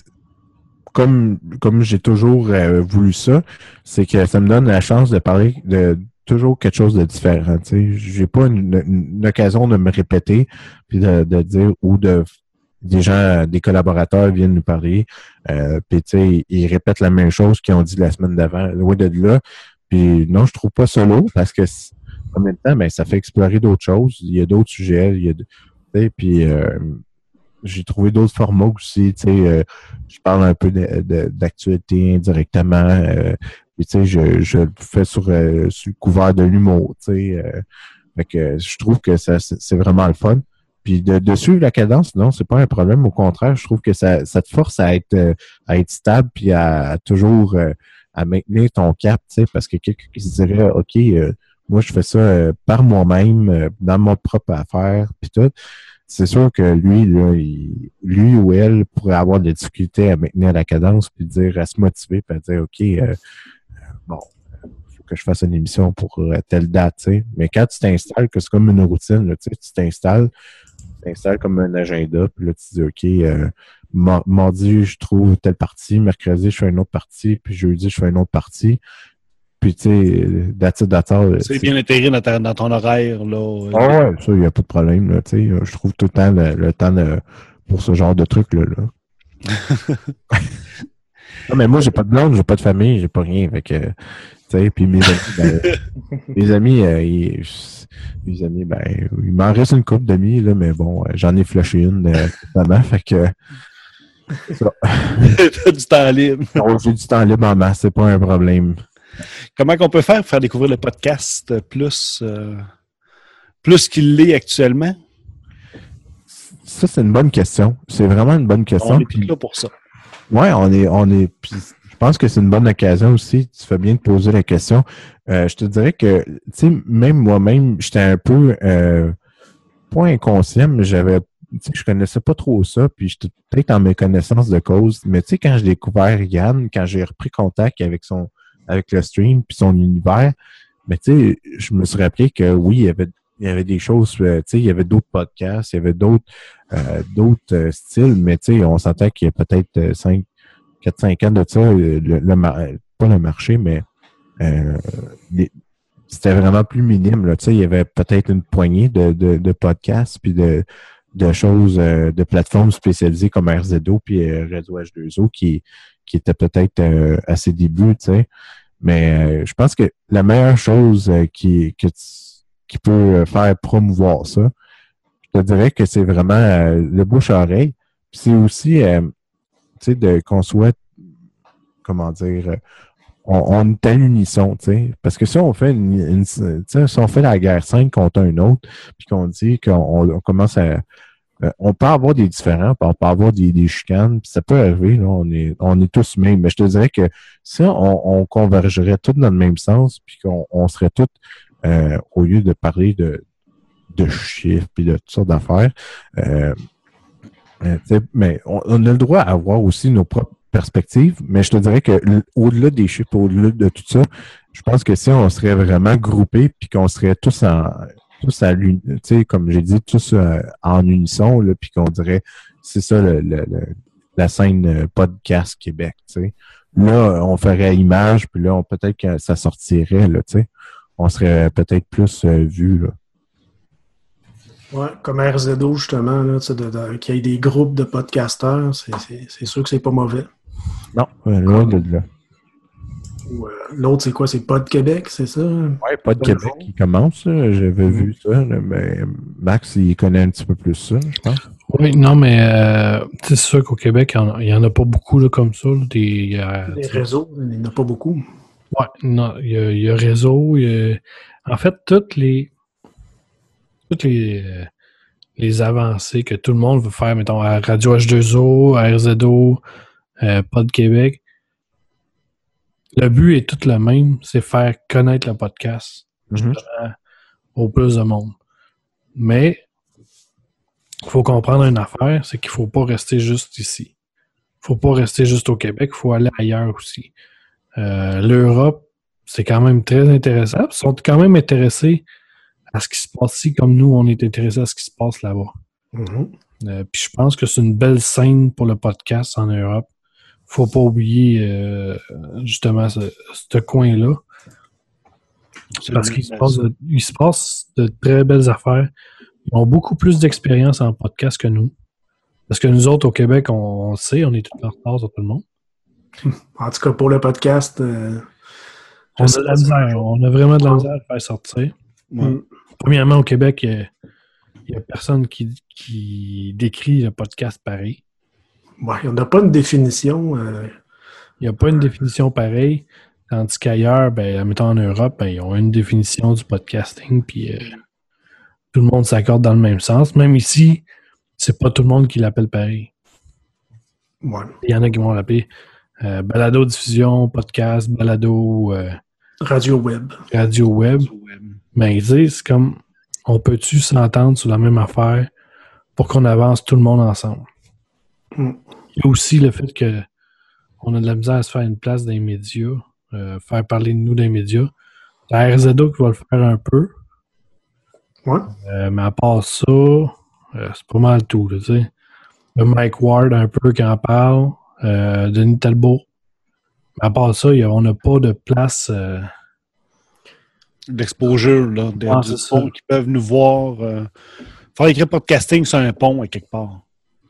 comme comme j'ai toujours euh, voulu ça, c'est que ça me donne la chance de parler de toujours quelque chose de différent. Tu sais, j'ai pas une, une occasion de me répéter puis de, de dire ou de des gens, des collaborateurs viennent nous parler, euh, puis tu sais, ils répètent la même chose qu'ils ont dit la semaine d'avant. Loin de là. Puis non, je trouve pas ça lourd parce que en même temps, ben ça fait explorer d'autres choses. Il y a d'autres sujets, il y a de, puis euh, j'ai trouvé d'autres formats aussi, tu sais, euh, je parle un peu de, de, d'actualité indirectement, euh, puis tu sais, je, je le fais sur, euh, sur le couvert de l'humour, tu sais, euh, fait que je trouve que ça, c'est, c'est vraiment le fun. Puis de, de suivre la cadence, non, c'est pas un problème, au contraire, je trouve que ça, ça te force à être à être stable puis à, à toujours euh, à maintenir ton cap, tu sais, parce que quelqu'un qui se dirait, OK, euh, moi, je fais ça euh, par moi-même, euh, dans mon propre affaire, puis tout. C'est sûr que lui, là, il, lui ou elle pourrait avoir des difficultés à maintenir la cadence, puis dire, à se motiver, puis à dire, OK, euh, bon, il faut que je fasse une émission pour euh, telle date, tu sais. Mais quand tu t'installes, que c'est comme une routine, là, tu sais, tu t'installes, tu t'installes comme un agenda, puis là, tu dis, OK, euh, mardi, je trouve telle partie, mercredi, je fais une autre partie, puis jeudi, je fais une autre partie. Puis, tu sais, that's it, that's all. C'est bien intégré dans, ta, dans ton horaire, là. Ah ouais, ça, il n'y a pas de problème, là, tu sais. Je trouve tout le temps le, le temps de, pour ce genre de trucs-là, là. Non, mais moi, j'ai pas de blonde, j'ai pas de famille, j'ai pas rien, fait que, tu sais, puis mes amis, ben, mes amis, euh, ils, mes amis, ben, il m'en reste une couple d'amis, là, mais bon, j'en ai flashé une, euh, notamment, fait que, ça. T'as du temps libre. Non, j'ai du temps libre en masse, c'est pas un problème. Comment qu'on peut faire pour faire découvrir le podcast plus, euh, plus qu'il l'est actuellement? Ça, c'est une bonne question. C'est vraiment une bonne question. On est puis, là pour ça. Oui, on est, on est. Puis, je pense que c'est une bonne occasion aussi. Tu fais bien de poser la question. Euh, je te dirais que, tu sais, même moi-même, j'étais un peu euh, pas inconscient, mais j'avais. Tu sais, je connaissais pas trop ça, puis j'étais peut-être en méconnaissance de cause. Mais tu sais, quand j'ai découvert Yann, quand j'ai repris contact avec son avec le stream puis son univers, mais tu sais, je me suis rappelé que oui, il y avait, il y avait des choses, euh, tu sais, il y avait d'autres podcasts, il y avait d'autres euh, d'autres euh, styles, mais tu sais, on s'entend qu'il y a peut-être cinq, quatre cinq ans de ça, le, le, le pas le marché, mais euh, les, c'était vraiment plus minime. Là. Tu sais, il y avait peut-être une poignée de, de, de podcasts puis de, de choses, euh, de plateformes spécialisées comme R Z O puis euh, Réseau H deux O qui, qui étaient peut-être euh, à ses débuts, tu sais. Mais euh, je pense que la meilleure chose euh, qui, que, qui peut faire promouvoir ça, je te dirais que c'est vraiment euh, le bouche-oreille. Puis c'est aussi, euh, tu sais, de, qu'on soit, comment dire, on, on est à l'unisson, tu sais. Parce que si on fait une, une tu sais, si on fait la guerre cinq contre un autre, puis qu'on dit qu'on on commence à, euh, on peut avoir des différends, on peut avoir des, des chicanes, puis ça peut arriver, là, on est, on est tous mêmes. Mais je te dirais que si on, on convergerait tous dans le même sens, puis qu'on on serait tous, euh, au lieu de parler de, de chiffres, puis de toutes sortes d'affaires, euh, euh, mais on, on a le droit à avoir aussi nos propres perspectives, mais je te dirais que au-delà des chiffres, au-delà de tout ça, je pense que si on serait vraiment groupés, puis qu'on serait tous en tous à l'uni, tu sais, comme j'ai dit, tous euh, en unisson, là, puis qu'on dirait, c'est ça le, le, le, la scène euh, podcast Québec, tu sais. Là, on ferait image, puis là, on, peut-être que ça sortirait, là, tu sais. On serait peut-être plus euh, vu, là. Ouais, comme R Z O, justement, là, de, de, qu'il y ait des groupes de podcasteurs, c'est, c'est, c'est sûr que c'est pas mauvais. Non, euh, loin de là. Ou, euh, l'autre, c'est quoi? C'est Pod Québec, c'est ça? Oui, Pod Québec qui commence, là. J'avais mmh. vu ça, là, mais Max, il connaît un petit peu plus ça, je pense. Oui, non, mais euh, c'est sûr qu'au Québec, il n'y en, en a pas beaucoup là, comme ça. Là, des, euh, des réseaux, il n'y en a pas beaucoup. Oui, non, il y a, il y a réseau. Il y a... En fait, toutes les toutes les, euh, les avancées que tout le monde veut faire, mettons, à Radio H deux O, à R Z O, euh, Pod Québec, le but est tout le même, c'est faire connaître le podcast mm-hmm. au plus de monde. Mais il faut comprendre une affaire, c'est qu'il ne faut pas rester juste ici. Il ne faut pas rester juste au Québec, il faut aller ailleurs aussi. Euh, L'Europe, c'est quand même très intéressant. Ils sont quand même intéressés à ce qui se passe ici, comme nous, on est intéressés à ce qui se passe là-bas. Mm-hmm. Euh, puis je pense que c'est une belle scène pour le podcast en Europe. Faut pas oublier euh, justement ce, ce coin-là. C'est parce qu'il se passe, de, il se passe de très belles affaires. Ils ont beaucoup plus d'expérience en podcast que nous. Parce que nous autres, au Québec, on, on sait, on est tout en retard sur tout le monde. En tout cas, pour le podcast, euh, on, a de la misère, on a vraiment de la misère à le faire sortir. Ouais. Mm. Premièrement, au Québec, il n'y a, a personne qui, qui décrit le podcast pareil. Ouais, on n'a pas une définition. Euh... Il n'y a pas une définition pareille. Tandis qu'ailleurs, ben, mettons en Europe, ben, ils ont une définition du podcasting, puis euh, tout le monde s'accorde dans le même sens. Même ici, c'est pas tout le monde qui l'appelle pareil. Ouais. Il y en a qui vont l'appeler euh, balado-diffusion, podcast, balado... Euh, radio web. Radio web. Mais ils disent, c'est comme, on peut-tu s'entendre sur la même affaire pour qu'on avance tout le monde ensemble? Mm. Il y a aussi le fait que on a de la misère à se faire une place dans les médias, euh, faire parler de nous dans les médias. La R Z O qui va le faire un peu. Ouais. Euh, mais à part ça, euh, c'est pas mal tout. Là, t'sais. Le Mike Ward un peu qui en parle. Euh, Denis Talbot. Mais à part ça, y a, on n'a pas de place... Euh... D'exposure, là. Des ah, gens qui peuvent nous voir. Euh... Faire écrire podcasting sur un pont à quelque part.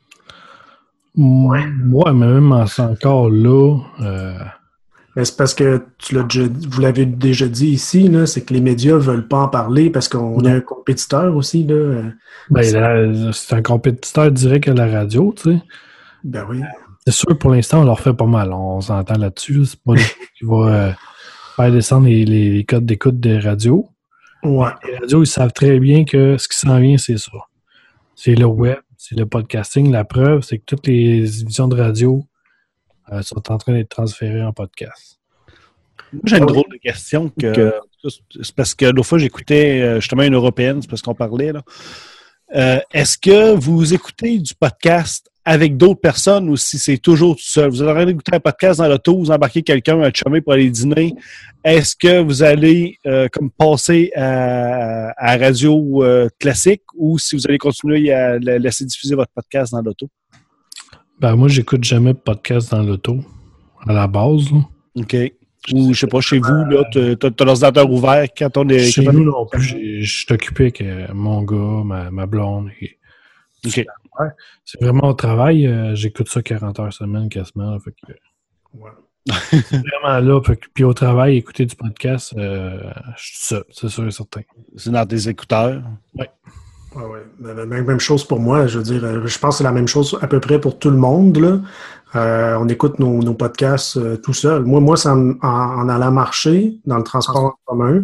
Ouais. Moi, même encore là. Euh... Mais c'est parce que tu l'as déjà, vous l'avez déjà dit ici, là, c'est que les médias ne veulent pas en parler parce qu'on a un compétiteur aussi. Là. Ben, c'est... La, c'est un compétiteur direct à la radio, tu sais. Ben oui. C'est sûr, pour l'instant, on leur fait pas mal. On s'entend là-dessus. C'est pas nous qui va euh, faire descendre les, les, les codes d'écoute des radios. Ouais. Les radios, ils savent très bien que ce qui s'en vient, c'est ça. C'est le web. C'est le podcasting. La preuve, c'est que toutes les émissions de radio euh, sont en train d'être transférées en podcast. Moi, j'ai une drôle de question. Que, que... C'est parce que l'autre fois, j'écoutais justement une européenne, c'est parce qu'on parlait. Là. Euh, est-ce que vous écoutez du podcast avec d'autres personnes ou si c'est toujours tout seul? Vous allez écouter un podcast dans l'auto, vous embarquez quelqu'un, un chumé pour aller dîner. Est-ce que vous allez euh, comme passer à, à radio euh, classique ou si vous allez continuer à laisser diffuser votre podcast dans l'auto? Ben moi, j'écoute jamais de podcast dans l'auto, à la base. Là. OK. Ou, je sais pas, chez vous, là, t'as, t'as l'ordinateur ouvert quand on est... Chez quand nous, on... non plus. Je suis occupé avec euh, mon gars, ma, ma blonde. Et... OK. Ouais. C'est vraiment au travail. Euh, j'écoute ça quarante heures semaine, quasiment. Là, fait que, ouais. C'est vraiment là. Fait que, puis au travail, écouter du podcast, euh, je suis ça, c'est sûr et certain. C'est dans tes écouteurs? Oui. Ouais, ouais. Même, même chose pour moi. Je veux dire, je pense que c'est la même chose à peu près pour tout le monde, là. Euh, on écoute nos, nos podcasts euh, tout seul. Moi, moi, c'est en, en, en allant marcher dans le transport en commun.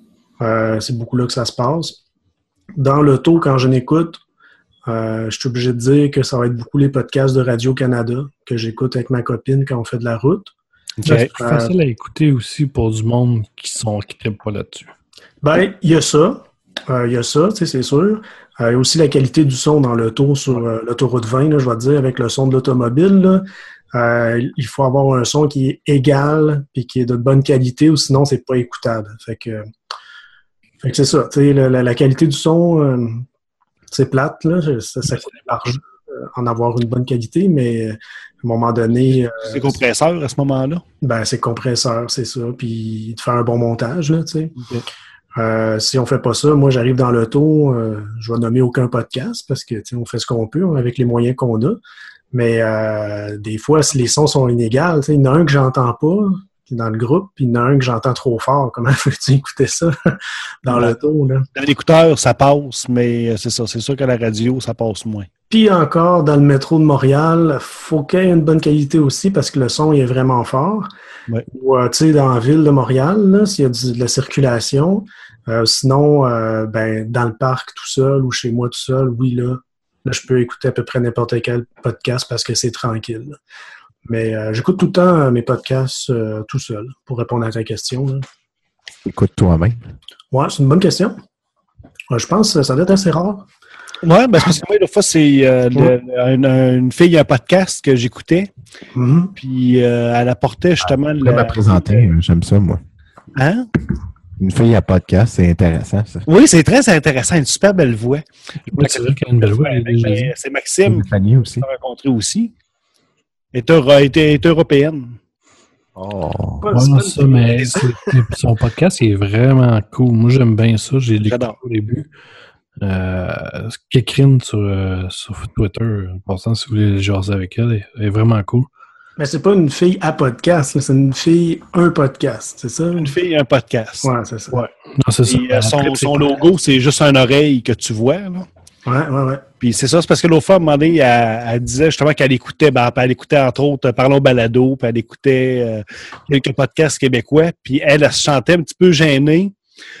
Euh, c'est beaucoup là que ça se passe. Dans l'auto, quand je n'écoute, euh, je suis obligé de dire que ça va être beaucoup les podcasts de Radio-Canada que j'écoute avec ma copine quand on fait de la route. Okay. C'est plus euh, facile à écouter aussi pour du monde qui sont qui trippent pas là-dessus. Ben, il y a ça. Il euh, y a ça, tu sais, c'est sûr. Il euh, y a aussi la qualité du son dans l'auto sur euh, l'autoroute vingt, là, je vais te dire, avec le son de l'automobile. Là, euh, il faut avoir un son qui est égal et qui est de bonne qualité, ou sinon, c'est pas écoutable. Fait que, fait que c'est ça. Tu sais, la, la, la qualité du son, euh, c'est plate, là. Ça, ça coûte de l'argent euh, en avoir une bonne qualité, mais à un moment donné... Euh, c'est compresseur à ce moment-là? Ben, c'est compresseur, c'est ça. Puis de faire un bon montage, là, tu sais. Okay. Euh, si on fait pas ça, moi j'arrive dans l'auto, euh, je vais nommer aucun podcast parce que on fait ce qu'on peut avec les moyens qu'on a. Mais euh, des fois, si les sons sont inégaux, il y en a un que j'entends pas dans le groupe, puis il y en a un que j'entends trop fort. Comment veux-tu écouter ça dans ouais. l'auto? Là? Dans l'écouteur, ça passe, mais c'est ça, c'est sûr qu'à la radio, ça passe moins. Puis encore, dans le métro de Montréal, faut qu'il y ait une bonne qualité aussi parce que le son il est vraiment fort. Ouais. Ou, euh, tu sais, dans la ville de Montréal, là, s'il y a du, de la circulation, euh, sinon, euh, ben, dans le parc tout seul ou chez moi tout seul, oui, là, là, je peux écouter à peu près n'importe quel podcast parce que c'est tranquille. Là. Mais euh, j'écoute tout le temps euh, mes podcasts euh, tout seul pour répondre à ta question. Là. Écoute toi-même. Ouais, c'est une bonne question. Euh, je pense que ça doit être assez rare. Oui, parce que moi, l'autre fois, c'est euh, ouais. le, une, une fille à un podcast que j'écoutais. Mm-hmm. Puis euh, elle apportait justement... Ah, le... la présenter, j'aime ça, moi. Hein? Une fille à podcast, c'est intéressant, ça. Oui, c'est très intéressant. Une super belle voix. Oui, c'est vrai qu'elle a une belle voix. Ben, c'est Maxime. Fanny aussi. Que j'ai rencontré aussi. Elle est, euro, est, est européenne. Oh. Ouais, ouais, ça, mais son podcast, il est vraiment cool. Moi, j'aime bien ça. J'ai l'écouté au début. Euh, Kékrine sur, euh, sur Twitter, en passant, si vous voulez jaser avec elle, elle est vraiment cool. Mais c'est pas une fille à podcast, c'est une fille un podcast, c'est ça? Une fille un podcast. Ouais, c'est ça. Ouais. Non, c'est ça. Et, euh, son son logo, c'est juste un oreille que tu vois, là. Ouais, ouais, ouais. Puis c'est ça, c'est parce que l'autre fois, à un moment donné, elle, elle disait justement qu'elle écoutait, ben, elle écoutait entre autres Parlons Balado, puis elle écoutait euh, quelques podcasts québécois, puis elle, elle se sentait un petit peu gênée.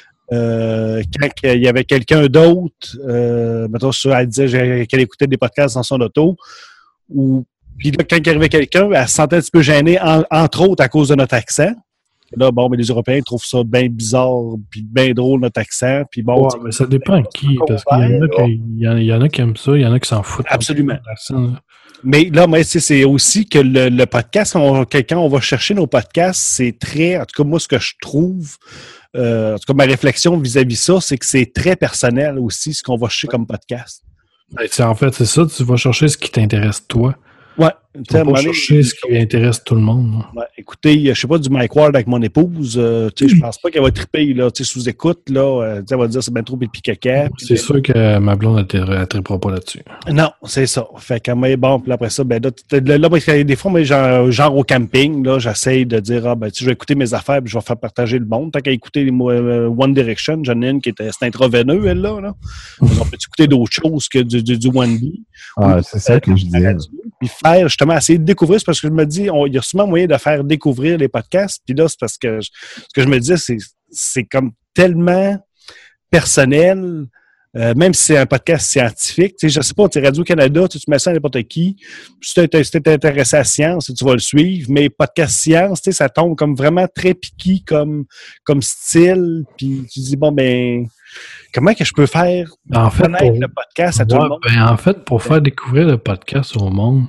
Euh, quand il y avait quelqu'un d'autre, euh, mettons, elle disait qu'elle écoutait des podcasts dans son auto, ou puis là, quand il arrivait quelqu'un, elle se sentait un petit peu gênée, en, entre autres à cause de notre accent. Là, bon, mais les Européens trouvent ça bien bizarre, puis bien drôle, notre accent. Puis bon, ouais, mais ça dépend de qui, parce qu'il y en a qui, il y en, il y en a qui aiment ça, il y en a qui s'en foutent. Absolument. Mais là, moi, c'est aussi que le, le podcast, on, quand on va chercher nos podcasts, c'est très, en tout cas, moi, ce que je trouve, euh, en tout cas, ma réflexion vis-à-vis ça, c'est que c'est très personnel aussi, ce qu'on va chercher comme podcast. Ben, en fait, c'est ça, tu vas chercher ce qui t'intéresse toi. Ouais. Tu vas pas chercher ce qui intéresse tout le monde. Ouais, écoutez, je sais pas, du Mike Ward avec mon épouse, euh, tu sais, je pense pas qu'elle va triper, là, tu sais, sous écoute, là, euh, elle va dire c'est bien trop pipi caca. C'est sûr que ma blonde, elle ne trippera pas là-dessus. Non, c'est ça. Fait que, mais bon, puis après ça, ben là, là, là des fois, mais genre, genre au camping, là, j'essaye de dire, ah, ben, tu sais, je vais écouter mes affaires, puis je vais faire partager le monde. Tant qu'à écouter les euh, One Direction, j'en ai une qui était, c'est intraveineux, elle, là, là. On peut écouter d'autres choses que du, du, du One B. Ah, c'est ça que je disais. Puis faire, justement, essayer de découvrir, c'est parce que je me dis, il y a sûrement moyen de faire découvrir les podcasts. Puis là, c'est parce que je, ce que je me disais, c'est, c'est comme tellement personnel, euh, même si c'est un podcast scientifique. Tu sais, je sais pas, tu sais, Radio-Canada, tu, tu mets ça à n'importe qui. Si tu es intéressé à la science, tu vas le suivre. Mais podcast science, tu sais, ça tombe comme vraiment très piqué comme, comme style. Puis tu dis, bon, ben, comment que je peux faire en fait, connaître pour, le podcast à ouais, tout le monde? Ben, en fait, pour faire découvrir le podcast au monde,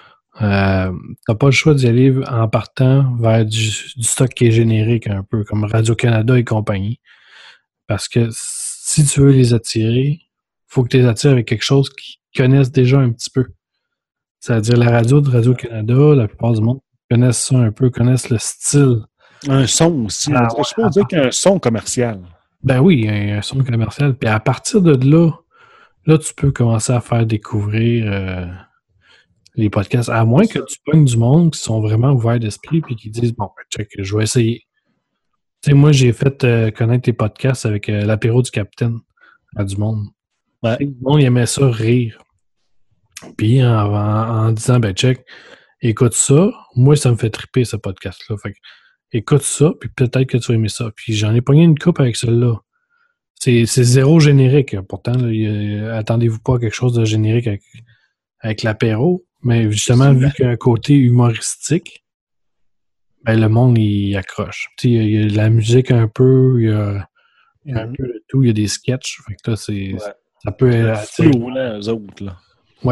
Euh, t'as pas le choix d'y aller en partant vers du, du stock qui est générique un peu, comme Radio-Canada et compagnie. Parce que si tu veux les attirer, faut que tu les attires avec quelque chose qu'ils connaissent déjà un petit peu. C'est-à-dire la radio de Radio-Canada, la plupart du monde connaissent ça un peu, connaissent le style Un son aussi. Ah, Je peux dire qu'il y a un son commercial. Ben oui, un son commercial. Puis à partir de là, là, tu peux commencer à faire découvrir euh, les podcasts. À moins que tu pognes du monde qui sont vraiment ouverts d'esprit puis qui disent, bon, check, je vais essayer. Tu sais, moi, j'ai fait euh, connaître tes podcasts avec euh, l'apéro du capitaine à du monde. Ouais. Le monde, il aimait ça rire. Puis en, en, en disant, ben check, écoute ça. Moi, ça me fait triper, ce podcast-là. Fait que, écoute ça, puis peut-être que tu vas aimer ça. Puis j'en ai pogné une coupe avec celle-là. C'est, c'est zéro générique. Hein. Pourtant, là, y a, attendez-vous pas à quelque chose de générique avec, avec l'apéro. Mais justement, vu qu'il y a un côté humoristique, ben le monde, il accroche. Il y, y a de la musique un peu, il y a, y a un peu de tout, il y a des sketchs. Fait que là, c'est, ouais. ça peut être... Flou, là, eux autres, là. Ouais.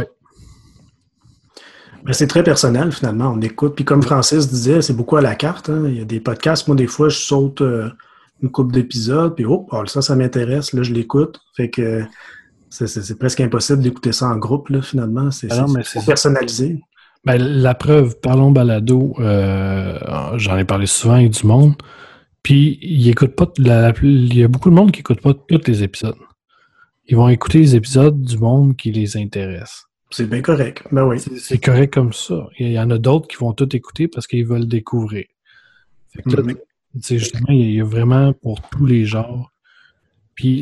Ben, c'est très personnel, finalement. On écoute. Puis comme Francis disait, c'est beaucoup à la carte. Hein. Il y a des podcasts. Moi, des fois, je saute euh, une couple d'épisodes, puis oh, oh, ça, ça m'intéresse. Là, je l'écoute. Fait que c'est, c'est, c'est presque impossible d'écouter ça en groupe, là, finalement. C'est, Alors, c'est, mais c'est c'est personnalisé. Ben, la preuve, parlons balado, euh, j'en ai parlé souvent avec du monde, puis ils écoutent pas, la, la, il y a beaucoup de monde qui écoute pas tous les épisodes. Ils vont écouter les épisodes du monde qui les intéresse. C'est bien correct, ben oui. C'est, c'est correct comme ça. Il y en a d'autres qui vont tout écouter parce qu'ils veulent découvrir. Fait que là, mm-hmm. justement, il y a vraiment pour tous les genres. Puis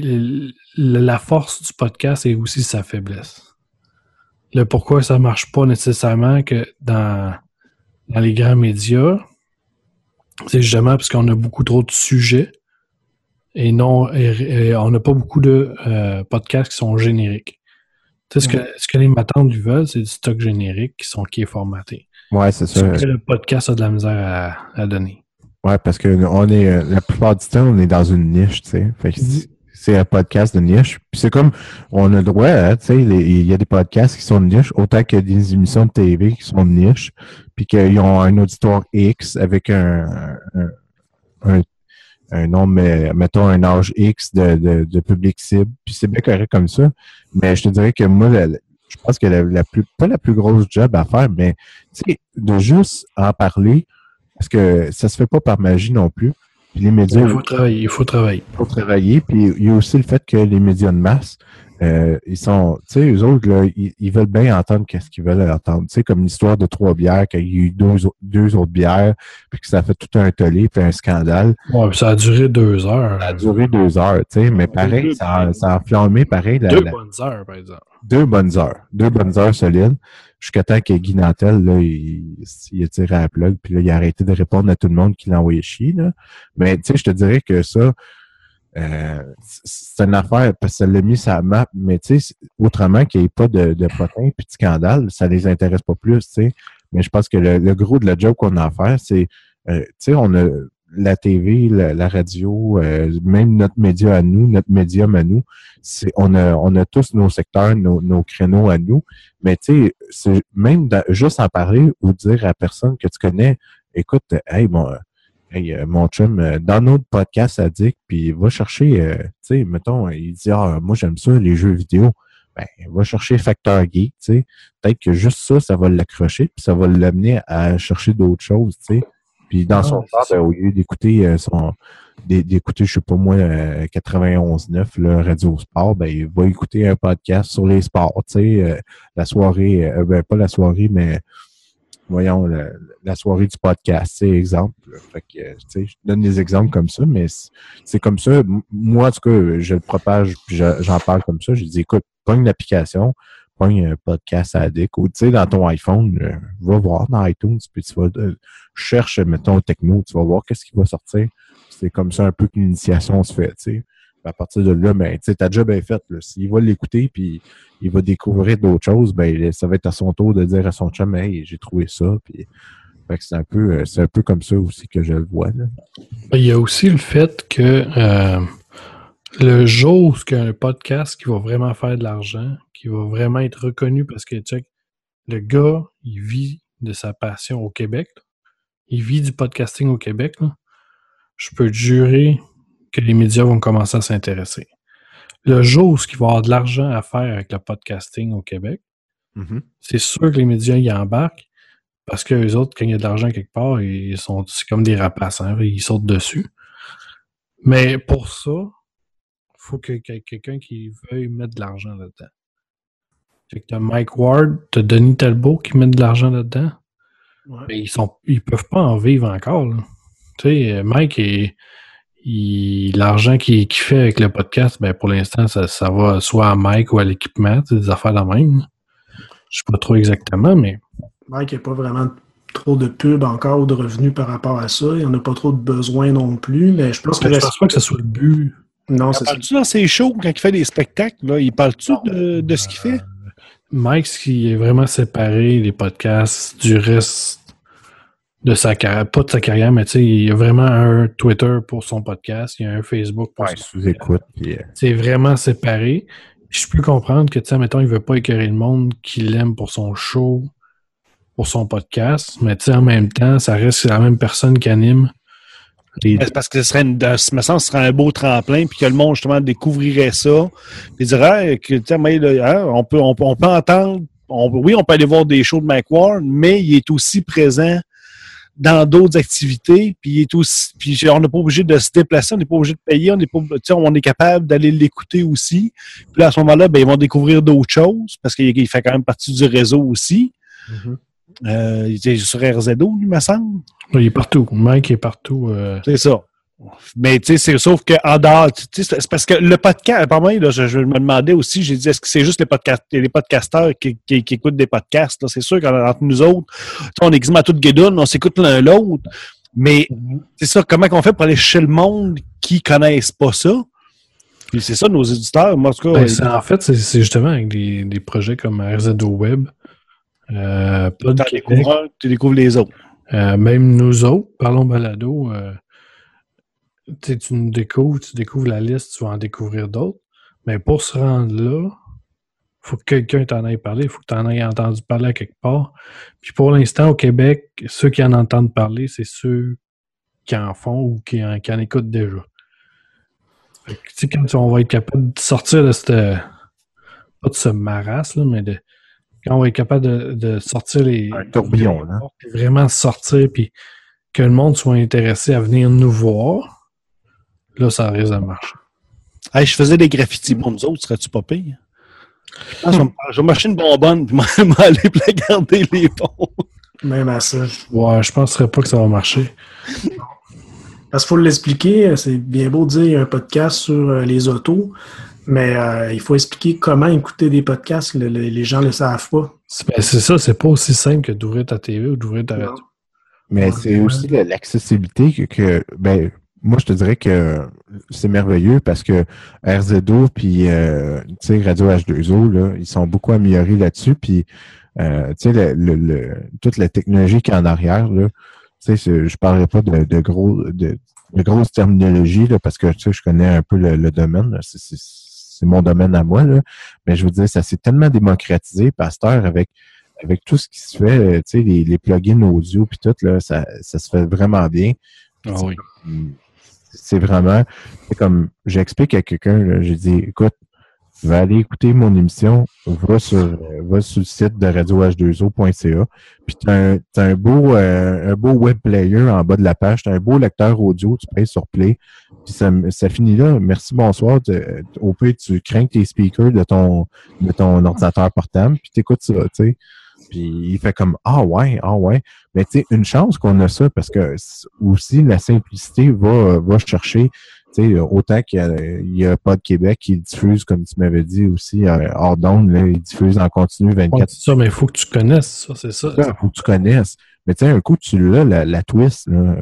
la force du podcast est aussi sa faiblesse. Le pourquoi ça marche pas nécessairement que dans, dans les grands médias, c'est justement parce qu'on a beaucoup trop de sujets et non et, et on n'a pas beaucoup de euh, podcasts qui sont génériques. Tu sais, ce, que, ce que les matantes veulent, c'est du stock générique qui, sont, qui est formaté. Ouais, c'est ça. Ce que le podcast a de la misère à, à donner. Ouais, parce que on est la plupart du temps, on est dans une niche, tu sais. Fait que mm-hmm. c'est un podcast de niche. Puis c'est comme, on a le droit, hein, tu sais, il y a des podcasts qui sont de niche, autant que des émissions de T V qui sont de niche, puis qu'ils ont un auditoire X avec un, un, un, un nombre, mettons, un âge X de, de, de public cible. Puis c'est bien correct comme ça. Mais je te dirais que moi, la, je pense que la, la plus, pas la plus grosse job à faire, mais, tu sais, de juste en parler, parce que ça se fait pas par magie non plus. Puis les médias, il faut travailler, il faut travailler. Il faut travailler. Puis il y a aussi le fait que les médias de masse, euh, ils sont, tu sais, eux autres, là, ils, ils veulent bien entendre qu'est-ce qu'ils veulent entendre. Tu sais, comme l'histoire de trois bières, qu'il y a eu deux, deux autres bières, puis que ça a fait tout un tollé, puis un scandale. Ouais, puis ça a duré deux heures. Ça a duré deux heures, tu sais, mais pareil, deux, ça, a, ça a enflammé, pareil. La, deux la, bonnes heures, par exemple. Deux bonnes heures. Deux bonnes heures solides. Jusqu'à temps que Guy Nantel, là, il, il a tiré à la plug, puis là, il a arrêté de répondre à tout le monde qui l'a envoyé chier, là. Mais, tu sais, je te dirais que ça, euh, c'est une affaire, parce que ça l'a mis sur la map, mais, tu sais, autrement qu'il n'y ait pas de, de potins puis de scandale, ça les intéresse pas plus, tu sais. Mais je pense que le, le gros de la job qu'on a à faire, c'est, euh, tu sais, on a la T V, la, la radio, euh, même notre média à nous, notre médium à nous, c'est, on a, on a tous nos secteurs, nos, nos créneaux à nous. Mais tu sais, c'est même dans, juste en parler ou dire à personne que tu connais, écoute, hey, mon, hey, mon chum, dans notre podcast addict, puis va chercher, euh, tu sais, mettons, il dit, ah, moi j'aime ça, les jeux vidéo. Ben, va chercher Facteur Geek, tu sais. Peut-être que juste ça, ça va l'accrocher, puis ça va l'amener à chercher d'autres choses, tu sais. Puis dans ah, son temps, ben, au lieu d'écouter euh, son d'écouter, je sais pas moi, euh, quatre-vingt-onze neuf, le Radio Sport, ben il va écouter un podcast sur les sports, tu sais, euh, la soirée, euh, ben pas la soirée, mais voyons, la, la soirée du podcast, tu sais, exemple. Fait que, tu sais, je donne des exemples comme ça, mais c'est, c'est comme ça. Moi, en tout cas, je le propage, puis je, j'en parle comme ça. Je dis, écoute, pogne l'application, pogne un podcast addict, ou tu sais, dans ton iPhone, euh, va voir dans iTunes, puis tu vas euh, cherche, mettons, techno, tu vas voir qu'est-ce qui va sortir. C'est comme ça un peu que l'initiation se fait, tu sais. À partir de là, ben, tu sais, ta job est faite, là. S'il va l'écouter, puis il va découvrir d'autres choses, ben, ça va être à son tour de dire à son chum, hey, j'ai trouvé ça, puis fait que c'est un peu, c'est un peu comme ça aussi que je le vois, là. Il y a aussi le fait que euh, le jour où il y a un podcast qui va vraiment faire de l'argent, qui va vraiment être reconnu parce que, check, le gars, il vit de sa passion au Québec, là. Il vit du podcasting au Québec, là. Je peux te jurer que les médias vont commencer à s'intéresser. Le jour où il va y avoir de l'argent à faire avec le podcasting au Québec, mm-hmm. c'est sûr que les médias y embarquent parce que les autres, quand il y a de l'argent quelque part, ils sont c'est comme des rapaces, hein, ils sautent dessus. Mais pour ça, il faut que, qu'il y ait quelqu'un qui veuille mettre de l'argent là-dedans. Fait que t'as Mike Ward, t'as Denis Talbot qui mettent de l'argent là-dedans. Ouais. Mais ils sont ils peuvent pas en vivre encore. Là. Tu sais, Mike, est, il, l'argent qu'il, qu'il fait avec le podcast, ben pour l'instant, ça, ça va soit à Mike ou à l'équipement, des affaires de même. Je sais pas trop exactement, mais... Mike n'a pas vraiment trop de pub encore ou de revenus par rapport à ça. Il n'y en a pas trop de besoin non plus, mais je pense que... Je pense pas que ce soit le but. Non, c'est ça. Parles-tu dans ses shows, quand il fait des spectacles, là, il parle-tu de, de ce qu'il fait? Mike, qui est vraiment séparé les podcasts du reste de sa carrière, pas de sa carrière, mais tu sais, il y a vraiment un Twitter pour son podcast, il y a un Facebook pour ouais, son sous-écoute. Puis... C'est vraiment séparé. Je peux comprendre que, tu sais, mettons, il veut pas écœurer le monde qu'il aime pour son show, pour son podcast, mais tu sais, en même temps, ça reste la même personne qui anime. Les... C'est parce que ce serait, une, ce me semble, ce serait un beau tremplin, puis que le monde, justement, découvrirait ça, puis dirait, que, tu sais, hein, on, peut, on, peut, on peut entendre, on, oui, on peut aller voir des shows de Mike Ward, mais il est aussi présent dans d'autres activités, puis il est aussi, puis on n'est pas obligé de se déplacer, on n'est pas obligé de payer, on est pas, tu sais, on est capable d'aller l'écouter aussi. Puis là, à ce moment-là, ben, ils vont découvrir d'autres choses, parce qu'il il fait quand même partie du réseau aussi. Mm-hmm. Euh, il est sur R Z O, lui, me semble. Il est partout. Mike est partout. Euh... C'est ça. Mais tu sais, c'est sauf qu'en dehors, tu sais, c'est parce que le podcast, par moi, là, je, je me demandais aussi, j'ai dit, est-ce que c'est juste les, podcast, les podcasteurs qui, qui, qui écoutent des podcasts? Là? C'est sûr qu'entre nous autres, on est quasiment tous guédounes, on s'écoute l'un l'autre. Mais mm-hmm. c'est ça, comment on fait pour aller chez le monde qui connaissent pas ça? Puis c'est ça, nos éditeurs. Moi, en tout cas, ben, c'est, en fait, c'est, c'est justement avec des, des projets comme R Z O Web. Euh, pas de Québec. Tu découvres les autres. Euh, même nous autres, Parlons Balado, euh, tu nous découvres, tu découvres la liste, tu vas en découvrir d'autres. Mais pour se rendre là, il faut que quelqu'un t'en aille parler, il faut que tu en aies entendu parler à quelque part. Puis pour l'instant, au Québec, ceux qui en entendent parler, c'est ceux qui en font ou qui en, qui en écoutent déjà. Tu sais, quand on va être capable de sortir de cette... pas de ce marasme, là, mais de... Quand on va être capable de, de sortir les... Un tourbillon, là. Vraiment sortir, puis que le monde soit intéressé à venir nous voir, là, ça risque de marcher. Hey, je faisais des graffitis pour nous autres, serais-tu pas pire? Ah, je, vais, je vais m'acheter une bonbonne, puis m'aller garder les ponts. Même à ça. Ouais, je penserais pas que ça va marcher. Parce qu'il faut l'expliquer, c'est bien beau de dire qu'il y a un podcast sur les autos, mais euh, il faut expliquer comment écouter des podcasts. Le, le, les gens ne le savent pas. C'est, ben, c'est ça, c'est pas aussi simple que d'ouvrir ta T V ou d'ouvrir ta radio. Mais ouais, c'est ouais. aussi l'accessibilité que, que ben, moi, je te dirais que c'est merveilleux parce que R Z O puis euh, Radio H deux O, là, ils sont beaucoup améliorés là-dessus. Puis, euh, tu sais, le, le, le, toute la technologie qui est en arrière, là, tu sais, je ne parlerai pas de, de, gros, de, de grosses terminologies là, parce que tu sais, je connais un peu le, le domaine. Là, c'est, c'est, c'est mon domaine à moi, là. Mais je veux dire, ça s'est tellement démocratisé, Pasteur, avec avec tout ce qui se fait, tu sais, les, les plugins audio puis tout, là, ça, ça se fait vraiment bien. Ah oui. C'est vraiment, c'est comme, j'explique à quelqu'un, là, j'ai dit, écoute, va aller écouter mon émission, va sur, va sur le site de radio h deux o point c a, puis t'as un, t'as un beau, euh, un beau web player en bas de la page, t'as un beau lecteur audio, tu payes sur play, puis ça, ça finit là. Merci, bonsoir. Au pire, tu crains tes speakers de ton, de ton ordinateur portable, puis t'écoutes ça, tu sais. Puis il fait comme ah ouais, ah ouais. Mais tu sais, une chance qu'on a ça parce que aussi la simplicité va, va chercher, tu sais, autant qu'il y a, il y a pas de Québec qui diffuse, comme tu m'avais dit aussi, hors d'onde, là, il diffuse en continu vingt-quatre. Ouais, c'est ça, mais il faut que tu connaisses ça, c'est ça. Il faut que tu connaisses. Mais tu sais, un coup, tu l'as, la, la twist, là.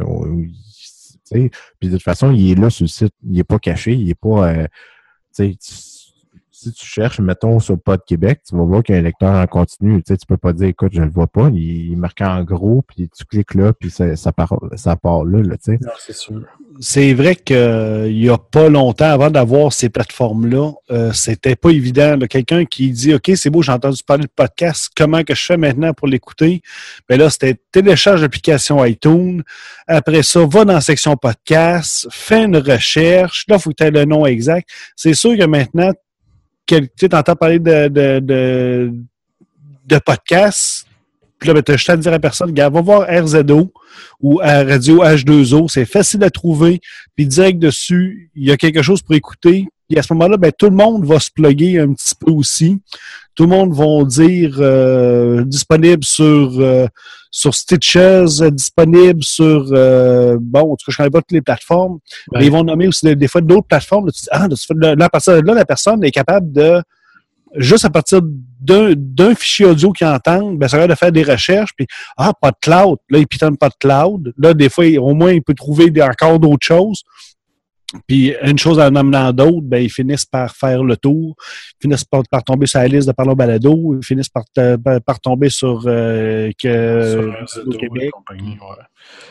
Tu sais, puis de toute façon, il est là sur le site. Il est pas caché, il est pas. Euh, tu sais, si tu cherches, mettons, sur Pod Québec, tu vas voir qu'il y a un lecteur en continu. Tu sais, tu peux pas dire, écoute, je le vois pas. Il est marqué en gros, puis tu cliques là, puis ça, ça, part, ça part là, là, tu sais. Non, c'est sûr. C'est vrai qu'il euh, y a pas longtemps, avant d'avoir ces plateformes-là, euh, c'était pas évident. Là. Quelqu'un qui dit, OK, c'est beau, j'ai entendu parler de podcast, comment que je fais maintenant pour l'écouter? Ben là, c'était télécharge l'application iTunes. Après ça, va dans la section podcast, fais une recherche. Là, il faut que tu aies le nom exact. C'est sûr que maintenant, tu entends parler de, de, de, de podcast, Puis là, ben, t'as juste à dire à la personne, gars, va voir R Z O ou à Radio H deux O. C'est facile à trouver. Puis direct dessus, il y a quelque chose pour écouter. Puis à ce moment-là, ben, tout le monde va se plugger un petit peu aussi. Tout le monde va dire euh, disponible sur euh, sur Stitches, euh, disponible sur euh, bon, en tout cas, je connais pas toutes les plateformes. Ouais. Mais ils vont nommer aussi des, des fois d'autres plateformes. Là, tu dis, ah, là, là, à partir de là, la personne est capable de juste à partir d'un, d'un fichier audio qu'ils entendent, ben, ça va de faire des recherches, puis ah, pas de cloud. Là, il pitonne pas de cloud. Là, des fois, au moins, il peut trouver des, encore d'autres choses. Puis une chose en amenant d'autres, ben, ils finissent par faire le tour, ils finissent par, par tomber sur la liste de Parlons Balado, ils finissent par, par, par tomber sur euh, que sur le Québec. Compagnie, ouais.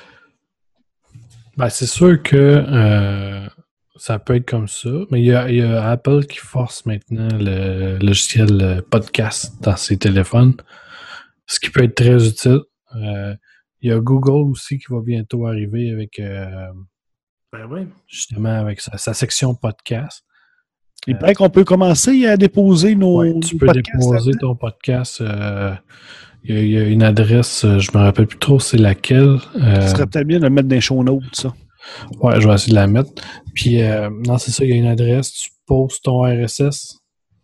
Ben, c'est sûr que euh, ça peut être comme ça, mais il y a, il y a Apple qui force maintenant le logiciel podcast dans ses téléphones, ce qui peut être très utile. Euh, il y a Google aussi qui va bientôt arriver avec euh, Ben oui. justement avec sa, sa section podcast. Il euh, paraît qu'on peut commencer à déposer nos, ouais, tu nos peux podcasts. déposer là-dedans. Ton podcast. Euh, il, y a, il y a une adresse, je me rappelle plus trop c'est laquelle. Euh, Ce serait peut-être bien de le mettre dans les show notes, ça. Ouais, je vais essayer de la mettre. Puis, euh, non, c'est ça, il y a une adresse, tu poses ton R S S.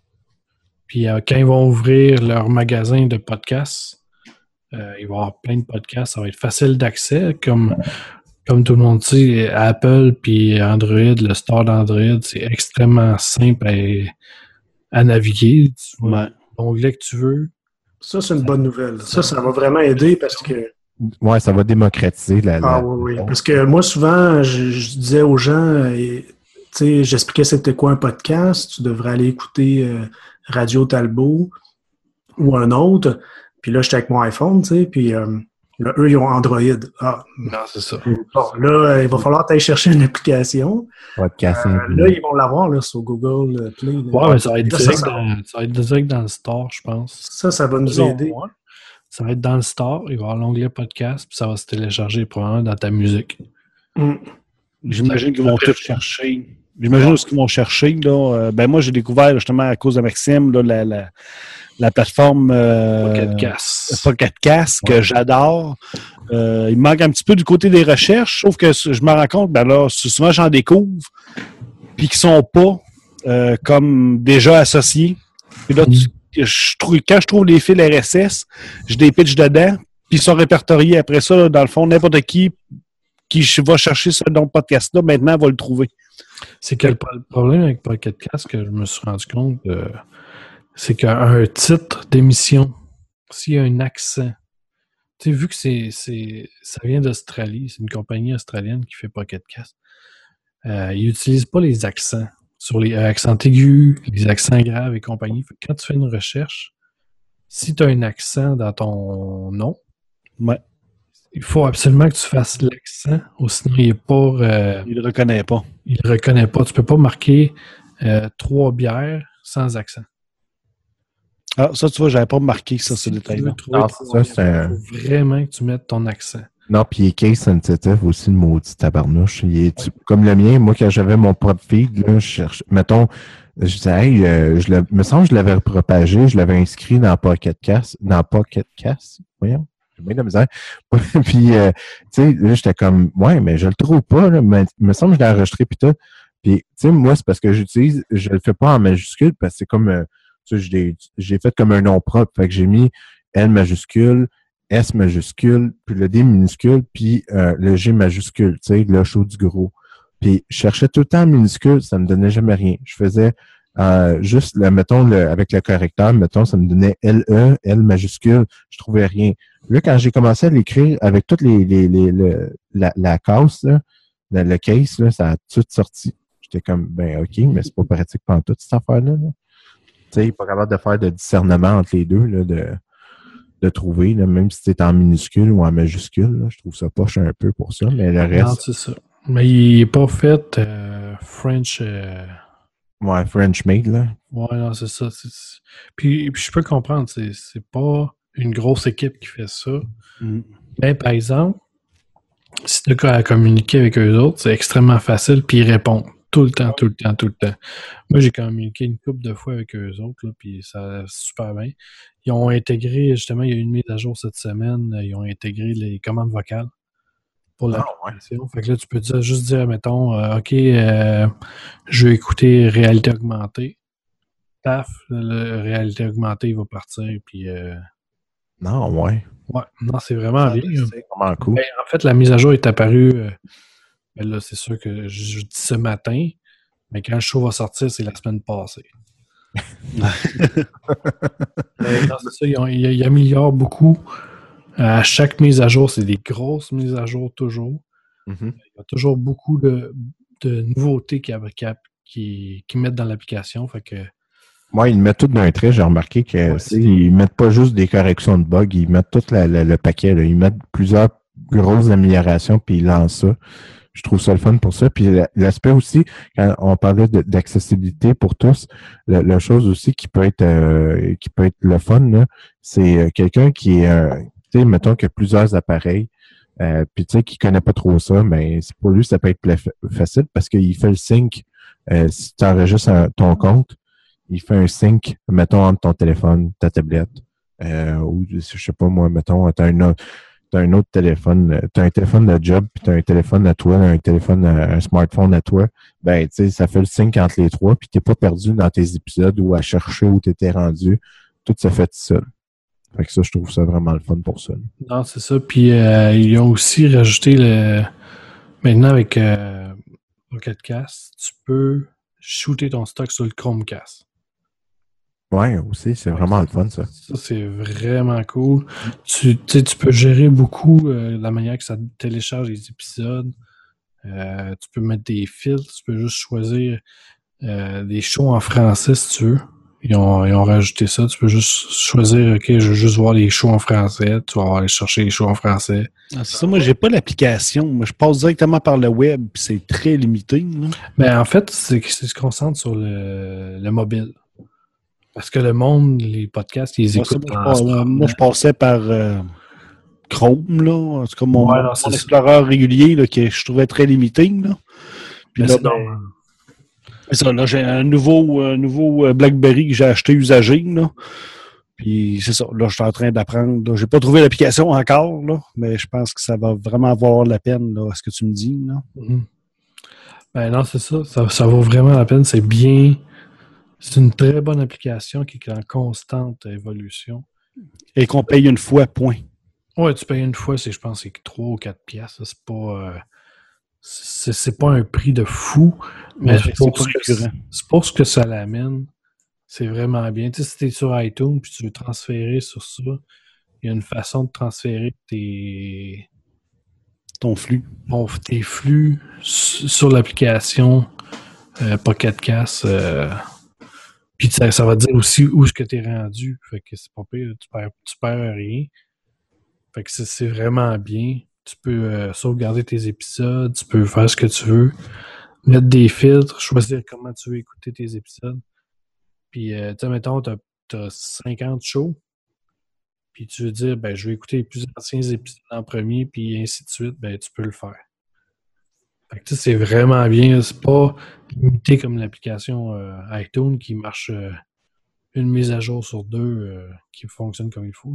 Puis, euh, quand ils vont ouvrir leur magasin de podcasts, euh, il va y avoir plein de podcasts, ça va être facile d'accès, comme... Comme tout le monde sait, Apple puis Android, le store d'Android, c'est extrêmement simple à, à naviguer. Tu vois l'onglet que tu veux. Ça, c'est une bonne nouvelle. Ça, ça va vraiment aider parce que... Ouais, ça va démocratiser la... la... Ah oui, oui. Parce que moi, souvent, je, je disais aux gens, tu sais, j'expliquais c'était quoi un podcast. Tu devrais aller écouter euh, Radio Talbot ou un autre. Puis là, j'étais avec mon iPhone, tu sais, puis... Euh, Là, eux, ils ont Android. Ah. Non, c'est ça. Bon, là, il va falloir aller chercher une application. Podcasting. Euh, là, ils vont l'avoir là, sur Google Play. Là. Ouais, mais ça va être direct, ça, dans, ça va être direct dans le store, je pense. Ça, ça va nous Disons, aider. Ouais. Ça va être dans le store, il va y avoir l'onglet podcast, puis ça va se télécharger probablement dans ta musique. Mm. J'imagine qu'ils vont tout chercher. J'imagine ce qu'ils vont chercher. Là. Euh, ben moi, j'ai découvert justement à cause de Maxime là, la, la, la plateforme euh, Pocket Cast. Pocket Cast que ouais. j'adore. Euh, il me manque un petit peu du côté des recherches, sauf que je me rends compte, ben là, souvent j'en découvre, puis qu'ils sont pas euh, comme déjà associés. Puis là, mm. tu, je trouve, quand je trouve les fils R S S, je les pitch dedans, puis ils sont répertoriés après ça. Là, dans le fond, n'importe qui qui va chercher ce don podcast-là, maintenant, va le trouver. C'est que le problème avec Pocket Cast que je me suis rendu compte, euh, c'est qu'un titre d'émission, s'il y a un accent, tu sais, vu que c'est, c'est, ça vient d'Australie, c'est une compagnie australienne qui fait Pocket Cast, euh, ils n'utilisent pas les accents, sur les euh, accents aigus, les accents graves et compagnie. Quand tu fais une recherche, si tu as un accent dans ton nom, ouais. il faut absolument que tu fasses l'accent, ou sinon il est pas... Euh, il le reconnaît pas. Il le reconnaît pas. Tu peux pas marquer euh, trois bières sans accent. Ah, ça, tu vois, j'avais pas marqué ça, ce détail-là. Non, ça, c'est un... Il faut vraiment que tu mettes ton accent. Non, puis il est case sensitive aussi, le maudit tabarnouche. Il est, tu, comme le mien, moi, quand j'avais mon propre feed, là, je cherche, mettons, je disais, hey, euh, je le, me semble que je l'avais propagé, je l'avais inscrit dans Pocket Cast, dans Pocket Cast, voyons. J'ai bien de la misère. Puis, euh, tu sais, là, j'étais comme, ouais, mais je le trouve pas, là, mais il me semble que je l'ai enregistré, puis tout. Puis, tu sais, moi, c'est parce que j'utilise, je le fais pas en majuscule, parce que c'est comme, euh, tu sais, j'ai, j'ai fait comme un nom propre. Fait que j'ai mis L majuscule, S majuscule, puis le D minuscule, puis euh, le G majuscule, tu sais, le chaud du gros. Puis, je cherchais tout le temps en minuscule, ça me donnait jamais rien. Je faisais euh, juste, le, mettons, le, avec le correcteur, mettons, ça me donnait L E, L majuscule, je trouvais rien. Là, quand j'ai commencé à l'écrire avec toutes les, les, les, le, la, la casse, là, le, le case, là, ça a tout sorti. J'étais comme, ben, OK, mais c'est pas pratique pendant toute cette affaire-là. Là. Tu sais, pas capable de faire de discernement entre les deux, là, de, de trouver, là, même si c'est en minuscule ou en majuscule, là, je trouve ça poche un peu pour ça, mais le reste... Non, c'est ça. Mais il n'est pas fait euh, French... Euh... Ouais, French made, là. Ouais, non, c'est ça. C'est... Puis, puis je peux comprendre, c'est, c'est pas une grosse équipe qui fait ça. Mm. Mais par exemple, si tu as à communiquer avec eux autres, c'est extrêmement facile, puis ils répondent. tout le temps, tout le temps, tout le temps. Moi, j'ai communiqué une couple de fois avec eux autres, là, puis ça va super bien. Ils ont intégré, justement, il y a eu une mise à jour cette semaine, ils ont intégré les commandes vocales pour l'application. Fait que là, tu peux dire, juste dire, mettons, euh, OK, euh, je vais écouter réalité augmentée. Paf, la réalité augmentée, il va partir, puis... Euh... Non, ouais. Ouais, non, c'est vraiment bien. C'est vraiment cool. Ben, en fait, la mise à jour est apparue... Euh, ben là, c'est sûr que je, je dis ce matin, mais quand le show va sortir, c'est la semaine passée. ben, non, c'est ça, ils, ont, ils, ils améliorent beaucoup. À chaque mise à jour, c'est des grosses mises à jour toujours. Mm-hmm. Il y a toujours beaucoup de, de nouveautés qu'ils qui, qui mettent dans l'application. Fait que... Moi, ils mettent tout d'un trait. J'ai remarqué qu'ils ouais, mettent pas juste des corrections de bugs, ils mettent tout la, la, le paquet. Là. Ils mettent plusieurs grosses améliorations, puis ils lancent ça. Je trouve ça le fun pour ça. Puis l'aspect aussi, quand on parlait de, d'accessibilité pour tous, la, la chose aussi qui peut être euh, qui peut être le fun, là, c'est quelqu'un qui est, euh, tu sais, mettons qu'il y a plusieurs appareils, euh, puis tu sais, qui connaît pas trop ça, mais pour lui, ça peut être plus facile parce qu'il fait le sync. Euh, si tu enregistres un, ton compte, il fait un sync, mettons, entre ton téléphone, ta tablette, euh, ou je sais pas moi, mettons, t'as un autre, t'as un autre téléphone, t'as un téléphone de job, puis t'as un téléphone à toi, un téléphone, un smartphone à toi, ben, tu sais, ça fait le sync entre les trois, puis t'es pas perdu dans tes épisodes ou à chercher où t'étais rendu. Tout se fait tout seul. Fait que ça, je trouve ça vraiment le fun pour ça. Non, c'est ça. Puis, euh, ils ont aussi rajouté le... Maintenant, avec euh, Pocket Cast, tu peux shooter ton stock sur le Chromecast. Ouais, aussi, c'est vraiment le fun, ça. Ça, c'est vraiment cool. Tu sais, tu peux gérer beaucoup euh, la manière que ça télécharge les épisodes. Euh, tu peux mettre des filtres, tu peux juste choisir euh, des shows en français si tu veux. Ils ont, ils ont rajouté ça. Tu peux juste choisir, OK, je veux juste voir les shows en français. Tu vas aller chercher les shows en français. Ah, c'est ça, moi, j'ai pas l'application. Moi, je passe directement par le web, puis c'est très limité. Là. Ben, en fait, c'est qu'ils se concentrent sur le, le mobile. Parce que le monde, les podcasts, ils les écoutent. Moi, je, moi, moi, je passais par euh, Chrome, là. C'est comme mon, ouais, non, mon explorateur régulier, là, que je trouvais très limité, là. Puis là, ben, c'est ça, là, j'ai un nouveau, un nouveau BlackBerry que j'ai acheté usagé, là. Puis c'est ça, là, je suis en train d'apprendre. J'ai pas trouvé l'application encore, là, mais je pense que ça va vraiment avoir la peine, là, à ce que tu me dis, là. Mm-hmm. Ben non, c'est ça. ça. Ça vaut vraiment la peine. C'est bien... C'est une très bonne application qui est en constante évolution. Et qu'on paye une fois, point. Ouais, tu payes une fois, c'est, je pense, c'est trois ou quatre piastres. C'est pas, euh, c'est, c'est pas un prix de fou, mais ouais, c'est, pour ce que, c'est pour ce que ça l'amène. C'est vraiment bien. Tu sais, si tu es sur iTunes puis tu veux transférer sur ça, il y a une façon de transférer tes... ton flux. Bon, tes flux sur l'application euh, Pocket Cast. Euh, Puis ça, ça va te dire aussi où est-ce que tu es rendu. Fait que c'est pas pire, tu perds, tu perds rien. Fait que c'est, c'est vraiment bien. Tu peux euh, sauvegarder tes épisodes, tu peux faire ce que tu veux, mettre des filtres, choisir comment tu veux écouter tes épisodes. Puis, euh, tu sais, mettons, tu as cinquante shows, puis tu veux dire, ben, je vais écouter les plus anciens épisodes en premier, puis ainsi de suite, ben, tu peux le faire. Fait que, c'est vraiment bien. C'est pas limité comme l'application euh, iTunes qui marche euh, une mise à jour sur deux euh, qui fonctionne comme il faut.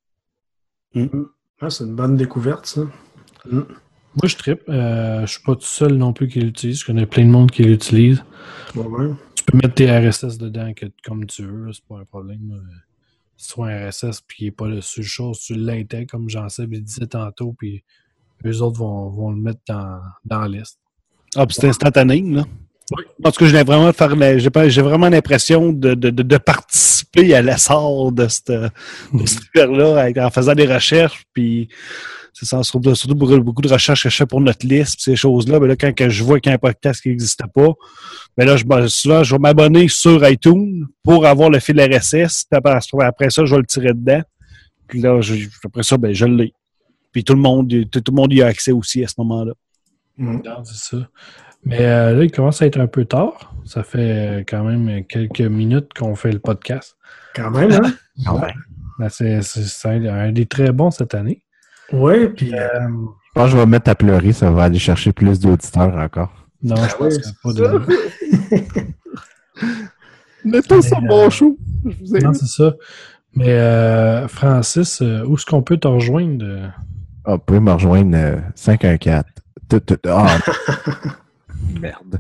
Mm. Ah, c'est une bonne découverte, ça. Mm. Moi, je trippe. Euh, je suis pas tout seul non plus qui l'utilise. Je connais plein de monde qui l'utilise. Ouais, ouais. Tu peux mettre tes R S S dedans que, comme tu veux. Là, c'est pas un problème. Là. Si tu as un R S S et qu'il n'est pas le sur chose, tu l'intègres comme Jean-Seb disait tantôt, puis eux autres vont, vont le mettre dans, dans la liste. Ah, puis c'est instantané, là? Oui. En tout cas, j'ai vraiment, faire, j'ai, j'ai vraiment l'impression de, de, de, de participer à l'essor de cette, de cette affaire-là en faisant des recherches, puis c'est ça, surtout, surtout beaucoup de recherches que je fais pour notre liste, ces choses-là. Mais là, quand que je vois qu'il y a un podcast qui n'existe pas, mais là, je, souvent, je vais m'abonner sur iTunes pour avoir le fil R S S. Après, après ça, je vais le tirer dedans. Puis là, je, après ça, ben, je l'ai. Puis tout le monde, tout, tout le monde y a accès aussi à ce moment-là. Mmh. Non, c'est ça. Mais euh, là, il commence à être un peu tard. Ça fait quand même quelques minutes qu'on fait le podcast. Quand même, hein? Ah ouais. Ben, c'est, c'est, c'est un des très bons cette année. Oui, puis... Euh, je pense que je vais mettre à pleurer. Ça va aller chercher plus d'auditeurs encore. Non, Ah je oui, pense pas de. Mettez ça bon show. Je vous Non, aime. c'est ça. Mais euh, Francis, euh, où est-ce qu'on peut te rejoindre? euh? Ah, vous pouvez me rejoindre euh, cinq un quatre. Tout, tout, ah, merde.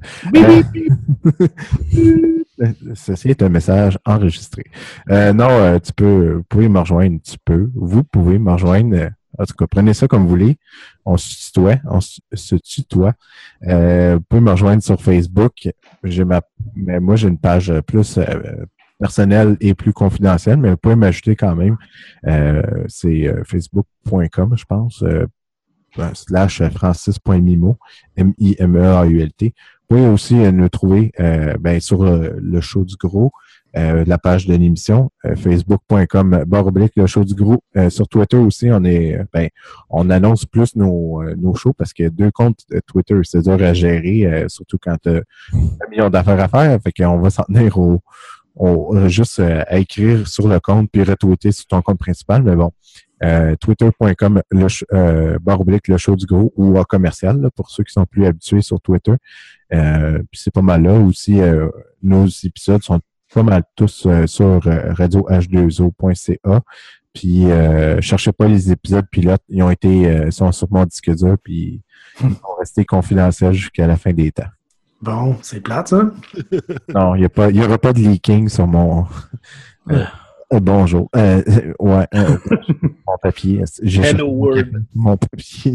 Euh, Ceci est un message enregistré. Euh, non, euh, tu peux, vous pouvez me rejoindre, tu peux. Vous pouvez me rejoindre. euh, En tout cas, prenez ça comme vous voulez. On se tutoie. On se, se tutoie. Euh, vous pouvez me rejoindre sur Facebook. J'ai ma, mais moi, j'ai une page plus euh, personnelle et plus confidentielle, mais vous pouvez m'ajouter quand même. Euh, c'est euh, facebook point com, je pense, euh, slash francis.mimo, M I M E A U L T. Vous pouvez aussi euh, nous trouver euh, ben, sur euh, le show du gros, euh, la page de l'émission, euh, facebook point com, barre oblique, le show du gros. Euh, sur Twitter aussi, on est euh, ben, on annonce plus nos, euh, nos shows parce qu'il y a deux comptes euh, Twitter, c'est dur à gérer, euh, surtout quand tu as un million d'affaires à faire. Fait qu'on va s'en tenir au, au juste euh, à écrire sur le compte puis retweeter sur ton compte principal, mais bon. Euh, twitter point com, le euh, barre oblique, le show du gros, ou en commercial, là, pour ceux qui sont plus habitués sur Twitter. Euh, puis c'est pas mal là. Aussi, euh, nos épisodes sont pas mal tous euh, sur euh, radio h deux o point c a. Puis euh, cherchez pas les épisodes pilotes. Ils ont été euh, sont sur mon disque dur, puis ils vont rester confidentiels jusqu'à la fin des temps. Bon, c'est plate, ça? Non, il n'y a pas, il y aura pas de leaking sur mon. Euh, Euh, bonjour. Euh, euh, ouais, euh, mon papier. J'ai Hello world. Mon papier.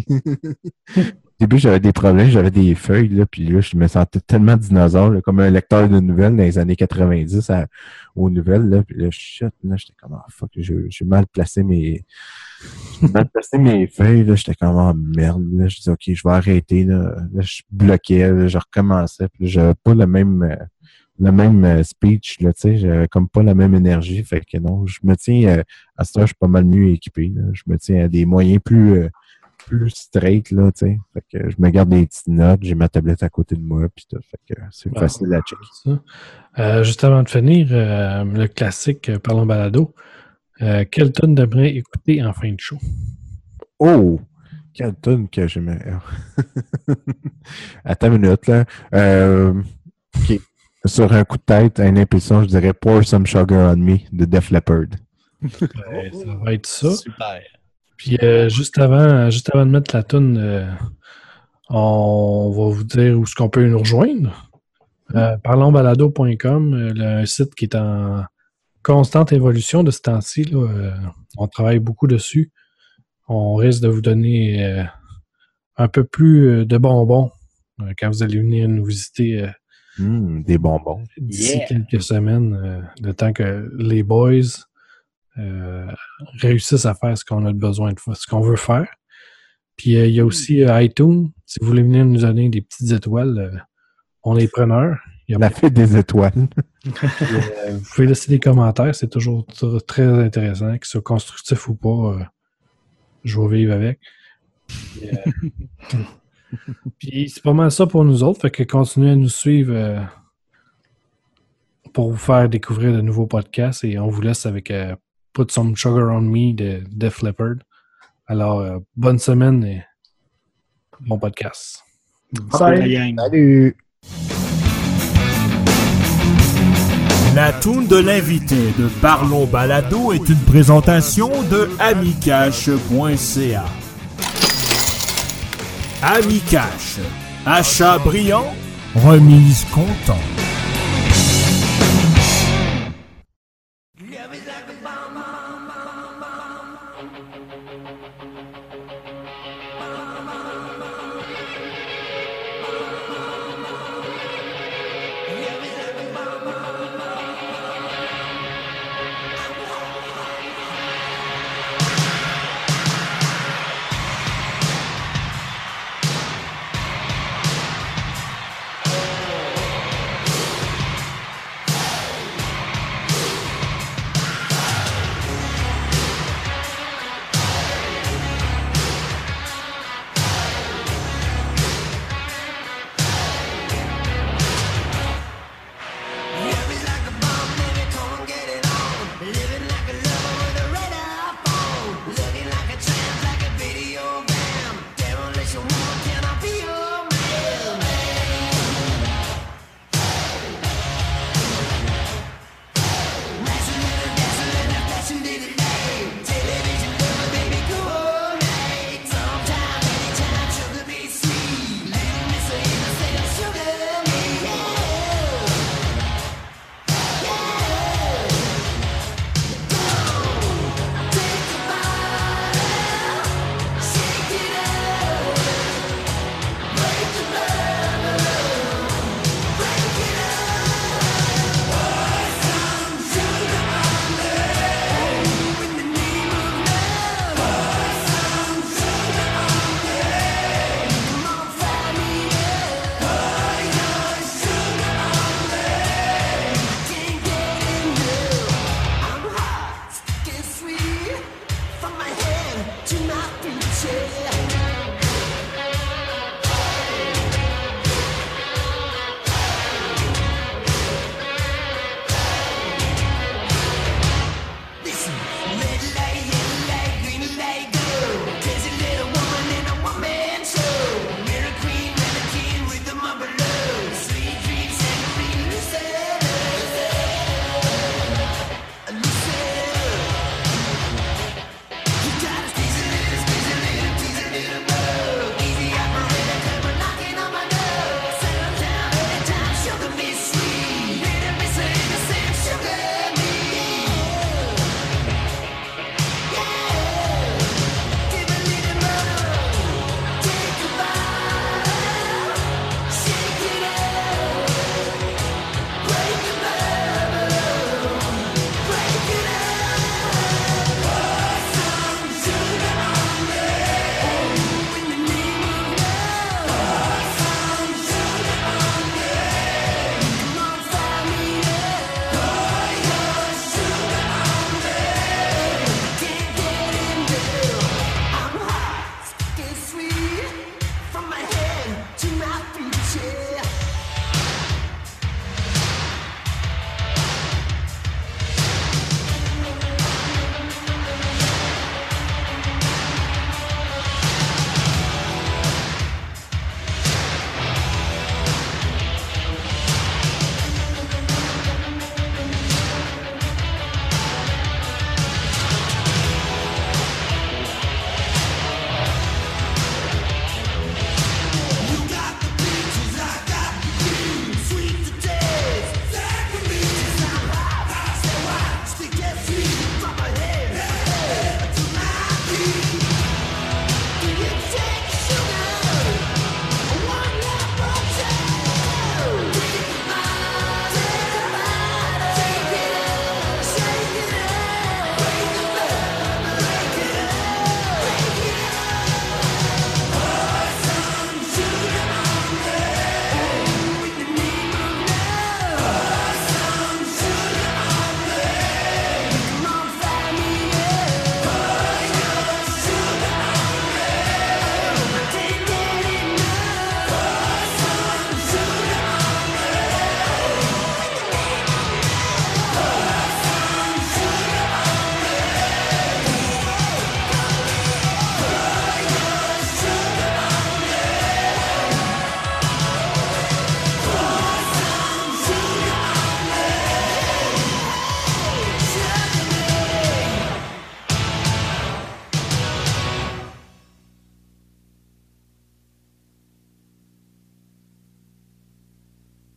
Au début, j'avais des problèmes, j'avais des feuilles, là, puis là, je me sentais tellement dinosaure, là, comme un lecteur de nouvelles dans les années quatre-vingt-dix à, aux nouvelles, là, puis là, shit, là, j'étais comme, ah, fuck, j'ai, j'ai mal placé mes, j'ai mal placé mes feuilles, là, j'étais comme, ah, merde, là, je disais, ok, je vais arrêter, là, là, je bloquais, là, je recommençais, puis là, j'avais pas le même, euh, le même speech, là, tu sais, j'avais comme pas la même énergie, fait que non, je me tiens, euh, à ce temps, je suis pas mal mieux équipé, là, je me tiens à des moyens plus, euh, plus straight, là, tu sais, fait que je me garde des petites notes, j'ai ma tablette à côté de moi, puis tout, fait que c'est Bon, facile à checker. Euh, juste avant de finir, euh, le classique euh, Parlons Balado, euh, quelle tonne d'aimerais écouter en fin de show? Oh! Quelle tonne que j'aimerais... Attends une minute, là. Euh, OK. Sur un coup de tête, à une impulsion, je dirais « Pour some sugar on me » de Def Leppard. Ouais, ça va être ça. Super. Puis euh, juste avant juste avant de mettre la toune, euh, on va vous dire où est-ce qu'on peut nous rejoindre. Euh, parlons balado point com, euh, le, un site qui est en constante évolution de ce temps-ci. Là, euh, on travaille beaucoup dessus. On risque de vous donner euh, un peu plus euh, de bonbons euh, quand vous allez venir nous visiter. Euh, Mmh, des bonbons. D'ici Yeah. quelques semaines, euh, le temps que les boys euh, réussissent à faire ce qu'on a besoin de faire, ce qu'on veut faire. Puis euh, il y a aussi euh, iTunes. Si vous voulez venir nous donner des petites étoiles, euh, on est preneurs. Il y a La fête des étoiles. Puis, euh, vous pouvez laisser des commentaires, c'est toujours t- très intéressant, qu'ils soient constructifs ou pas. Euh, je vais vivre avec. Puis, euh, Puis c'est pas mal ça pour nous autres, fait que continuez à nous suivre euh, pour vous faire découvrir de nouveaux podcasts et on vous laisse avec euh, Put Some Sugar on Me de Def Leppard. Alors, euh, bonne semaine et bon podcast. Bye. Salut! La toune de l'invité de Parlons Balado est une présentation de amicash point c a. Amicash, achat brillant, remise content. Love is like a bomb, bomb, bomb, bomb.